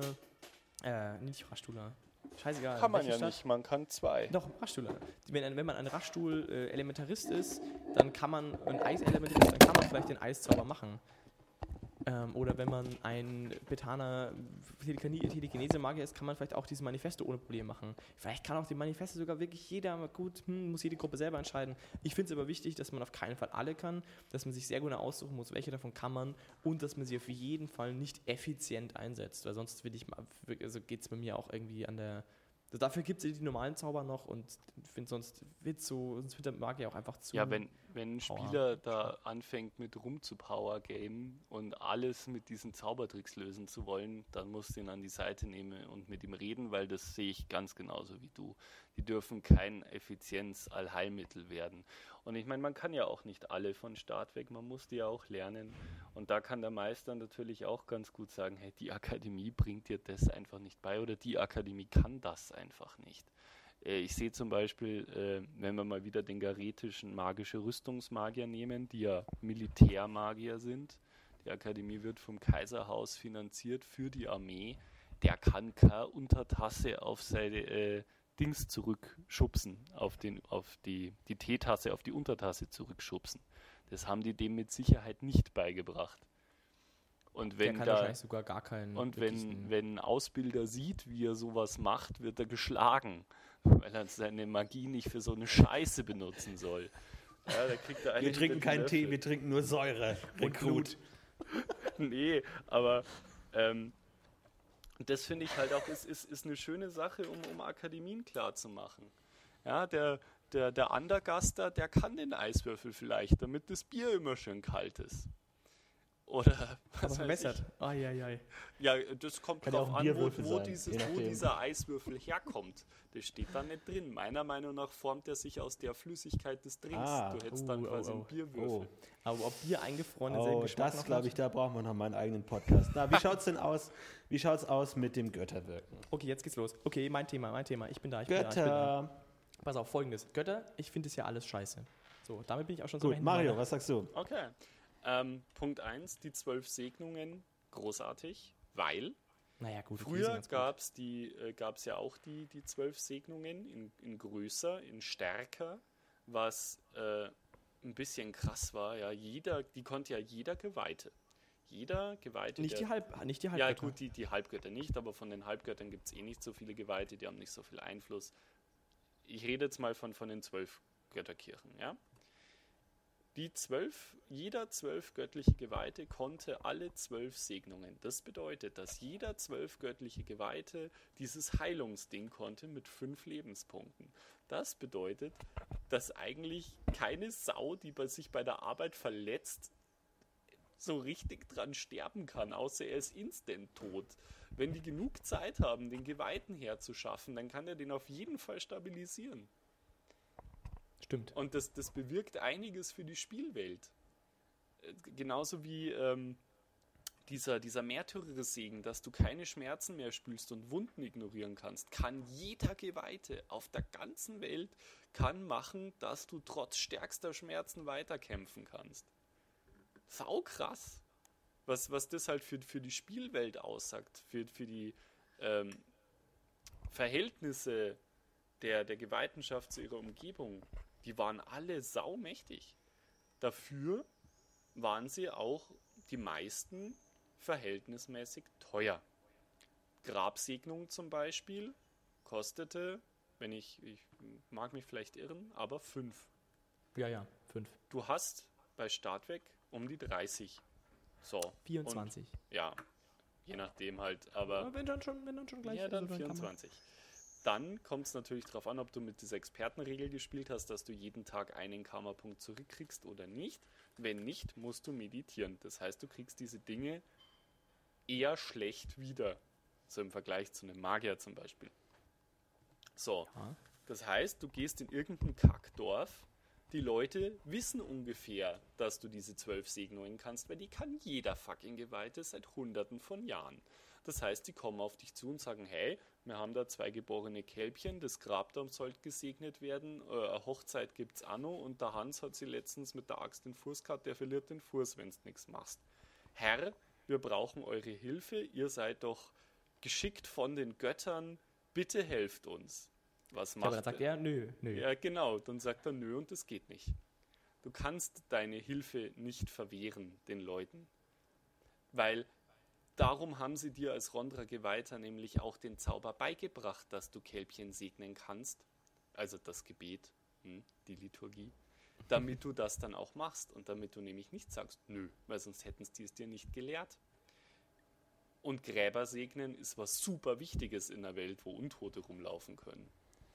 äh, nicht Raschstuhler, scheißegal. Kann man welche ja Stadt? nicht, man kann zwei. Doch, Raschstuhler. Wenn, ein- wenn man ein Raschstuhl-Elementarist ist, dann kann man ein Eiselementarist, dann kann man vielleicht den Eiszauber machen. Ähm, oder wenn man ein Betaner Telekine- Telekinese-Magier ist, kann man vielleicht auch dieses Manifesto ohne Probleme machen. Vielleicht kann auch die Manifesto sogar wirklich jeder, aber gut, hm, muss jede Gruppe selber entscheiden. Ich finde es aber wichtig, dass man auf keinen Fall alle kann, dass man sich sehr gut aussuchen muss, welche davon kann man und dass man sie auf jeden Fall nicht effizient einsetzt, weil sonst will ich, mal- also geht es bei mir auch irgendwie an der. Dafür gibt es die normalen Zauber noch und ich finde, sonst wird so, sonst wird der Magier auch einfach zu. Ja, wenn, wenn ein Power. Spieler da anfängt mit rum zu Power-Game und alles mit diesen Zaubertricks lösen zu wollen, dann musst du ihn an die Seite nehmen und mit ihm reden, weil das sehe ich ganz genauso wie du. Die dürfen kein Effizienz-Allheilmittel werden. Und ich meine, man kann ja auch nicht alle von Start weg, man muss die ja auch lernen. Und da kann der Meister natürlich auch ganz gut sagen, hey, die Akademie bringt dir das einfach nicht bei oder die Akademie kann das einfach nicht. Äh, Ich sehe zum Beispiel, äh, wenn wir mal wieder den garetischen magische Rüstungsmagier nehmen, die ja Militärmagier sind. Die Akademie wird vom Kaiserhaus finanziert für die Armee. Der kann keine Untertasse auf seine äh, Dings zurückschubsen, auf, den, auf die, die Teetasse auf die Untertasse zurückschubsen. Das haben die dem mit Sicherheit nicht beigebracht. Und der wenn kann da wahrscheinlich sogar gar keinen. und wirklichen- wenn, wenn ein Ausbilder sieht, wie er sowas macht, wird er geschlagen, weil er seine Magie nicht für so eine Scheiße benutzen soll. Ja, da kriegt er einen Wir trinken mit keinen dem Tee, Löffel. wir trinken nur Säure. Und Blut. Nee, aber ähm, Und das finde ich halt auch, ist, ist, ist eine schöne Sache, um, um Akademien klar zu machen. Ja, der, der, der Andergaster, der kann den Eiswürfel vielleicht, damit das Bier immer schön kalt ist. Oder was Aber weiß vermessert. Ai, ai, ai. ich. Ja, das kommt Kann ja drauf auch ein an, Bierwürfel wo, wo, sein, dieses, je wo nachdem. dieser Eiswürfel herkommt. Das steht da nicht drin. Meiner Meinung nach formt er sich aus der Flüssigkeit des Drinks. Ah. Du hättest dann Oh, quasi oh, einen oh. Bierwürfel. Oh, Aber ob Bier eingefroren denselben oh Geschmack das noch glaube hat? ich, da brauchen wir noch mal einen eigenen Podcast. Na, wie schaut's denn aus? Wie schaut's aus mit dem Götterwirken? Okay, jetzt geht's los. Okay, mein Thema, mein Thema. Ich bin da, ich bin da. Ich bin da. Götter. Pass auf, folgendes. Götter, ich finde es ja alles scheiße. So, damit bin ich auch schon so Gut, am Ende Mario, meiner- was sagst du? Okay. Ähm, Punkt eins, die zwölf Segnungen, großartig, weil Naja, gut. okay, sind früher ganz gut. gab es äh, gab's ja auch die, die zwölf Segnungen in, in größer, in stärker, was äh, ein bisschen krass war. Ja, jeder, die konnte ja jeder Geweihte. Jeder Geweihte. Nicht der, die, Halb, nicht die Ja, Halbgötter. gut, die, die Halbgötter nicht, aber von den Halbgöttern gibt es eh nicht so viele Geweihte, die haben nicht so viel Einfluss. Ich rede jetzt mal von, von den zwölf Götterkirchen, ja. Die zwölf, jeder zwölf göttliche Geweihte konnte alle zwölf Segnungen. Das bedeutet, dass jeder zwölf göttliche Geweihte dieses Heilungsding konnte mit fünf Lebenspunkten. Das bedeutet, dass eigentlich keine Sau, die bei sich bei der Arbeit verletzt, so richtig dran sterben kann, außer er ist instant tot. Wenn die genug Zeit haben, den Geweihten herzuschaffen, dann kann er den auf jeden Fall stabilisieren. Stimmt. Und das, das bewirkt einiges für die Spielwelt. Äh, Genauso wie ähm, dieser, dieser Märtyrersegen, dass du keine Schmerzen mehr spürst und Wunden ignorieren kannst, kann jeder Geweihte auf der ganzen Welt kann machen, dass du trotz stärkster Schmerzen weiterkämpfen kannst. Sau krass. Was, was das halt für, für die Spielwelt aussagt, für, für die ähm, Verhältnisse der, der Geweihtenschaft zu ihrer Umgebung. Die waren alle saumächtig. Dafür waren sie auch die meisten verhältnismäßig teuer. Grabsegnung zum Beispiel kostete, wenn ich, ich mag mich vielleicht irren, aber fünf. Ja, ja, fünf. Du hast bei Startwerk um die dreißig. So. vierundzwanzig. Und, ja, je nachdem halt, aber... Aber wenn dann schon, wenn dann schon gleich. Ja, dann also kann man- vierundzwanzig. Dann kommt es natürlich darauf an, ob du mit dieser Expertenregel gespielt hast, dass du jeden Tag einen Karma-Punkt zurückkriegst oder nicht. Wenn nicht, musst du meditieren. Das heißt, du kriegst diese Dinge eher schlecht wieder. So im Vergleich zu einem Magier zum Beispiel. So, Ja. das heißt, du gehst in irgendein Kackdorf. Die Leute wissen ungefähr, dass du diese zwölf Segnungen kannst, weil die kann jeder fucking Geweihte seit hunderten von Jahren. Das heißt, die kommen auf dich zu und sagen, hey, wir haben da zwei geborene Kälbchen, das Grabdamm sollte gesegnet werden, äh, eine Hochzeit gibt's auch noch und der Hans hat sie letztens mit der Axt den Fuß gehabt, der verliert den Fuß, wenn du nichts machst. Herr, wir brauchen eure Hilfe, ihr seid doch geschickt von den Göttern, bitte helft uns. Was macht Aber dann sagt er, nö, nö. Ja, genau, dann sagt er, nö, und das geht nicht. Du kannst deine Hilfe nicht verwehren den Leuten, weil darum haben sie dir als Rondra-Geweihter nämlich auch den Zauber beigebracht, dass du Kälbchen segnen kannst, also das Gebet, hm, die Liturgie, damit du das dann auch machst und damit du nämlich nicht sagst, nö, weil sonst hätten sie es dir nicht gelehrt. Und Gräber segnen ist was super Wichtiges in der Welt, wo Untote rumlaufen können.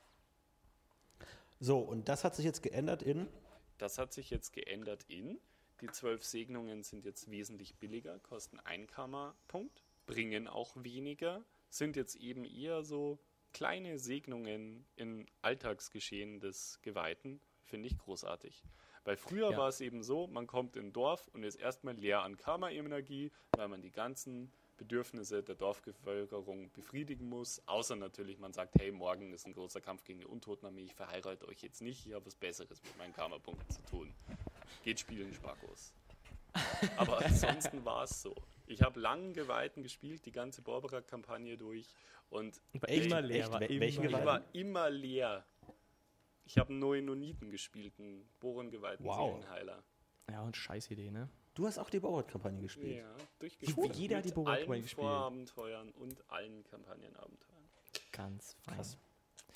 So, und das hat sich jetzt geändert in. Das hat sich jetzt geändert in, die zwölf Segnungen sind jetzt wesentlich billiger, kosten ein Karma-Punkt, bringen auch weniger, sind jetzt eben eher so kleine Segnungen im Alltagsgeschehen des Geweihten, finde ich großartig. Weil früher Ja. war es eben so, man kommt in ein Dorf und ist erstmal leer an Karma-Energie, weil man die ganzen Bedürfnisse der Dorfbevölkerung befriedigen muss, außer natürlich, man sagt, hey, morgen ist ein großer Kampf gegen die Untotenarmee, ich verheirate euch jetzt nicht, ich habe was Besseres mit meinen Karma-Punkten zu tun. Geht spielen, Sparkos. Aber ansonsten war es so. Ich habe langen Geweihten gespielt, die ganze Barbara-Kampagne durch und War Echt? immer leer. Echt? War Wel- immer welchen ich leer. war immer leer. Ich habe einen Noenoniten gespielt, einen Bohrengeweihten Wow. Seelenheiler. Ja, und scheiß Idee, ne? Du hast auch die Bauert-Kampagne gespielt. Ja, durchgespielt. Wie jeder hat die Mit Bohrenkampagne allen gespielt. Vorabenteuern und allen Kampagnenabenteuern. Ganz fein. Krass.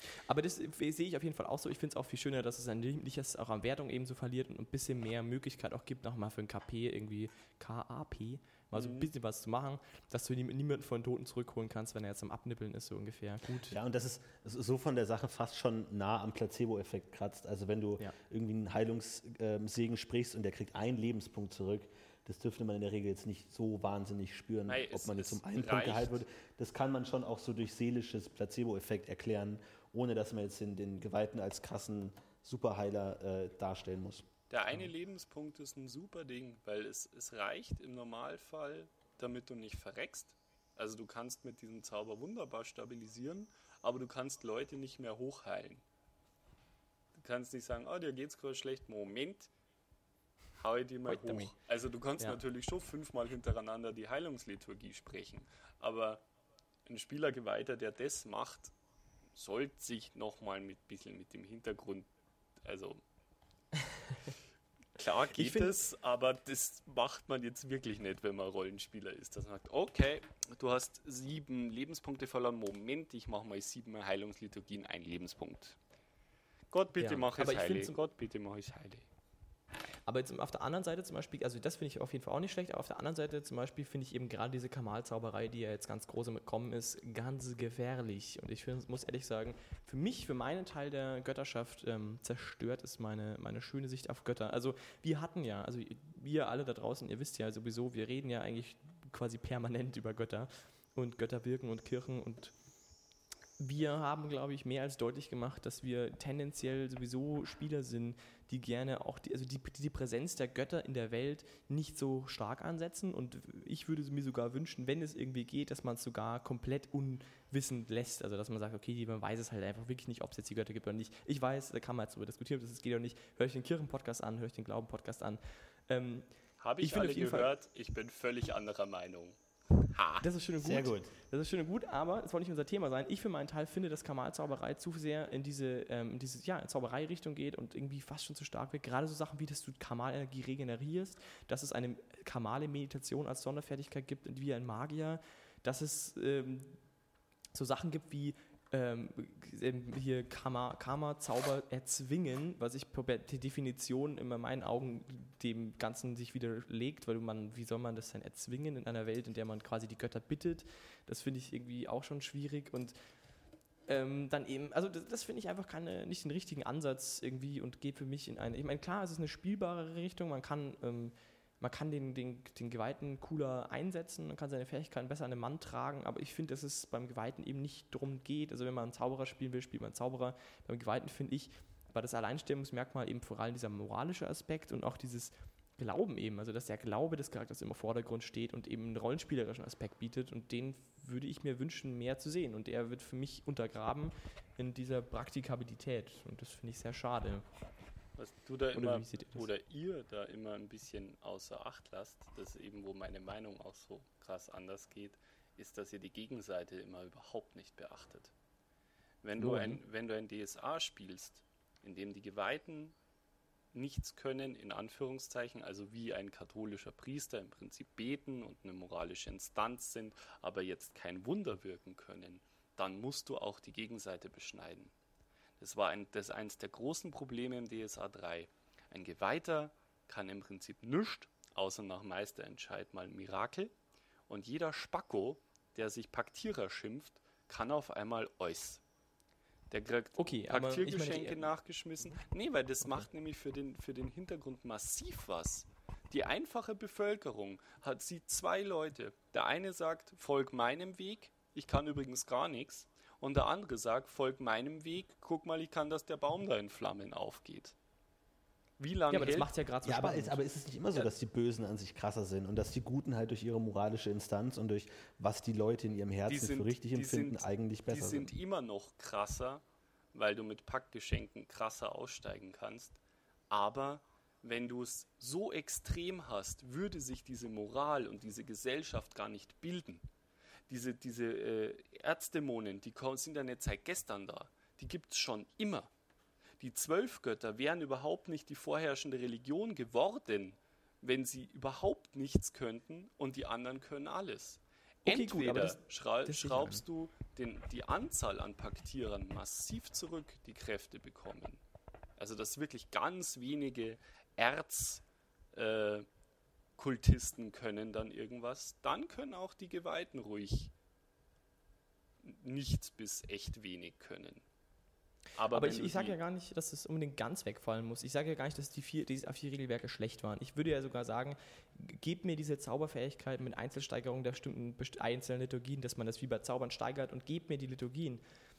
Aber das sehe ich auf jeden Fall auch so. Ich finde es auch viel schöner, dass es ein Liches auch an Wertung eben so verliert und ein bisschen mehr Möglichkeit auch gibt, nochmal für ein K P irgendwie, K A P, mal so ein bisschen was zu machen, dass du niemanden von Toten zurückholen kannst, wenn er jetzt am Abnippeln ist, so ungefähr. Gut. Ja, und das ist, das ist so von der Sache fast schon nah am Placebo-Effekt kratzt. Also wenn du Ja. irgendwie einen Heilungssegen sprichst und der kriegt einen Lebenspunkt zurück, das dürfte man in der Regel jetzt nicht so wahnsinnig spüren, Nein, ob es- man jetzt es um einen Punkt reicht. geheilt wird. Das kann man schon auch so durch seelisches Placebo-Effekt erklären, ohne dass man jetzt den, den Geweihten als krassen Superheiler äh, darstellen muss. Der eine Lebenspunkt ist ein super Ding, weil es, es reicht im Normalfall, damit du nicht verreckst. Also du kannst mit diesem Zauber wunderbar stabilisieren, aber du kannst Leute nicht mehr hochheilen. Du kannst nicht sagen, oh, dir geht's gerade schlecht. Moment, hau ich die mal Heute mich. hoch. Also du kannst Ja. natürlich schon fünfmal hintereinander die Heilungsliturgie sprechen, aber ein Spielergeweihter, der das macht, sollte sich nochmal mit bisschen mit dem Hintergrund, also klar geht find- es, aber das macht man jetzt wirklich nicht, wenn man Rollenspieler ist. Dass man sagt, okay, du hast sieben Lebenspunkte verloren, Moment, ich mache mal sieben Heilungsliturgien, ein Lebenspunkt. Gott, bitte Ja, mach es aber ich heile. find's- Gott, bitte mach es heile. Aber jetzt auf der anderen Seite zum Beispiel, also das finde ich auf jeden Fall auch nicht schlecht, aber auf der anderen Seite zum Beispiel finde ich eben gerade diese Kamal-Zauberei, die ja jetzt ganz groß im Kommen ist, ganz gefährlich. Und ich find, muss ehrlich sagen, für mich, für meinen Teil der Götterschaft ähm, zerstört ist meine, meine schöne Sicht auf Götter. Also wir hatten ja, also wir alle da draußen, ihr wisst ja sowieso, wir reden ja eigentlich quasi permanent über Götter und Götterwirken und Kirchen und wir haben, glaube ich, mehr als deutlich gemacht, dass wir tendenziell sowieso Spieler sind, die gerne auch, die, also die, die Präsenz der Götter in der Welt nicht so stark ansetzen. Und ich würde mir sogar wünschen, wenn es irgendwie geht, dass man es sogar komplett unwissend lässt. Also dass man sagt, okay, man weiß es halt einfach wirklich nicht, ob es jetzt die Götter gibt oder nicht. Ich weiß, da kann man jetzt darüber diskutieren, das geht auch nicht. Höre ich den Kirchenpodcast an, höre ich den Glauben-Podcast an. Ähm, Habe ich, Ich finde alle auf jeden Fall- gehört, ich bin völlig anderer Meinung. Ha. Das ist schön und gut. Sehr gut. Das ist schön und gut, aber es soll nicht unser Thema sein. Ich für meinen Teil finde, dass Kamal-Zauberei zu sehr in diese, ähm, in diese ja, Zauberei-Richtung geht und irgendwie fast schon zu stark wird. Gerade so Sachen wie, dass du Kamal-Energie regenerierst, dass es eine Kamale-Meditation als Sonderfertigkeit gibt, wie ein Magier, dass es ähm, so Sachen gibt wie ähm, hier Karma, Karma-Zauber erzwingen, was ich per Definition in meinen Augen dem Ganzen sich widerlegt, weil man, wie soll man das denn erzwingen in einer Welt, in der man quasi die Götter bittet? Das finde ich irgendwie auch schon schwierig und ähm, dann eben, also das, das finde ich einfach keine, nicht den richtigen Ansatz irgendwie und geht für mich in eine, ich meine, klar, es ist eine spielbare Richtung, man kann ähm, Man kann den, den, den Geweihten cooler einsetzen, man kann seine Fähigkeiten besser an den Mann tragen, aber ich finde, dass es beim Geweihten eben nicht darum geht. Also wenn man einen Zauberer spielen will, spielt man einen Zauberer. Beim Geweihten finde ich, war das Alleinstellungsmerkmal eben vor allem dieser moralische Aspekt und auch dieses Glauben eben, also dass der Glaube des Charakters im Vordergrund steht und eben einen rollenspielerischen Aspekt bietet und den würde ich mir wünschen, mehr zu sehen und der wird für mich untergraben in dieser Praktikabilität und das finde ich sehr schade. Was du da Oder immer, wie seht ihr das? oder ihr da immer ein bisschen außer Acht lasst, das eben, wo meine Meinung auch so krass anders geht, ist, dass ihr die Gegenseite immer überhaupt nicht beachtet. Wenn du Wohin? ein, wenn du ein D S A spielst, in dem die Geweihten nichts können, in Anführungszeichen, also wie ein katholischer Priester im Prinzip beten und eine moralische Instanz sind, aber jetzt kein Wunder wirken können, dann musst du auch die Gegenseite beschneiden. Das war ein, das eines der großen Probleme im D S A drei. Ein Geweihter kann im Prinzip nichts, außer nach Meisterentscheid mal ein Mirakel. Und jeder Spacko, der sich Paktierer schimpft, kann auf einmal Eus. Der kriegt Okay, aber ich meine, Paktiergeschenke die- nachgeschmissen. Nee, weil das macht nämlich für den, für den Hintergrund massiv was. Die einfache Bevölkerung hat sieht zwei Leute. Der eine sagt, folg meinem Weg, ich kann übrigens gar nichts. Und der andere sagt, folg meinem Weg, guck mal, ich kann, dass der Baum da in Flammen aufgeht. Wie lange Ja, aber das hält... macht ja gerade so Ja, aber spannend. ist, aber ist es nicht immer so, Ja. dass die Bösen an sich krasser sind und dass die Guten halt durch ihre moralische Instanz und durch was die Leute in ihrem Herzen Die sind- für richtig die empfinden, sind- eigentlich besser Die sind sind? immer noch krasser, weil du mit Paktgeschenken krasser aussteigen kannst. Aber wenn du es so extrem hast, würde sich diese Moral und diese Gesellschaft gar nicht bilden. Diese, diese äh, Erzdämonen, die kommen, sind ja nicht seit gestern da. Die gibt es schon immer. Die zwölf Götter wären überhaupt nicht die vorherrschende Religion geworden, wenn sie überhaupt nichts könnten und die anderen können alles. Okay, gut, Entweder aber das- schra das sehe ich schraubst du den, die Anzahl an Paktierern massiv zurück, die Kräfte bekommen, also dass wirklich ganz wenige Erzkultisten äh, können dann irgendwas, dann können auch die Geweihten ruhig nichts bis echt wenig können. Aber, Aber ich, ich sage ja gar nicht, dass es unbedingt ganz wegfallen muss. Ich sage ja gar nicht, dass die vier, diese vier Regelwerke schlecht waren. Ich würde ja sogar sagen, gebt mir diese Zauberfähigkeiten mit Einzelsteigerung der bestimmten best- einzelnen Liturgien, dass man das wie bei Zaubern steigert und gebt mir die Liturgien.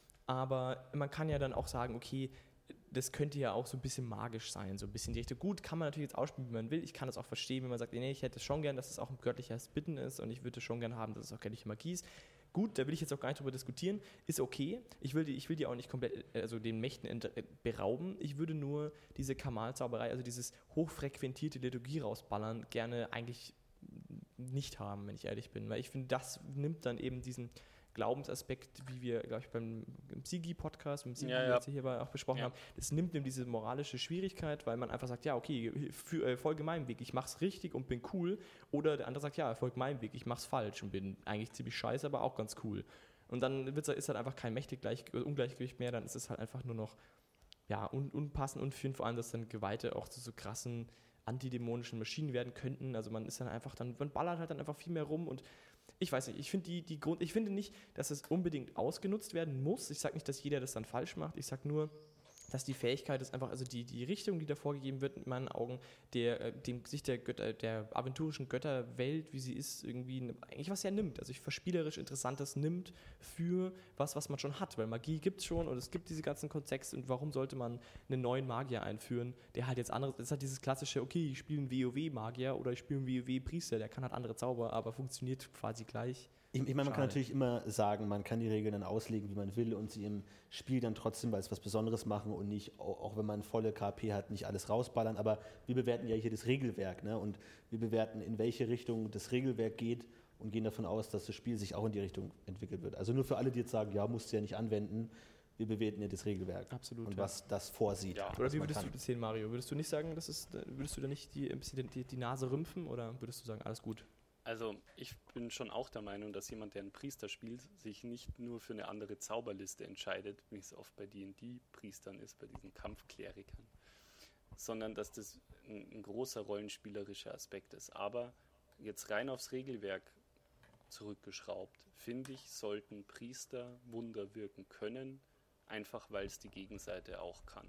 Aber man kann ja dann auch sagen, okay, das könnte ja auch so ein bisschen magisch sein, so ein bisschen die Richtung. Gut, kann man natürlich jetzt ausspielen, wie man will. Ich kann das auch verstehen, wenn man sagt, nee, ich hätte es schon gern, dass es auch ein göttliches Bitten ist und ich würde schon gern haben, dass es auch göttliche Magie ist. Gut, da will ich jetzt auch gar nicht drüber diskutieren. Ist okay. Ich will die, ich will die auch nicht komplett, also den Mächten ent- berauben. Ich würde nur diese Kamal-Zauberei, also dieses hochfrequentierte Liturgie rausballern, gerne eigentlich nicht haben, wenn ich ehrlich bin. Weil ich finde, das nimmt dann eben diesen Glaubensaspekt, wie wir, glaube ich, beim Sigi-Podcast, beim Sigi, Ja, ja. jetzt hier auch besprochen Ja. haben, das nimmt ihm diese moralische Schwierigkeit, weil man einfach sagt, ja, okay, für, äh, folge meinem Weg, ich mach's richtig und bin cool. Oder der andere sagt, ja, folge meinem Weg, ich mach's falsch und bin eigentlich ziemlich scheiße, aber auch ganz cool. Und dann wird's, ist halt einfach kein mächtig Gleich, Ungleichgewicht mehr, dann ist es halt einfach nur noch ja, un, unpassend und finde vor allem, dass dann Geweihte auch zu so krassen antidämonischen Maschinen werden könnten. Also man ist dann einfach, dann, man ballert halt dann einfach viel mehr rum und ich weiß nicht, ich finde die, die Grund, ich finde nicht, dass es unbedingt ausgenutzt werden muss. Ich sage nicht, dass jeder das dann falsch macht. Ich sage nur, dass die Fähigkeit ist einfach, also die, die Richtung, die da vorgegeben wird, in meinen Augen, der, dem sich der Götter, der aventurischen Götterwelt, wie sie ist, irgendwie eigentlich was hernimmt. Also ich verspielerisch Interessantes nimmt für was, was man schon hat. Weil Magie gibt es schon und es gibt diese ganzen Kontexte und warum sollte man einen neuen Magier einführen, der halt jetzt anderes, das ist halt dieses klassische, okay, ich spiele einen WoW-Magier oder ich spiele einen WoW-Priester, der kann halt andere Zauber, aber funktioniert quasi gleich. Ich, ich meine, man kann Schade. natürlich immer sagen, man kann die Regeln dann auslegen, wie man will und sie im Spiel dann trotzdem als was Besonderes machen und nicht, auch, auch wenn man volle K P hat, nicht alles rausballern. Aber wir bewerten ja hier das Regelwerk, ne? Und wir bewerten, in welche Richtung das Regelwerk geht und gehen davon aus, dass das Spiel sich auch in die Richtung entwickelt wird. Also nur für alle, die jetzt sagen, ja, musst du ja nicht anwenden, wir bewerten ja das Regelwerk. Absolut, und ja. was das vorsieht. Ja. Oder was wie man würdest kann. du das sehen, Mario? Würdest du nicht sagen, das ist, würdest du da nicht die, ein bisschen die, die Nase rümpfen oder würdest du sagen, alles gut? Also ich bin schon auch der Meinung, dass jemand, der einen Priester spielt, sich nicht nur für eine andere Zauberliste entscheidet, wie es oft bei D und D-Priestern ist, bei diesen Kampfklerikern, sondern dass das ein, ein großer rollenspielerischer Aspekt ist. Aber jetzt rein aufs Regelwerk zurückgeschraubt, finde ich, sollten Priester Wunder wirken können, einfach weil es die Gegenseite auch kann.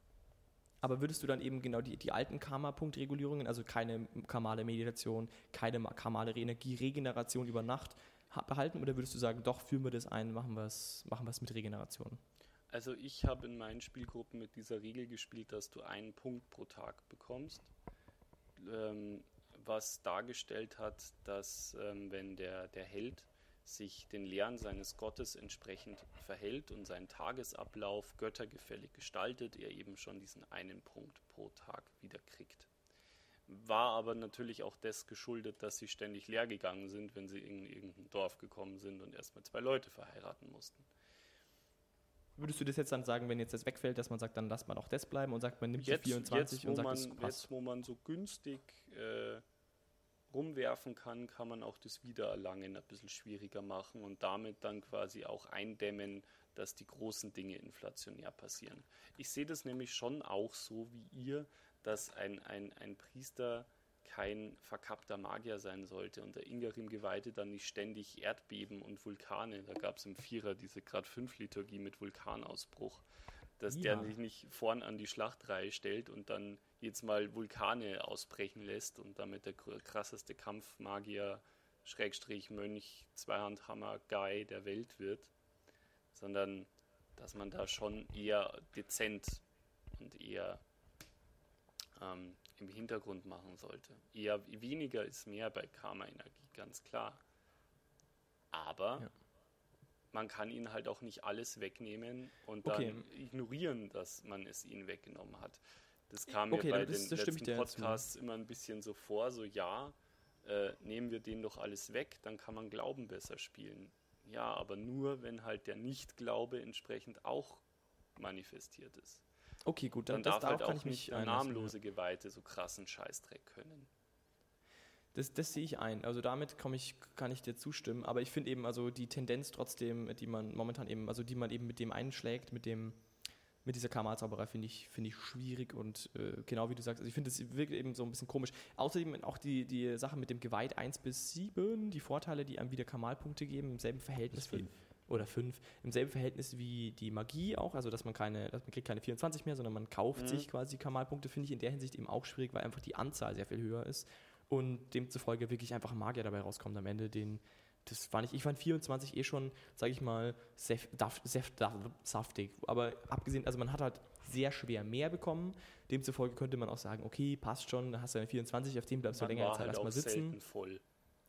Aber würdest du dann eben genau die, die alten Karma-Punktregulierungen, also keine karmale Meditation, keine karmale Energieregeneration über Nacht ha- behalten oder würdest du sagen, doch, führen wir das ein, machen wir es machen wir's mit Regeneration? Also ich habe in meinen Spielgruppen mit dieser Regel gespielt, dass du einen Punkt pro Tag bekommst, ähm, was dargestellt hat, dass ähm, wenn der, der Held sich den Lehren seines Gottes entsprechend verhält und seinen Tagesablauf göttergefällig gestaltet, er eben schon diesen einen Punkt pro Tag wieder kriegt. War aber natürlich auch das geschuldet, dass sie ständig leer gegangen sind, wenn sie in irgendein Dorf gekommen sind und erstmal zwei Leute verheiraten mussten. Würdest du das jetzt dann sagen, wenn jetzt das wegfällt, dass man sagt, dann lasst man auch das bleiben und sagt, man nimmt Jetzt, die vierundzwanzig jetzt, wo und sagt, man, das passt? jetzt, wo man so günstig äh, rumwerfen kann, kann man auch das Wiedererlangen ein bisschen schwieriger machen und damit dann quasi auch eindämmen, dass die großen Dinge inflationär passieren. Ich sehe das nämlich schon auch so wie ihr, dass ein, ein, ein Priester kein verkappter Magier sein sollte und der Ingarim-Geweihte dann nicht ständig Erdbeben und Vulkane, da gab es im Vierer diese Grad fünf Liturgie mit Vulkanausbruch, dass Ja. der sich nicht vorn an die Schlachtreihe stellt und dann jetzt mal Vulkane ausbrechen lässt und damit der krasseste Kampfmagier, Schrägstrich Mönch, Zweihandhammer, Guy der Welt wird, sondern dass man da schon eher dezent und eher ähm, im Hintergrund machen sollte. Eher weniger ist mehr bei Karma-Energie, ganz klar. Aber Ja. man kann ihnen halt auch nicht alles wegnehmen und Okay. dann ignorieren, dass man es ihnen weggenommen hat. Das kam Okay, mir bei das- den das stimme ich letzten dir jetzt zu. Podcasts immer ein bisschen so vor, so ja, äh, nehmen wir denen doch alles weg, dann kann man Glauben besser spielen. Ja, aber nur, wenn halt der Nicht-Glaube entsprechend auch manifestiert ist. Okay, gut, Dann dann das, darf halt darauf kann auch ich mich nicht der einlassen, ja. namenlose Geweihte so krassen Scheißdreck können. Das, das sehe ich ein. Also damit komm ich, kann ich dir zustimmen. Aber ich finde eben, also die Tendenz trotzdem, die man momentan eben, also die man eben mit dem einschlägt, mit dem, mit dieser Karma-Zauberei, finde ich, finde ich schwierig und äh, genau wie du sagst, also ich finde es wirklich eben so ein bisschen komisch. Außerdem auch die, die Sache mit dem Geweiht eins bis sieben, die Vorteile, die einem wieder Kamalpunkte geben, im selben Verhältnis wie, oder fünf, im selben Verhältnis wie die Magie auch, also dass man keine, dass man kriegt keine vierundzwanzig mehr, sondern man kauft mhm. sich quasi Kamalpunkte, finde ich in der Hinsicht eben auch schwierig, weil einfach die Anzahl sehr viel höher ist. Und demzufolge wirklich einfach ein Magier dabei rauskommt am Ende, den, das fand ich, ich fand vierundzwanzig eh schon, sage ich mal, sef, daf, sef, daf, saftig, aber abgesehen, also man hat halt sehr schwer mehr bekommen, demzufolge könnte man auch sagen, okay, passt schon, da hast du eine vierundzwanzig, auf dem bleibst du längere Zeit halt erstmal sitzen. Selten voll.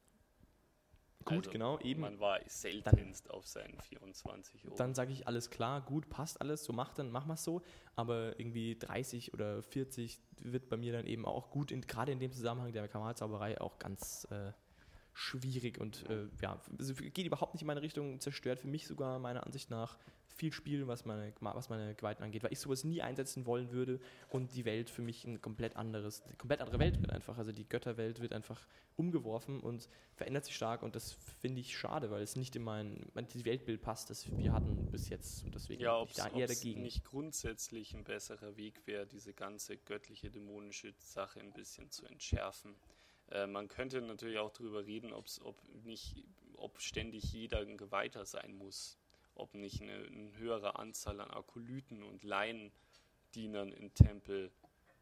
Gut, also genau, eben. Man war seltenst auf seinen vierundzwanzig Euro. Dann sage ich, alles klar, gut, passt alles, so macht, dann machen wir es so. Aber irgendwie dreißig oder vierzig wird bei mir dann eben auch gut, in, gerade in dem Zusammenhang der Kamalzauberei auch ganz äh, schwierig und äh, ja, also geht überhaupt nicht in meine Richtung, zerstört für mich sogar meiner Ansicht nach viel Spiel, was meine, was meine Geweihten angeht, weil ich sowas nie einsetzen wollen würde und die Welt für mich ein komplett anderes, eine komplett andere Welt wird einfach, also die Götterwelt wird einfach umgeworfen und verändert sich stark und das finde ich schade, weil es nicht in mein, mein das Weltbild passt, das wir hatten bis jetzt und deswegen ja, bin ich da eher dagegen. Nicht grundsätzlich ein besserer Weg wäre, diese ganze göttliche, dämonische Sache ein bisschen zu entschärfen. Äh, man könnte natürlich auch darüber reden, ob's, ob nicht, ob ständig jeder ein Geweihter sein muss, ob nicht eine, eine höhere Anzahl an Akolyten und Laiendienern im Tempel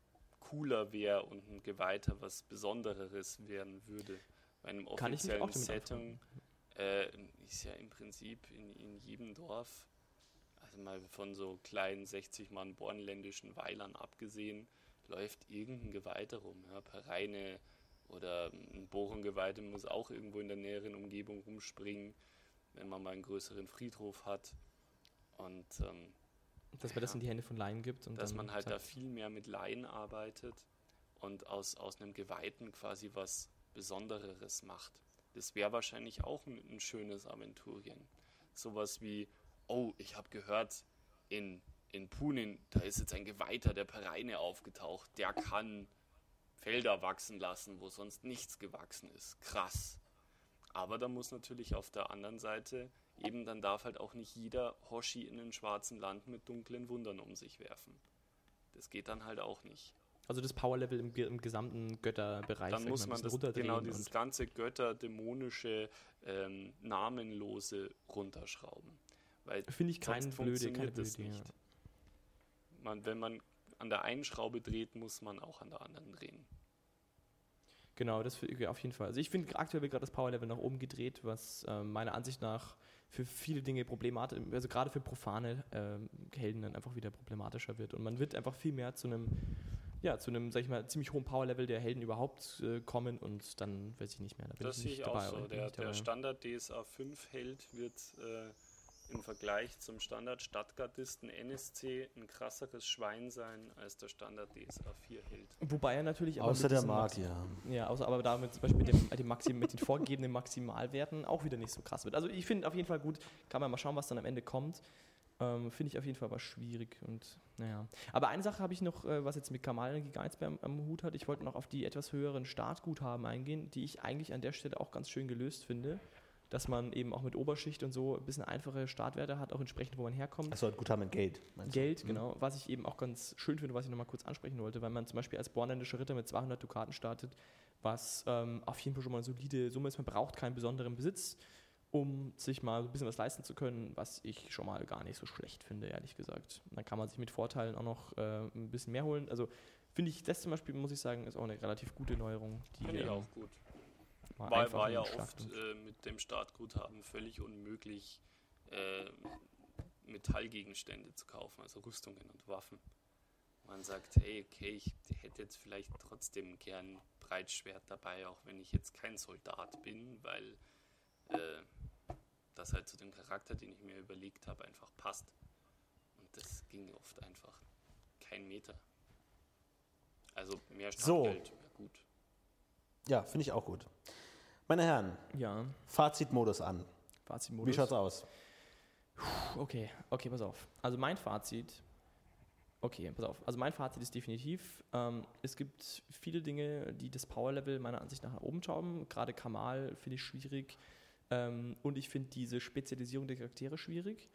cooler wäre und ein Geweihter was Besondereres werden würde. Bei einem offiziellen Setting äh, ist ja im Prinzip in, in jedem Dorf, also mal von so kleinen sechzig Mann bornländischen Weilern abgesehen, läuft irgendein Geweihter rum. Ja, Pereine oder ein Bohrengeweihter muss auch irgendwo in der näheren Umgebung rumspringen, wenn man mal einen größeren Friedhof hat. Und ähm, dass man ja, das in die Hände von Laien gibt. Und dass dann man halt da viel mehr mit Laien arbeitet und aus, aus einem Geweihten quasi was Besondereres macht. Das wäre wahrscheinlich auch ein, ein schönes Aventurien. Sowas wie, oh, ich habe gehört, in, in Punin, da ist jetzt ein Geweihter der Pereine aufgetaucht. Der kann Felder wachsen lassen, wo sonst nichts gewachsen ist. Krass. Aber da muss natürlich auf der anderen Seite eben, dann darf halt auch nicht jeder Hoshi in einem schwarzen Land mit dunklen Wundern um sich werfen. Das geht dann halt auch nicht. Also das Powerlevel im, im gesamten Götterbereich. Dann muss man das, genau dieses und ganze Götter, dämonische, ähm, namenlose runterschrauben. Finde ich keine blöde, keine blöde Idee. Ja. Man, wenn man an der einen Schraube dreht, muss man auch an der anderen drehen. Genau, das für, auf jeden Fall. Also ich finde, aktuell wird gerade das Powerlevel nach oben gedreht, was äh, meiner Ansicht nach für viele Dinge problematisch, also gerade für profane äh, Helden dann einfach wieder problematischer wird. Und man wird einfach viel mehr zu einem, ja, zu einem, sag ich mal, ziemlich hohen Powerlevel der Helden überhaupt äh, kommen und dann weiß ich nicht mehr. Da bin das ich sehe nicht ich dabei, auch so. Der, der Standard D S A fünf Held wird äh, im Vergleich zum Standard Stadtgardisten N S C ein krasseres Schwein sein als der Standard D S A vier Held. Wobei er natürlich außer der Magier. Ja, außer aber damit zum Beispiel mit, dem, dem Maxim, mit den vorgegebenen Maximalwerten auch wieder nicht so krass wird. Also ich finde auf jeden Fall gut, kann man mal schauen, was dann am Ende kommt. Ähm, finde ich auf jeden Fall aber schwierig und naja. Aber eine Sache habe ich noch, äh, was jetzt mit Kamal Gigainsberg am, am Hut hat. Ich wollte noch auf die etwas höheren Startguthaben eingehen, die ich eigentlich an der Stelle auch ganz schön gelöst finde. Dass man eben auch mit Oberschicht und so ein bisschen einfache Startwerte hat, auch entsprechend, wo man herkommt. Achso, Guthaben in Geld. Geld, du? Genau. Was ich eben auch ganz schön finde, was ich nochmal kurz ansprechen wollte, weil man zum Beispiel als bornländischer Ritter mit zweihundert Dukaten startet, was ähm, auf jeden Fall schon mal eine solide Summe ist. Man braucht keinen besonderen Besitz, um sich mal ein bisschen was leisten zu können, was ich schon mal gar nicht so schlecht finde, ehrlich gesagt. Und dann kann man sich mit Vorteilen auch noch äh, ein bisschen mehr holen. Also finde ich, das zum Beispiel, muss ich sagen, ist auch eine relativ gute Neuerung. Finde ich ähm, auch gut. War, war ja oft äh, mit dem Startguthaben völlig unmöglich, äh, Metallgegenstände zu kaufen, also Rüstungen und Waffen. Man sagt, hey, okay, ich hätte jetzt vielleicht trotzdem gern Breitschwert dabei, auch wenn ich jetzt kein Soldat bin, weil äh, das halt zu dem Charakter, den ich mir überlegt habe, einfach passt. Und das ging oft einfach kein Meter. Also mehr Startgeld so. wäre gut. Ja, finde ich auch gut. Meine Herren, ja. Fazitmodus an. Fazitmodus. Wie schaut's aus? Okay, okay, pass auf. Also mein Fazit, Okay, pass auf. Also mein Fazit ist definitiv, ähm, es gibt viele Dinge, die das Power-Level meiner Ansicht nach nach oben schrauben. Gerade Kamal finde ich schwierig. Ähm, und ich finde diese Spezialisierung der Charaktere schwierig.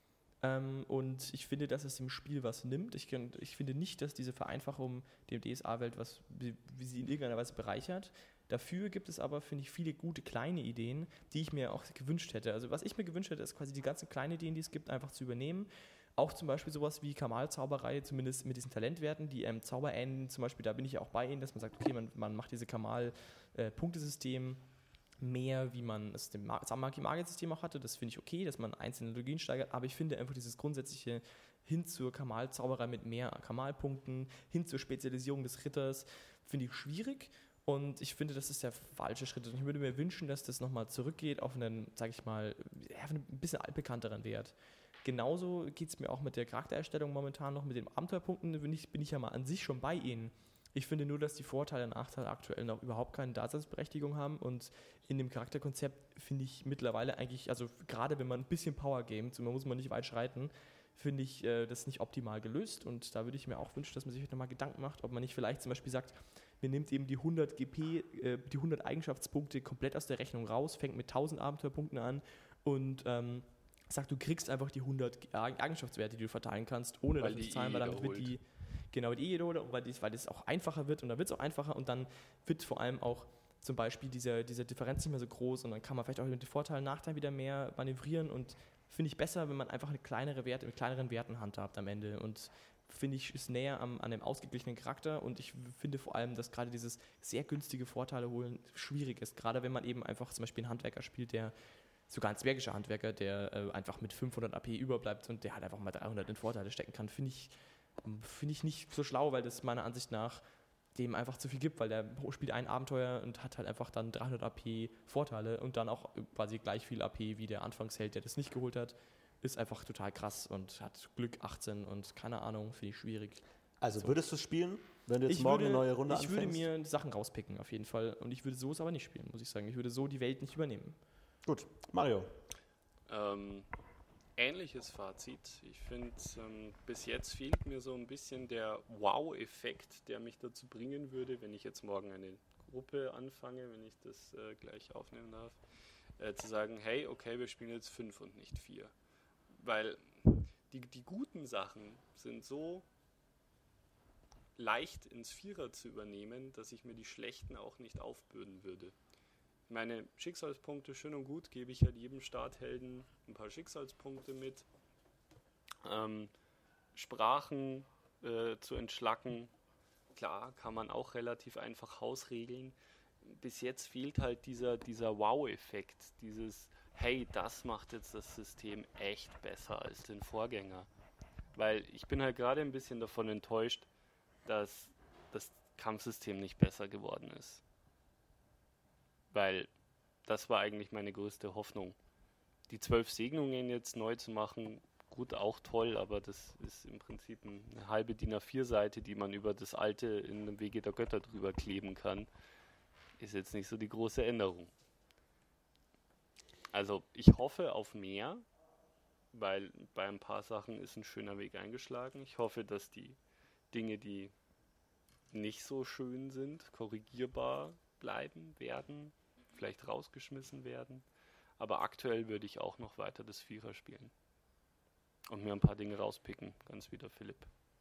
Ähm, und ich finde, dass es dem Spiel was nimmt. Ich, kann, ich finde nicht, dass diese Vereinfachung der D S A-Welt was, wie, wie sie in irgendeiner Weise bereichert. Dafür gibt es aber, finde ich, viele gute kleine Ideen, die ich mir auch gewünscht hätte. Also was ich mir gewünscht hätte, ist quasi die ganzen kleinen Ideen, die es gibt, einfach zu übernehmen. Auch zum Beispiel sowas wie Kamal-Zauberei, zumindest mit diesen Talentwerten, die ähm, Zauber ähneln. Zum Beispiel, da bin ich ja auch bei Ihnen, dass man sagt, okay, man, man macht diese Kamal-Punktesystem äh, mehr, wie man es im Magie-System auch hatte. Das finde ich okay, dass man einzelne Logien steigert. Aber ich finde einfach dieses grundsätzliche hin zur Kamal-Zauberei mit mehr Kamal-Punkten, hin zur Spezialisierung des Ritters, finde ich schwierig. Und ich finde, das ist der falsche Schritt. Und ich würde mir wünschen, dass das nochmal zurückgeht auf einen, sage ich mal, ja, auf einen bisschen altbekannteren Wert. Genauso geht es mir auch mit der Charaktererstellung momentan noch, mit den Abenteuerpunkten bin ich, bin ich ja mal an sich schon bei Ihnen. Ich finde nur, dass die Vorteile und Nachteile aktuell noch überhaupt keine Daseinsberechtigung haben und in dem Charakterkonzept finde ich mittlerweile eigentlich, also gerade wenn man ein bisschen Power gamet, man muss man nicht weit schreiten, finde ich äh, das nicht optimal gelöst und da würde ich mir auch wünschen, dass man sich nochmal Gedanken macht, ob man nicht vielleicht zum Beispiel sagt, man nimmt eben die hundert G P, äh, die hundert Eigenschaftspunkte komplett aus der Rechnung raus, fängt mit tausend Abenteuerpunkten an und ähm, sagt, du kriegst einfach die hundert Eigenschaftswerte, die du verteilen kannst, ohne weil dafür zu die zahlen, eh weil damit jeder wird die, holt. genau, die jeder holt, weil das, weil das auch einfacher wird und dann wird es auch einfacher und dann wird vor allem auch zum Beispiel diese, diese Differenz nicht mehr so groß und dann kann man vielleicht auch mit den Vorteilen und Nachteilen wieder mehr manövrieren und finde ich besser, wenn man einfach eine kleinere Werte, mit kleineren Werten handhabt am Ende und finde ich, ist näher am, an dem ausgeglichenen Charakter und ich finde vor allem, dass gerade dieses sehr günstige Vorteile holen schwierig ist, gerade wenn man eben einfach zum Beispiel einen Handwerker spielt, der sogar ein zwergischer Handwerker, der äh, einfach mit fünfhundert A P überbleibt und der halt einfach mal dreihundert in Vorteile stecken kann, finde ich, find ich nicht so schlau, weil das meiner Ansicht nach dem einfach zu viel gibt, weil der spielt ein Abenteuer und hat halt einfach dann dreihundert A P Vorteile und dann auch quasi gleich viel A P wie der Anfangsheld, der das nicht geholt hat, ist einfach total krass und hat Glück achtzehn und keine Ahnung, finde ich schwierig. Also So. würdest du es spielen, wenn du jetzt Ich morgen würde, eine neue Runde ich anfängst? würde mir Sachen rauspicken auf jeden Fall und ich würde so es aber nicht spielen, muss ich sagen. Ich würde so die Welt nicht übernehmen. Gut, Mario. Ähm, ähnliches Fazit. Ich finde, ähm, bis jetzt fehlt mir so ein bisschen der Wow-Effekt, der mich dazu bringen würde, wenn ich jetzt morgen eine Gruppe anfange, wenn ich das äh, gleich aufnehmen darf, äh, zu sagen, hey, okay, wir spielen jetzt fünf und nicht vier. Weil die, die guten Sachen sind so leicht ins Vierer zu übernehmen, dass ich mir die schlechten auch nicht aufbürden würde. Meine Schicksalspunkte, schön und gut, gebe ich halt jedem Starthelden ein paar Schicksalspunkte mit. Ähm, Sprachen äh, zu entschlacken, klar, kann man auch relativ einfach hausregeln. Bis jetzt fehlt halt dieser, dieser Wow-Effekt, dieses, hey, das macht jetzt das System echt besser als den Vorgänger. Weil ich bin halt gerade ein bisschen davon enttäuscht, dass das Kampfsystem nicht besser geworden ist. Weil das war eigentlich meine größte Hoffnung. Die zwölf Segnungen jetzt neu zu machen, gut, auch toll, aber das ist im Prinzip eine halbe D I N A vier Seite, die man über das alte in einem Wege der Götter drüber kleben kann. Ist jetzt nicht so die große Änderung. Also ich hoffe auf mehr, weil bei ein paar Sachen ist ein schöner Weg eingeschlagen. Ich hoffe, dass die Dinge, die nicht so schön sind, korrigierbar bleiben werden, vielleicht rausgeschmissen werden. Aber aktuell würde ich auch noch weiter das Vierer spielen. Und mir ein paar Dinge rauspicken, ganz wie der Philipp.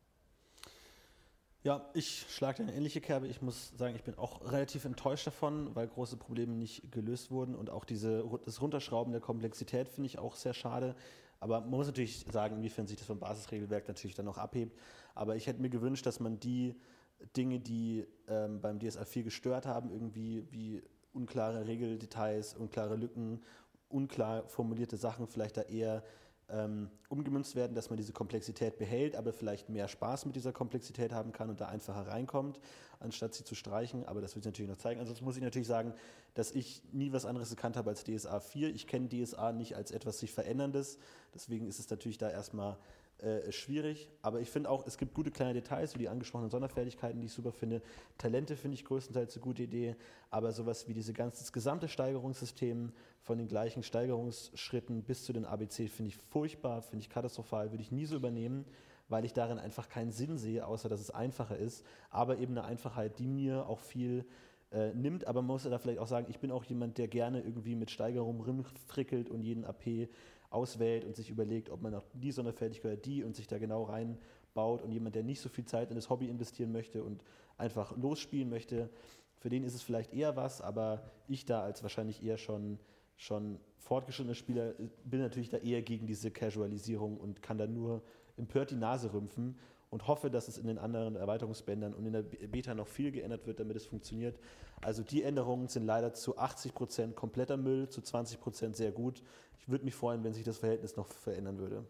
Ja, ich schlage eine ähnliche Kerbe. Ich muss sagen, ich bin auch relativ enttäuscht davon, weil große Probleme nicht gelöst wurden. Und auch diese, das Runterschrauben der Komplexität finde ich auch sehr schade. Aber man muss natürlich sagen, inwiefern sich das vom Basisregelwerk natürlich dann noch abhebt. Aber ich hätte mir gewünscht, dass man die Dinge, die ähm, beim D S A vier gestört haben, irgendwie wie unklare Regeldetails, unklare Lücken, unklar formulierte Sachen vielleicht da eher ähm, umgemünzt werden, dass man diese Komplexität behält, aber vielleicht mehr Spaß mit dieser Komplexität haben kann und da einfacher reinkommt, anstatt sie zu streichen. Aber das wird sich natürlich noch zeigen. Ansonsten muss ich natürlich sagen, dass ich nie was anderes gekannt habe als D S A vier. Ich kenne D S A nicht als etwas sich Veränderndes. Deswegen ist es natürlich da erstmal äh, schwierig. Aber ich finde auch, es gibt gute kleine Details, wie die angesprochenen Sonderfertigkeiten, die ich super finde. Talente finde ich größtenteils eine gute Idee. Aber sowas wie diese ganze, das gesamte Steigerungssystem von den gleichen Steigerungsschritten bis zu den A B C finde ich furchtbar, finde ich katastrophal, würde ich nie so übernehmen, weil ich darin einfach keinen Sinn sehe, außer dass es einfacher ist, aber eben eine Einfachheit, die mir auch viel äh, nimmt, aber man muss ja da vielleicht auch sagen, ich bin auch jemand, der gerne irgendwie mit Steigerung rumfrickelt und jeden A P auswählt und sich überlegt, ob man auch die Sonderfertigkeit oder die und sich da genau reinbaut und jemand, der nicht so viel Zeit in das Hobby investieren möchte und einfach losspielen möchte, für den ist es vielleicht eher was, aber ich da als wahrscheinlich eher schon, schon fortgeschrittener Spieler bin natürlich da eher gegen diese Casualisierung und kann da nur empört die Nase rümpfen und hoffe, dass es in den anderen Erweiterungsbändern und in der Beta noch viel geändert wird, damit es funktioniert. Also die Änderungen sind leider zu achtzig Prozent kompletter Müll, zu zwanzig Prozent sehr gut. Ich würde mich freuen, wenn sich das Verhältnis noch verändern würde.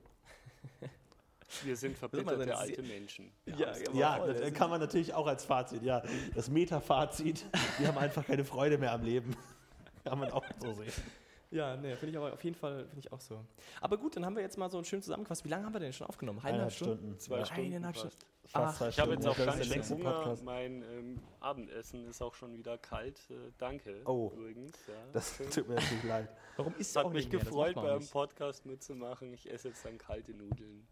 Wir sind verbitterte alte Menschen. Ja, Ja, das kann man natürlich auch als Fazit, ja. Das Meta-Fazit, wir haben einfach keine Freude mehr am Leben. Kann man auch so sehen. Ja, ne, finde ich aber auf jeden Fall, finde ich auch so. Aber gut, dann haben wir jetzt mal so einen schönen zusammengefasst. Wie lange haben wir denn schon aufgenommen? Eineinhalb Stunden. Zwei Ja. Stunden Eineinhalb fast. Stunden. Fast zwei Ich habe jetzt auch Das ist ganz der schön längste Hunger. Podcast. Mein ähm, Abendessen ist auch schon wieder kalt. Äh, danke. Oh, übrigens. Ja. Das tut mir natürlich leid. Warum ist Hat auch mich nicht mehr? Das gefreut, macht man auch beim nicht. Podcast mitzumachen. Ich esse jetzt dann kalte Nudeln.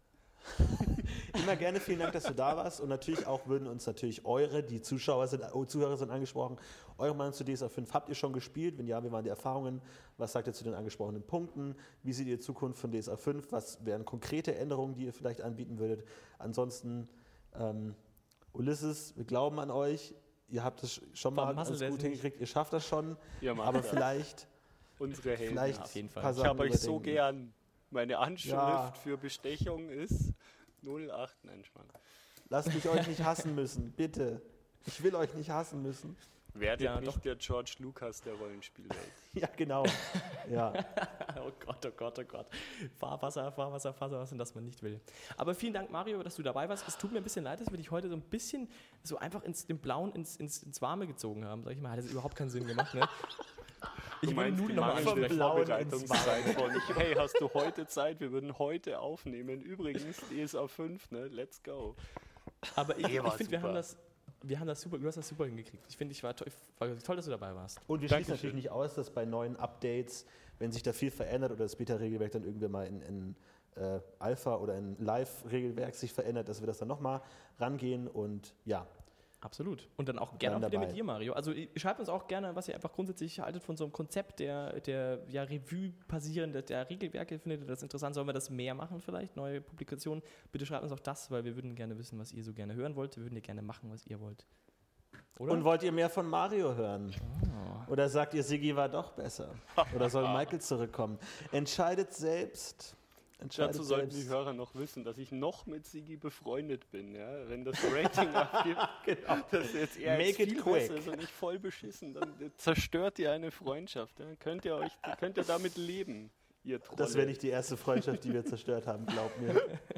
Immer gerne, vielen Dank, dass du da warst. Und natürlich auch würden uns natürlich eure, die Zuschauer sind, oh, Zuhörer sind angesprochen, eure Meinung zu D S A fünf. Habt ihr schon gespielt? Wenn ja, wie waren die Erfahrungen? Was sagt ihr zu den angesprochenen Punkten? Wie seht ihr die Zukunft von D S A fünf? Was wären konkrete Änderungen, die ihr vielleicht anbieten würdet? Ansonsten, ähm, Ulysses, wir glauben an euch. Ihr habt es schon mal Vermasselt alles er gut es nicht. hingekriegt. Ihr schafft das schon. Ihr macht Aber das. vielleicht, Unsere Helden. vielleicht auf jeden Fall. ein paar Ich Sachen habe euch so überdenken. gern. Meine Anschrift Ja. für Bestechung ist null acht. Nein, Schmarrn. Lasst mich euch nicht hassen müssen, bitte. Ich will euch nicht hassen müssen. Werdet Ja, nicht doch. der George Lucas der Rollenspielwelt. Ja, genau. Ja. Oh Gott, oh Gott, oh Gott. Fahrwasser, Fahrwasser, Fahrwasser, das man nicht will. Aber vielen Dank, Mario, dass du dabei warst. Es tut mir ein bisschen leid, dass wir dich heute so ein bisschen so einfach ins, den Blauen ins, ins, ins Warme gezogen haben. Sag ich mal, hat das überhaupt keinen Sinn gemacht, ne? Ich Du will meinst Nudeln die nochmal mangelnde ansprechen. Blauen ins Vorbereitungszeit von, hey, hast du heute Zeit? Wir würden heute aufnehmen. Übrigens, D S A fünf, ne? Let's go. Aber ich, Nee, ich war finde, wir super. haben das, wir haben das super, du hast das super hingekriegt. Ich finde, ich war, to war toll, dass du dabei warst. Und wir Dankeschön. schließen natürlich nicht aus, dass bei neuen Updates, wenn sich da viel verändert oder das Beta-Regelwerk dann irgendwann mal in, in äh, Alpha oder in Live-Regelwerk sich verändert, dass wir das dann nochmal rangehen und ja. Absolut. Und dann auch gerne auch Dann wieder dabei. mit dir, Mario. Also ihr- schreibt uns auch gerne, was ihr einfach grundsätzlich haltet von so einem Konzept der, der ja, Revue basierende der Regelwerke. Findet ihr das interessant? Sollen wir das mehr machen vielleicht? Neue Publikationen? Bitte schreibt uns auch das, weil wir würden gerne wissen, was ihr so gerne hören wollt. Wir würden ja gerne machen, was ihr wollt. Oder? Und wollt ihr mehr von Mario hören? Oder sagt ihr, Siggi war doch besser? Oder soll Michael zurückkommen? Entscheidet selbst. Entscheidet Dazu sollten die selbst. Hörer noch wissen, dass ich noch mit Sigi befreundet bin. Ja? Wenn das Rating abgibt, dass jetzt er Make jetzt it viel quick. besser ist und ich voll beschissen, dann zerstört ihr eine Freundschaft. Ja? Könnt ihr euch, könnt ihr damit leben, ihr Trolle. Das wäre nicht die erste Freundschaft, die wir zerstört haben, glaubt mir.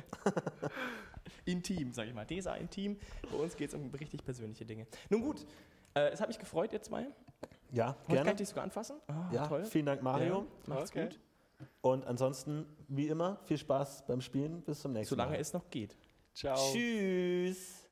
Intim, sag ich mal. D S A intim. Bei uns geht es um richtig persönliche Dinge. Nun gut, äh, es hat mich gefreut, ihr zwei. Ja, Heute kann gerne. ich dich sogar anfassen. Ah, Ja, toll. vielen Dank, Mario. Ja, macht's Okay. gut. Und ansonsten, wie immer, viel Spaß beim Spielen. Bis zum nächsten Solange Mal. es noch geht. Ciao. Tschüss.